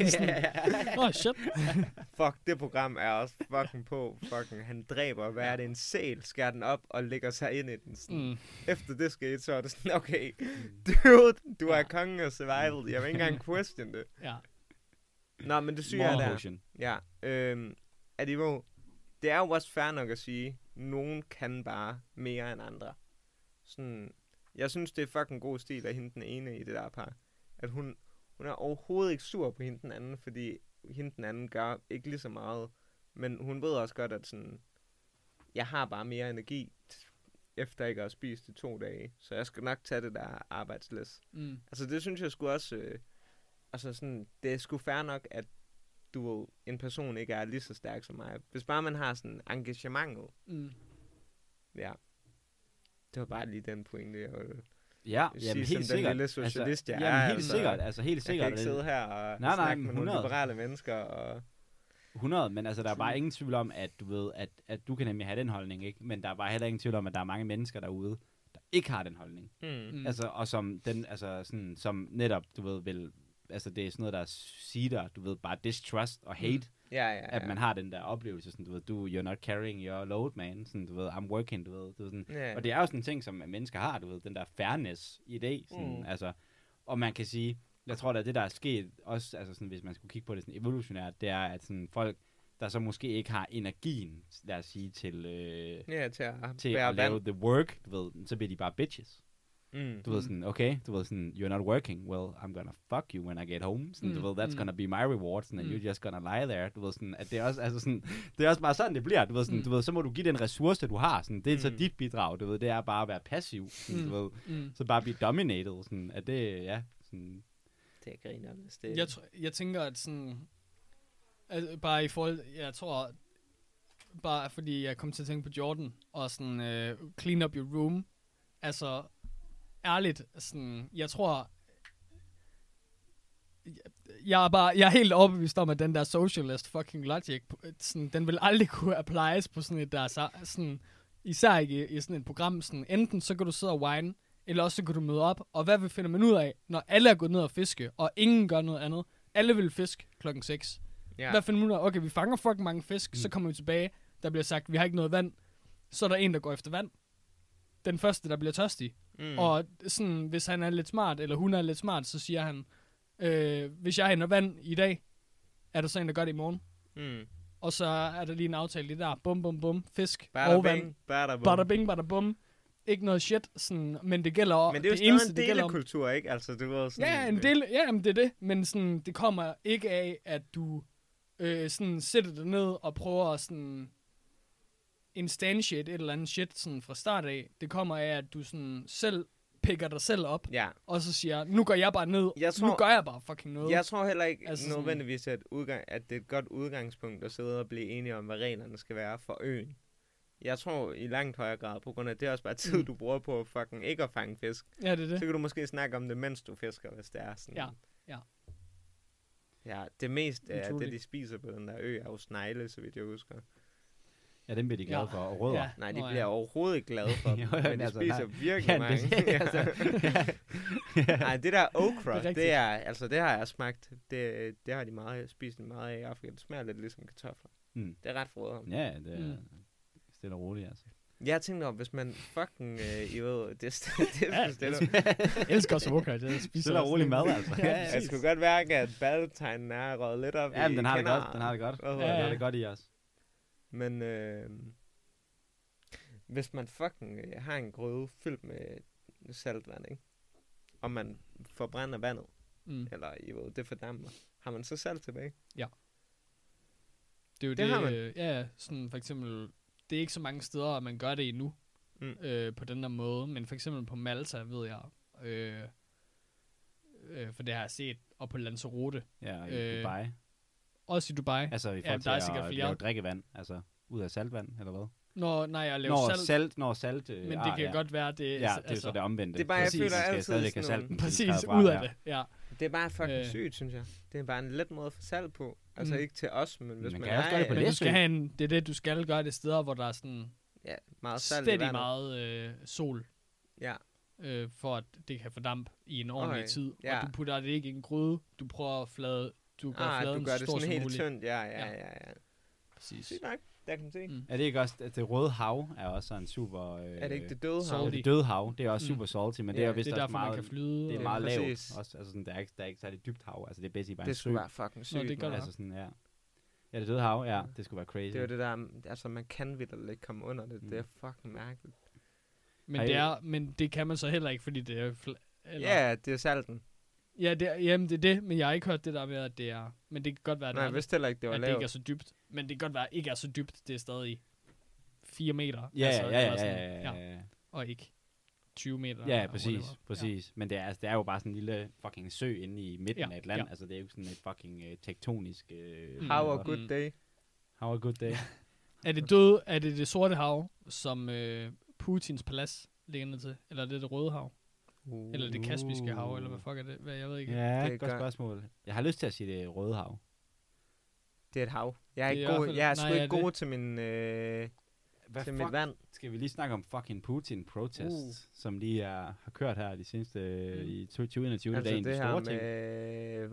Ja. Oh, shit. Fuck, det program er også fucking på. Fucking, han dræber, hvad er det, en sæl, skærer den op og lægger sig ind i den. Sådan. Mm. Efter det skete, så er det sådan, okay, dude, du er kongen af survival. Jeg vil ikke engang question det. Ja. Nå, men det syge er More der. potion. Ja, Adivo, det er jo også fair nok at sige, nogen kan bare mere end andre. Sådan, jeg synes, det er fucking god stil af hende den ene i det der par. At hun er overhovedet ikke sur på hende den anden, fordi hende den anden gør ikke lige så meget. Men hun ved også godt, at sådan, jeg har bare mere energi, efter ikke at have spist i 2 dage. Så jeg skal nok tage det der arbejdslæs. Mm. Altså det synes jeg sgu også, altså sådan, det er sgu fair nok, at en person ikke er lige så stærk som mig. Hvis bare man har sådan engagementet, Mm. ja. Det var bare lige den pointe, jeg ville Ja, sige, jamen som helt den sikkert. lille socialist, jeg jamen, er. helt sikkert. Altså helt Jeg sikkert. kan ikke sidde her og Nej, snakke men med nogle 100. liberale mennesker. Og 100, men altså der er bare ingen tvivl om, at du ved, at du kan nemlig have den holdning, ikke? Men der er bare heller ingen tvivl om, at der er mange mennesker derude, der ikke har den holdning. Mm. Altså, og som den, altså sådan, som netop, du ved, vil, altså det er sådan noget, der siger, du ved, bare distrust og hate, ja. at man har den der oplevelse, sådan, du ved, you're not carrying your load, man, sådan, du ved, I'm working, du ved, sådan. Ja. Og det er jo sådan en ting, som mennesker har, du ved, den der fairness i det, sådan, altså, og man kan sige, jeg tror, at det, der er sket, også, altså sådan, hvis man skulle kigge på det sådan evolutionært, det er, at sådan folk, der så måske ikke har energien, lad os sige, til Ja, til at bære lave vand. the work, du ved, så bliver de bare bitches. Mm. Du ved sådan, okay, du ved sådan, you're not working, well, I'm gonna fuck you when I get home. Sådan, du ved, that's gonna be my reward, sådan, and you're just gonna lie there. Du ved sådan, at det er også, altså sådan, det er også bare sådan, det bliver. Du ved sådan, du ved, så må du give den ressource, du har. Sådan, det er så dit bidrag, du ved, det er bare at være passiv. Sådan, du ved, så bare blive dominated. Sådan, at det, ja, sådan. Det er grinernes. Det Jeg tænker, at sådan, altså, bare i forhold, jeg tror, bare fordi jeg kom til at tænke på Jordan, og sådan, clean up your room, altså, ærligt, sådan, jeg tror, jeg er helt overbevist om, at den der socialist fucking logic, sådan, den vil aldrig kunne applies på sådan et der, sådan, især ikke i sådan et program, sådan, enten så kan du sidde og whine, eller også så kan du møde op, og hvad finder man ud af, når alle er gået ned og fiske, og ingen gør noget andet, alle vil fiske klokken 6. ja. Hvad finder man ud af? Okay, vi fanger fucking mange fisk, så kommer vi tilbage, der bliver sagt, vi har ikke noget vand, så er der en, der går efter vand. Den første, der bliver tørstig. Og sådan, hvis han er lidt smart, eller hun er lidt smart, så siger han, hvis jeg henter vand i dag, er der så en, der gør det i morgen. Og så er der lige en aftale lige der. Bum, bum, bum. Fisk og vand. Bada bing, bada bum. Ikke noget shit, sådan, men det gælder. Men det er jo det eneste, stadig en delekultur, ikke? Altså, du ved sådan... Ja, en del, ja, men det er det. Men sådan, det kommer ikke af, at du sådan sætter dig ned og prøver at sådan instantiate et eller andet shit sådan fra start af. Det kommer af, at du sådan selv picker dig selv op, Ja. og så siger, nu går jeg bare ned, nu gør jeg bare fucking noget. Jeg tror heller ikke Altså nødvendigvis, at det er et godt udgangspunkt at sidde og blive enige om, hvad reglerne skal være for øen. Jeg tror i langt højere grad, på grund af det er også bare tid, du bruger på fucking ikke at fange fisk. Ja, det er det. Så kan du måske snakke om det, mens du fisker, hvis det er sådan. Ja. Ja, det meste af Utroligt. det, de spiser på den der ø, er jo snegle, så vidt jeg husker. Ja, dem bliver de glade for, og rødder. Ja. Nej, de Nå, ja. bliver overhovedet ikke glade for dem, Jo, men de altså, spiser nej. virkelig Ja, mange. det- altså, Nej, det der okra, Det er rigtigt. det har jeg smagt. Det har de spist meget af i Afrika. Det smager lidt ligesom kartofler. Mm. Det er ret frøderen. Ja, det er stille og roligt, altså. Jeg tænkte om, hvis man fucking, I ved, det er stille. Jeg elsker også okra, det spiser Stille og også rolig det. mad, altså. Ja, Jeg skulle godt mærke, at balletegnen er røget lidt op Ja, men i den har det kender- godt. Den har det godt. Hvad Den hedder Ja, har ja. det godt i os. Men hvis man fucking har en grøde fyldt med saltvand, ikke? Og man forbrænder vandet, eller I ved, det fordamper, har man så salt tilbage? Det er jo Det har man. Ja, sådan for eksempel, det er ikke så mange steder, at man gør det endnu, på den der måde, men for eksempel på Malta, ved jeg, for det har jeg set, og på Lanzarote, Ja, i Dubai. også i Dubai. Altså, i Ja, forhold der er til sikkert at flere. lave drikkevand, altså ud af saltvand, eller hvad? Nej, jeg laver salt, Salt. men det kan godt være, det Ja, det er så det omvendte. Det er bare, jeg Præcis. føler Man skal altid stadigvæk have sådan salten præcis taget fra, ud af ja. det, ja. Det er bare fucking Øh. sygt, synes jeg. Det er bare en let måde at få salt på. Altså Mm. ikke til os, men hvis Man man kan også gøre det på Men det. du skal have en, det er det, du skal gøre det steder, hvor der er sådan Ja, meget salt i steady vandet. meget sol, Ja. for at det kan fordampe i en ordentlig Okay, tid. ja. Og du putter det ikke i en gryde, du prøver at du gør fladen Du gør så det stor sådan som helt muligt. tyndt. Ja. Ja. Præcis. Sygt nok. Der kan man se. Mm. Er det ikke også, at det røde hav er også en super... Er det ikke det døde hav? salty. Det døde hav, det er også Mm. super salty, men Ja, det er det vist Det er også derfor, meget... man kan flyde. Det er og- meget præcis. lavt. Også, altså sådan, der er ikke særlig dybt hav. Altså det er basically bare en Det sø. skulle være fucking sygt. det gør mand. det. Altså sådan, ja. Ja, det døde hav, ja. Det skulle være crazy. Det er jo det der, altså man kan vitterligt ikke komme under det. Det er fucking mærkeligt. Men det kan man så heller ikke, fordi det er... Ja, det er salten. Ja, jamen det er det, men jeg har ikke hørt det der med, at det er... Men det kan godt være, at, Nej, jeg vidste heller ikke, det var at det ikke er lavt. så dybt. Men det kan godt være, at det ikke er så dybt. Det er stadig 4 meter. Ja, eller ja, sådan. ja. Og ikke 20 meter. Ja, eller præcis. Men det er jo bare sådan en lille fucking sø inde i midten af et land. Ja. Altså det er jo ikke sådan et fucking tektonisk... How a good day. How a good day. Er det det sorte hav, som Putins palads ligger ned til? Eller er det det røde hav? Eller det kaspiske hav? Eller hvad fuck er det? Jeg ved ikke. Ja, Det er godt godt. spørgsmål. Jeg har lyst til at sige det røde hav. Det er et hav. Jeg er, Det er ikke i hvert god, fald- jeg er sgu nej, ikke er god det- til min Hvad til mit vand. Skal vi lige snakke om fucking Putin protests, som lige har kørt her de seneste i 2021, Altså det er en af det de her store ting. med,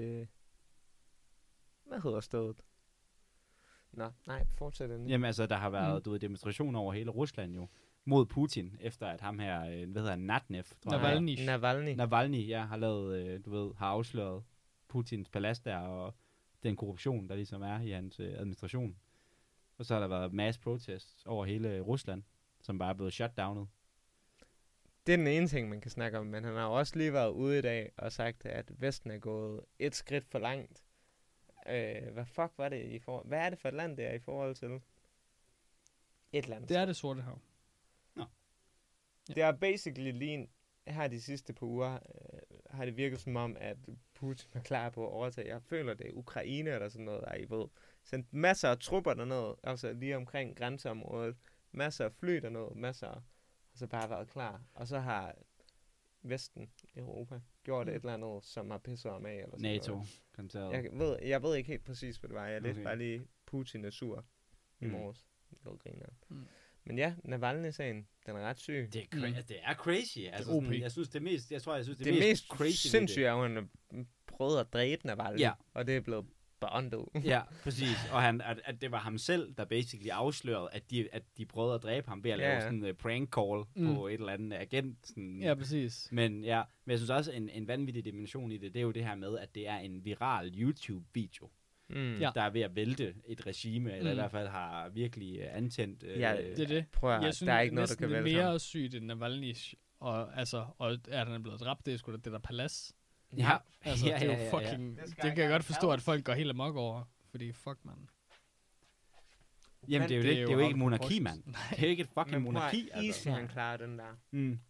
hvad hedder stedet? Nå, nej, fortsæt endelig. Jamen altså, der har været demonstrationer over hele Rusland jo, mod Putin, efter at ham her, hvad hedder han, Natnev, tror jeg. Navalny. Navalny. Ja, har lavet, har afsløret Putins palads der, og den korruption, der ligesom er i hans administration. Og så har der været mass protests over hele Rusland, som bare er blevet shutdownet. Det er den ene ting, man kan snakke om, men han har jo også lige været ude i dag og sagt, at Vesten er gået et skridt for langt. Hvad fuck var det hvad er det for et land, det er i forhold til? Et land. Det er det sorte hav. Det er basically lige her de sidste par uger, har det virket som om, at Putin er klar på at overtage. Jeg føler, det er Ukraine eller sådan noget, der I ved. Sendt masser af trupper derned, altså lige omkring grænseområdet. Masser af fly derned, masser, og så bare været klar. Og så har Vesten, Europa, gjort et eller andet, som har pisset om af. Eller sådan NATO, noget. konteret. Jeg ved ikke helt præcis, hvad det var. Jeg læste Okay. bare lige, Putin er sur i morges. Det var griner. Mm. Men ja, Navalny-sagen, den er ret syg. Det er crazy. Altså, OP. sådan, jeg synes det Det mest crazy sindssyge er jo, at han prøvede at dræbe Navalny, Ja. og det er blevet bondet. Ja, præcis. Og at det var ham selv, der basically afslørede, at de prøvede at dræbe ham ved at lave sådan en prank call på et eller andet agent. Sådan. Ja, præcis. Men jeg synes også, en vanvittig dimension i det er jo det her med, at det er en viral YouTube-video, Ja. der er ved at vælte et regime, eller i hvert fald har virkelig antændt... Ja, Det er det. Prøv at, Jeg synes, der er ikke noget, der kan det er vælte mere ham. sygt end Navalny, og at han er blevet dræbt, det er sgu da det der palads. Ja, Altså, det er jo fucking... Det kan jeg godt forstå, at folk går helt amok over, fordi fuck, man. Jamen, det er jo ikke et out of monarki, proportion. mand. Det er jo ikke et fucking Men prøv monarki, at easy, altså. han klarer den der. Mm.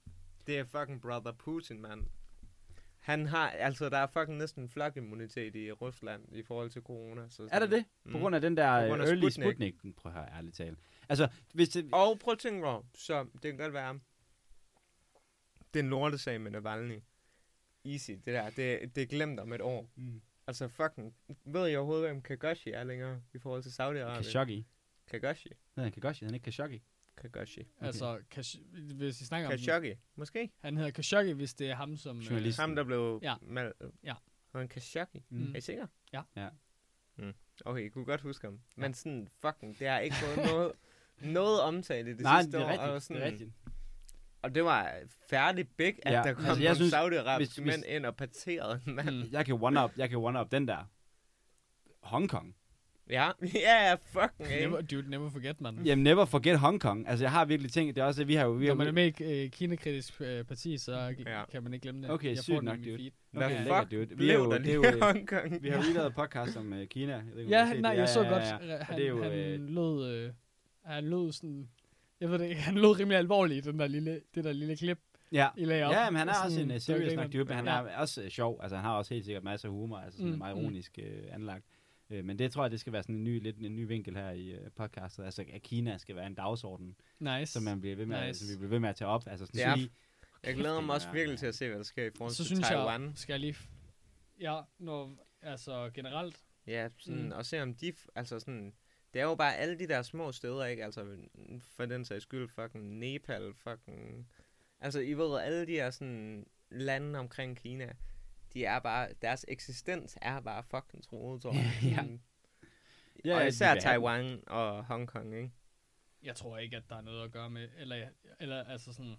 Det er fucking brother Putin, mand. Han har, altså der er fucking næsten flokimmunitet i Rusland i forhold til corona. Så Er der det? På grund af den der På grund af early Sputnik. Sputnik? Prøv at høre, ærligt talt. Altså, hvis det... Og prøv at tænke over, så det kan godt være, det er en lortesag med Navalny. Easy, det der, det er glemt om et år. Mm. Altså fucking, ved jeg overhovedet, hvem Kagashi er længere i forhold til Saudi-Arabien? Khashoggi. Kagashi. Nej, Kagashi, han er ikke Khashoggi. Kagashi. Okay. Altså, hvis I snakker om Khashoggi, måske? han hedder Khashoggi, hvis det er ham som... Journalist. Ham, der blev... Ja. Ja. Og en Khashoggi. Mm. Er I sikre? Ja. Ja. Okay, I kunne godt huske ham. Men sådan, fucking, det er ikke fået noget omtale i det Nej, sidste det er år. rigtigt. Og, sådan, Det er rigtigt. og det var færdig big, at Ja, der kom altså, jeg nogle synes, saudiarabiske hvis- mænd ind og parterede en mand. Mm. Jeg kan one-up den der. Hong Kong. Ja, ja, fucking Never forget, man. Jamen, never forget Hong Kong. Altså, jeg har virkelig tænkt, det er også det, vi har jo... Når man er med i et Kina-kritisk parti, så Ja. kan man ikke glemme det. Okay, jeg sygt får den nok, i min dude. feed. Hvad Okay, fuck lækkert, dude. Vi er blev jo- der det er lige i jo- Hongkong? Vi har jo lige lavet podcast om Kina. Jeg ved ikke, om Ja, du har set nej, det. jeg så godt. Og det er jo, Han lød sådan... Jeg ved det ikke, han lød rimelig alvorlig i det der lille klip, ja. I lagde op. Ja, men han er Og også sådan, en det serious var nok dude, men han ja. er også sjov. Altså, han har også helt sikkert masser af humor, altså sådan meget ironisk anlagt. Men det tror jeg, det skal være sådan en ny vinkel her i podcastet. Altså, at Kina skal være en dagsorden, Nice. som man bliver ved med, Nice. som vi bliver ved med at tage op. Altså sådan Ja. sige, Jeg glæder mig også Ja, virkelig ja. til at se, hvad der sker i forhold Så til synes Taiwan. jeg, skal jeg lige... Ja, altså generelt... Ja, sådan, og se om de... Altså sådan... Det er jo bare alle de der små steder, ikke? Altså, for den sags skyld, fucking Nepal, fucking... Altså, I ved, alle de her sådan lande omkring Kina, de er bare... Deres eksistens er bare fucking troet, tror jeg. Ja. Sådan. Ja, Og de især vil have den. Taiwan og Hongkong, ikke? Jeg tror ikke, at der er noget at gøre med... Eller altså sådan...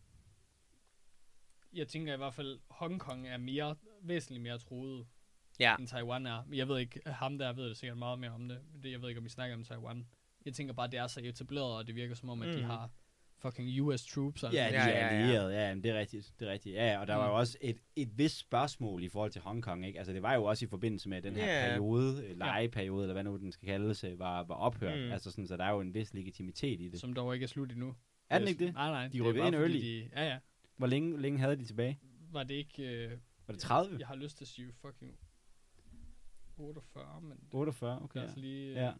Jeg tænker i hvert fald, Hongkong er væsentligt mere truet, Ja. end Taiwan er. Men jeg ved ikke, ham der ved det sikkert meget mere om det. Jeg ved ikke, om vi snakker om Taiwan. Jeg tænker bare, det er så etableret, og det virker som om, at de har fucking US troops. Ja, de Ja, er ja, ja. allierede. Ja, men det er rigtigt. Det er rigtigt. Ja, og der var jo også et vist spørgsmål i forhold til Hongkong, ikke? Altså, det var jo også i forbindelse med, at den her Ja. periode, legeperiode, eller hvad nu den skal kaldes, var ophørt. Mm. Altså, sådan, så der er jo en vis legitimitet i det. Som dog ikke er slut endnu. Er den ikke det? Nej. De det er rykkede bare ind fordi early. Ja. Hvor længe havde de tilbage? Var det ikke... Var det 30? Jeg har lyst til at sige fucking 48, men... 48, okay. Lad os lige... Ja.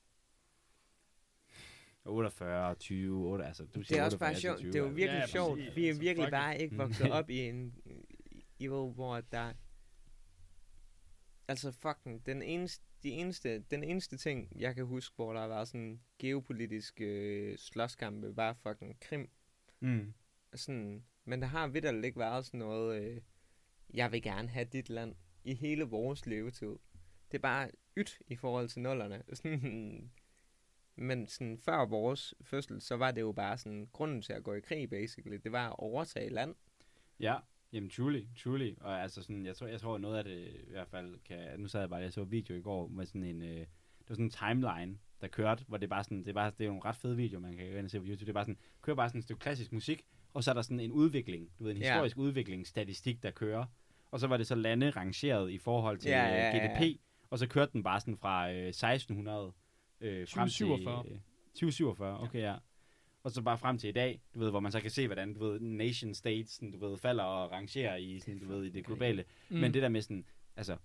48, 20, 8, altså du Det siger er også 48, bare sjovt. 20, Det er jo altså. virkelig Ja, sjovt. præcis. Vi er Altså, virkelig fuck bare it. ikke vokset op i en... I ved, hvor der... Altså fucking, den eneste ting, jeg kan huske, hvor der har været sådan geopolitiske slåskampe, var fucking Krim. Mm. Sådan, men der har vitterligt ikke været sådan noget, jeg vil gerne have dit land i hele vores levetid. Det er bare ydt i forhold til nullerne. Sådan, men sådan, før vores fødsel, så var det jo bare sådan, grunden til at gå i krig, basically, det var at overtage land. Ja, jamen truly. Og altså sådan, jeg tror noget af det i hvert fald kan... Nu sad jeg bare, jeg så en video i går med sådan en... det var sådan en timeline, der kørte, hvor det er bare sådan... Det er jo nogle ret fede videoer, man kan gå ind og se på YouTube. Det er bare sådan... Kører bare sådan et stykke klassisk musik, og så er der sådan en udvikling, du ved, en historisk udviklingsstatistik, der kører. Og så var det så lande rangeret i forhold til GDP, og så kørte den bare sådan fra 1600 frem til... 2047, okay, ja. Og så bare frem til i dag, du ved, hvor man så kan se, hvordan, du ved, nation states, sådan, du ved, falder og rangerer i, sådan, du ved, i det globale. Men det der med sådan, altså,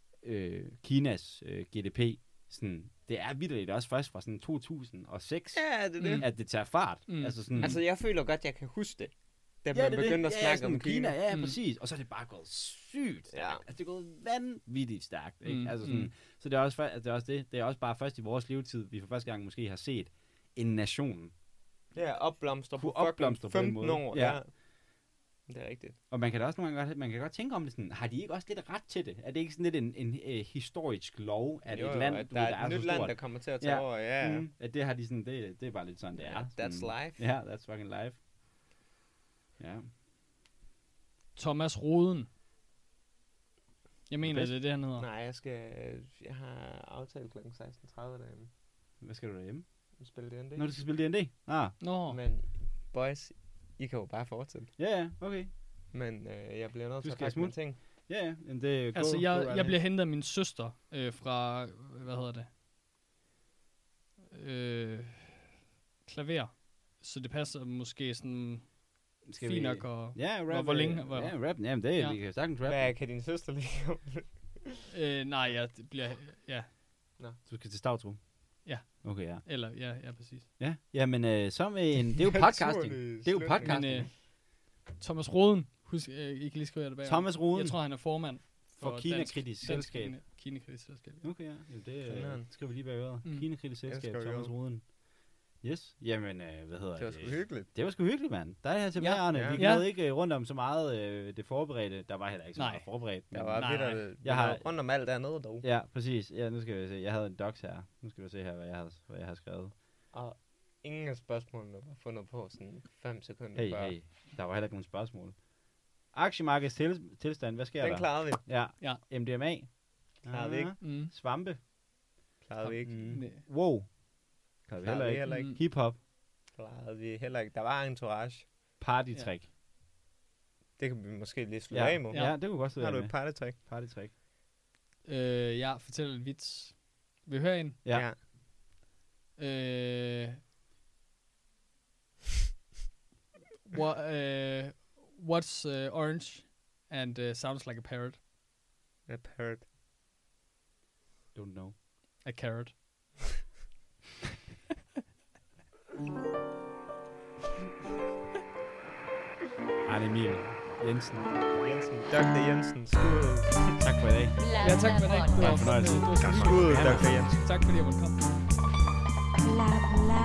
Kinas GDP, sådan, det er vitterligt også først fra sådan 2006, Ja, det er det. at det tager fart. Altså, sådan, Altså, jeg føler godt, jeg kan huske det, da ja, man det er begyndte det. at snakke sådan om Kina. Ja, præcis. Og så er det bare gået sygt stærkt. Ja. Altså, det er gået vanvittigt stærkt. Ikke? Altså, sådan, Mm. Så det er, også, det er også det. Det er også bare først i vores levetid, vi for første gang måske har set en nation. Ja, opblomster Kunne på fucking opblomstre på den 15 måde. år. Ja. Ja. Det er rigtigt. Og man kan da også nogle gange man kan godt tænke om det sådan, har de ikke også lidt ret til det? Er det ikke sådan lidt en historisk lov, at Jo, et land, at du der ved, er et nyt så land, stort? der kommer til at tage over. Ja. At det har de sådan, det er bare lidt sådan, det er. That's Sådan, life. Ja, that's fucking life. Ja. Thomas Roden. Jeg mener, Bedst. det er det, han hedder. Nej, jeg har aftalt kl. 16.30 derhjemme. Hvad skal du derhjemme? Spille D&D. Når du skal spille D&D? Ah, Nå, Men boys, I kan jo bare fortsætte. ja, okay. Men jeg bliver nødt Du til at skal pakke mine smutte. ting. Ja, jamen det er altså jeg bliver hentet af min søster fra, hvad hedder det? Klaver. Så det passer måske sådan fint nok. Og, Ja, rap. hvor længe? Ja, rap. Jamen, det Ja. vi kan sagtens rap. Hvad kan din søster lide? nej, ja, det bliver... Ja, Du skal til Stavtrup? Ja. Okay, ja. eller... Ja, præcis. Ja, jamen, så med en... Det er jo podcasting. Det er jo podcasting. Men Thomas Roden, husk, I kan lige skrive det bag. Thomas Roden. Jeg tror, han er formand For Kina-kritisk selskab. Kina-kritisk selskab. Okay, ja. Jamen, det Sådan. skriver vi lige bag øret. Mm. Kina-kritisk selskab, skriver vi Thomas om. Roden. Yes. Jamen, hvad hedder det? Det var sgu hyggeligt. Det var sgu hyggeligt, mand. Der er det her til Ja. mig, Arne. Ja. Vi Ja. glæder ikke rundt om så meget det forberedte. Der var heller ikke så Nej. meget forberedt. Der men- var Nej, vidt, nej. jeg Jeg har har- rundt om alt andet dog. Ja, præcis. Ja, nu skal vi se. Jeg havde en docs her. Nu skal vi se her, hvad jeg har skrevet. Og ingen af spørgsmålene var fundet på sådan 5 sekunder før. Hey. Der var heller ikke nogen spørgsmål. Aktiemarkedets tilstand. Hvad sker Den der? klarede vi. Ja. Ja. MDMA. Klarede vi ikke. Mm. Svampe. Klarede vi ikke. Nej. Wow. Klarede vi Klarede vi heller heller ikke. ikke. Hip-hop. Klarede vi heller ikke. Der var entourage. Party-trick. Det kan vi måske lige slutte Ja. af med. Ja, det kunne godt stå Har du med. et partytrick? Party-trick. Jeg fortæller en vits. Vil I høre en? Ja. What's orange and sounds like a parrot? A parrot. Don't know. A carrot. Arne Emil Jensen. Jensen. Dr. Jensen. Skud. Tak for i dag. Ja, tak for det. Det var fornøjelse. det var sgu Skud, hyggeligt. Dr. Jensen. Tak fordi jeg måtte komme. Bla bla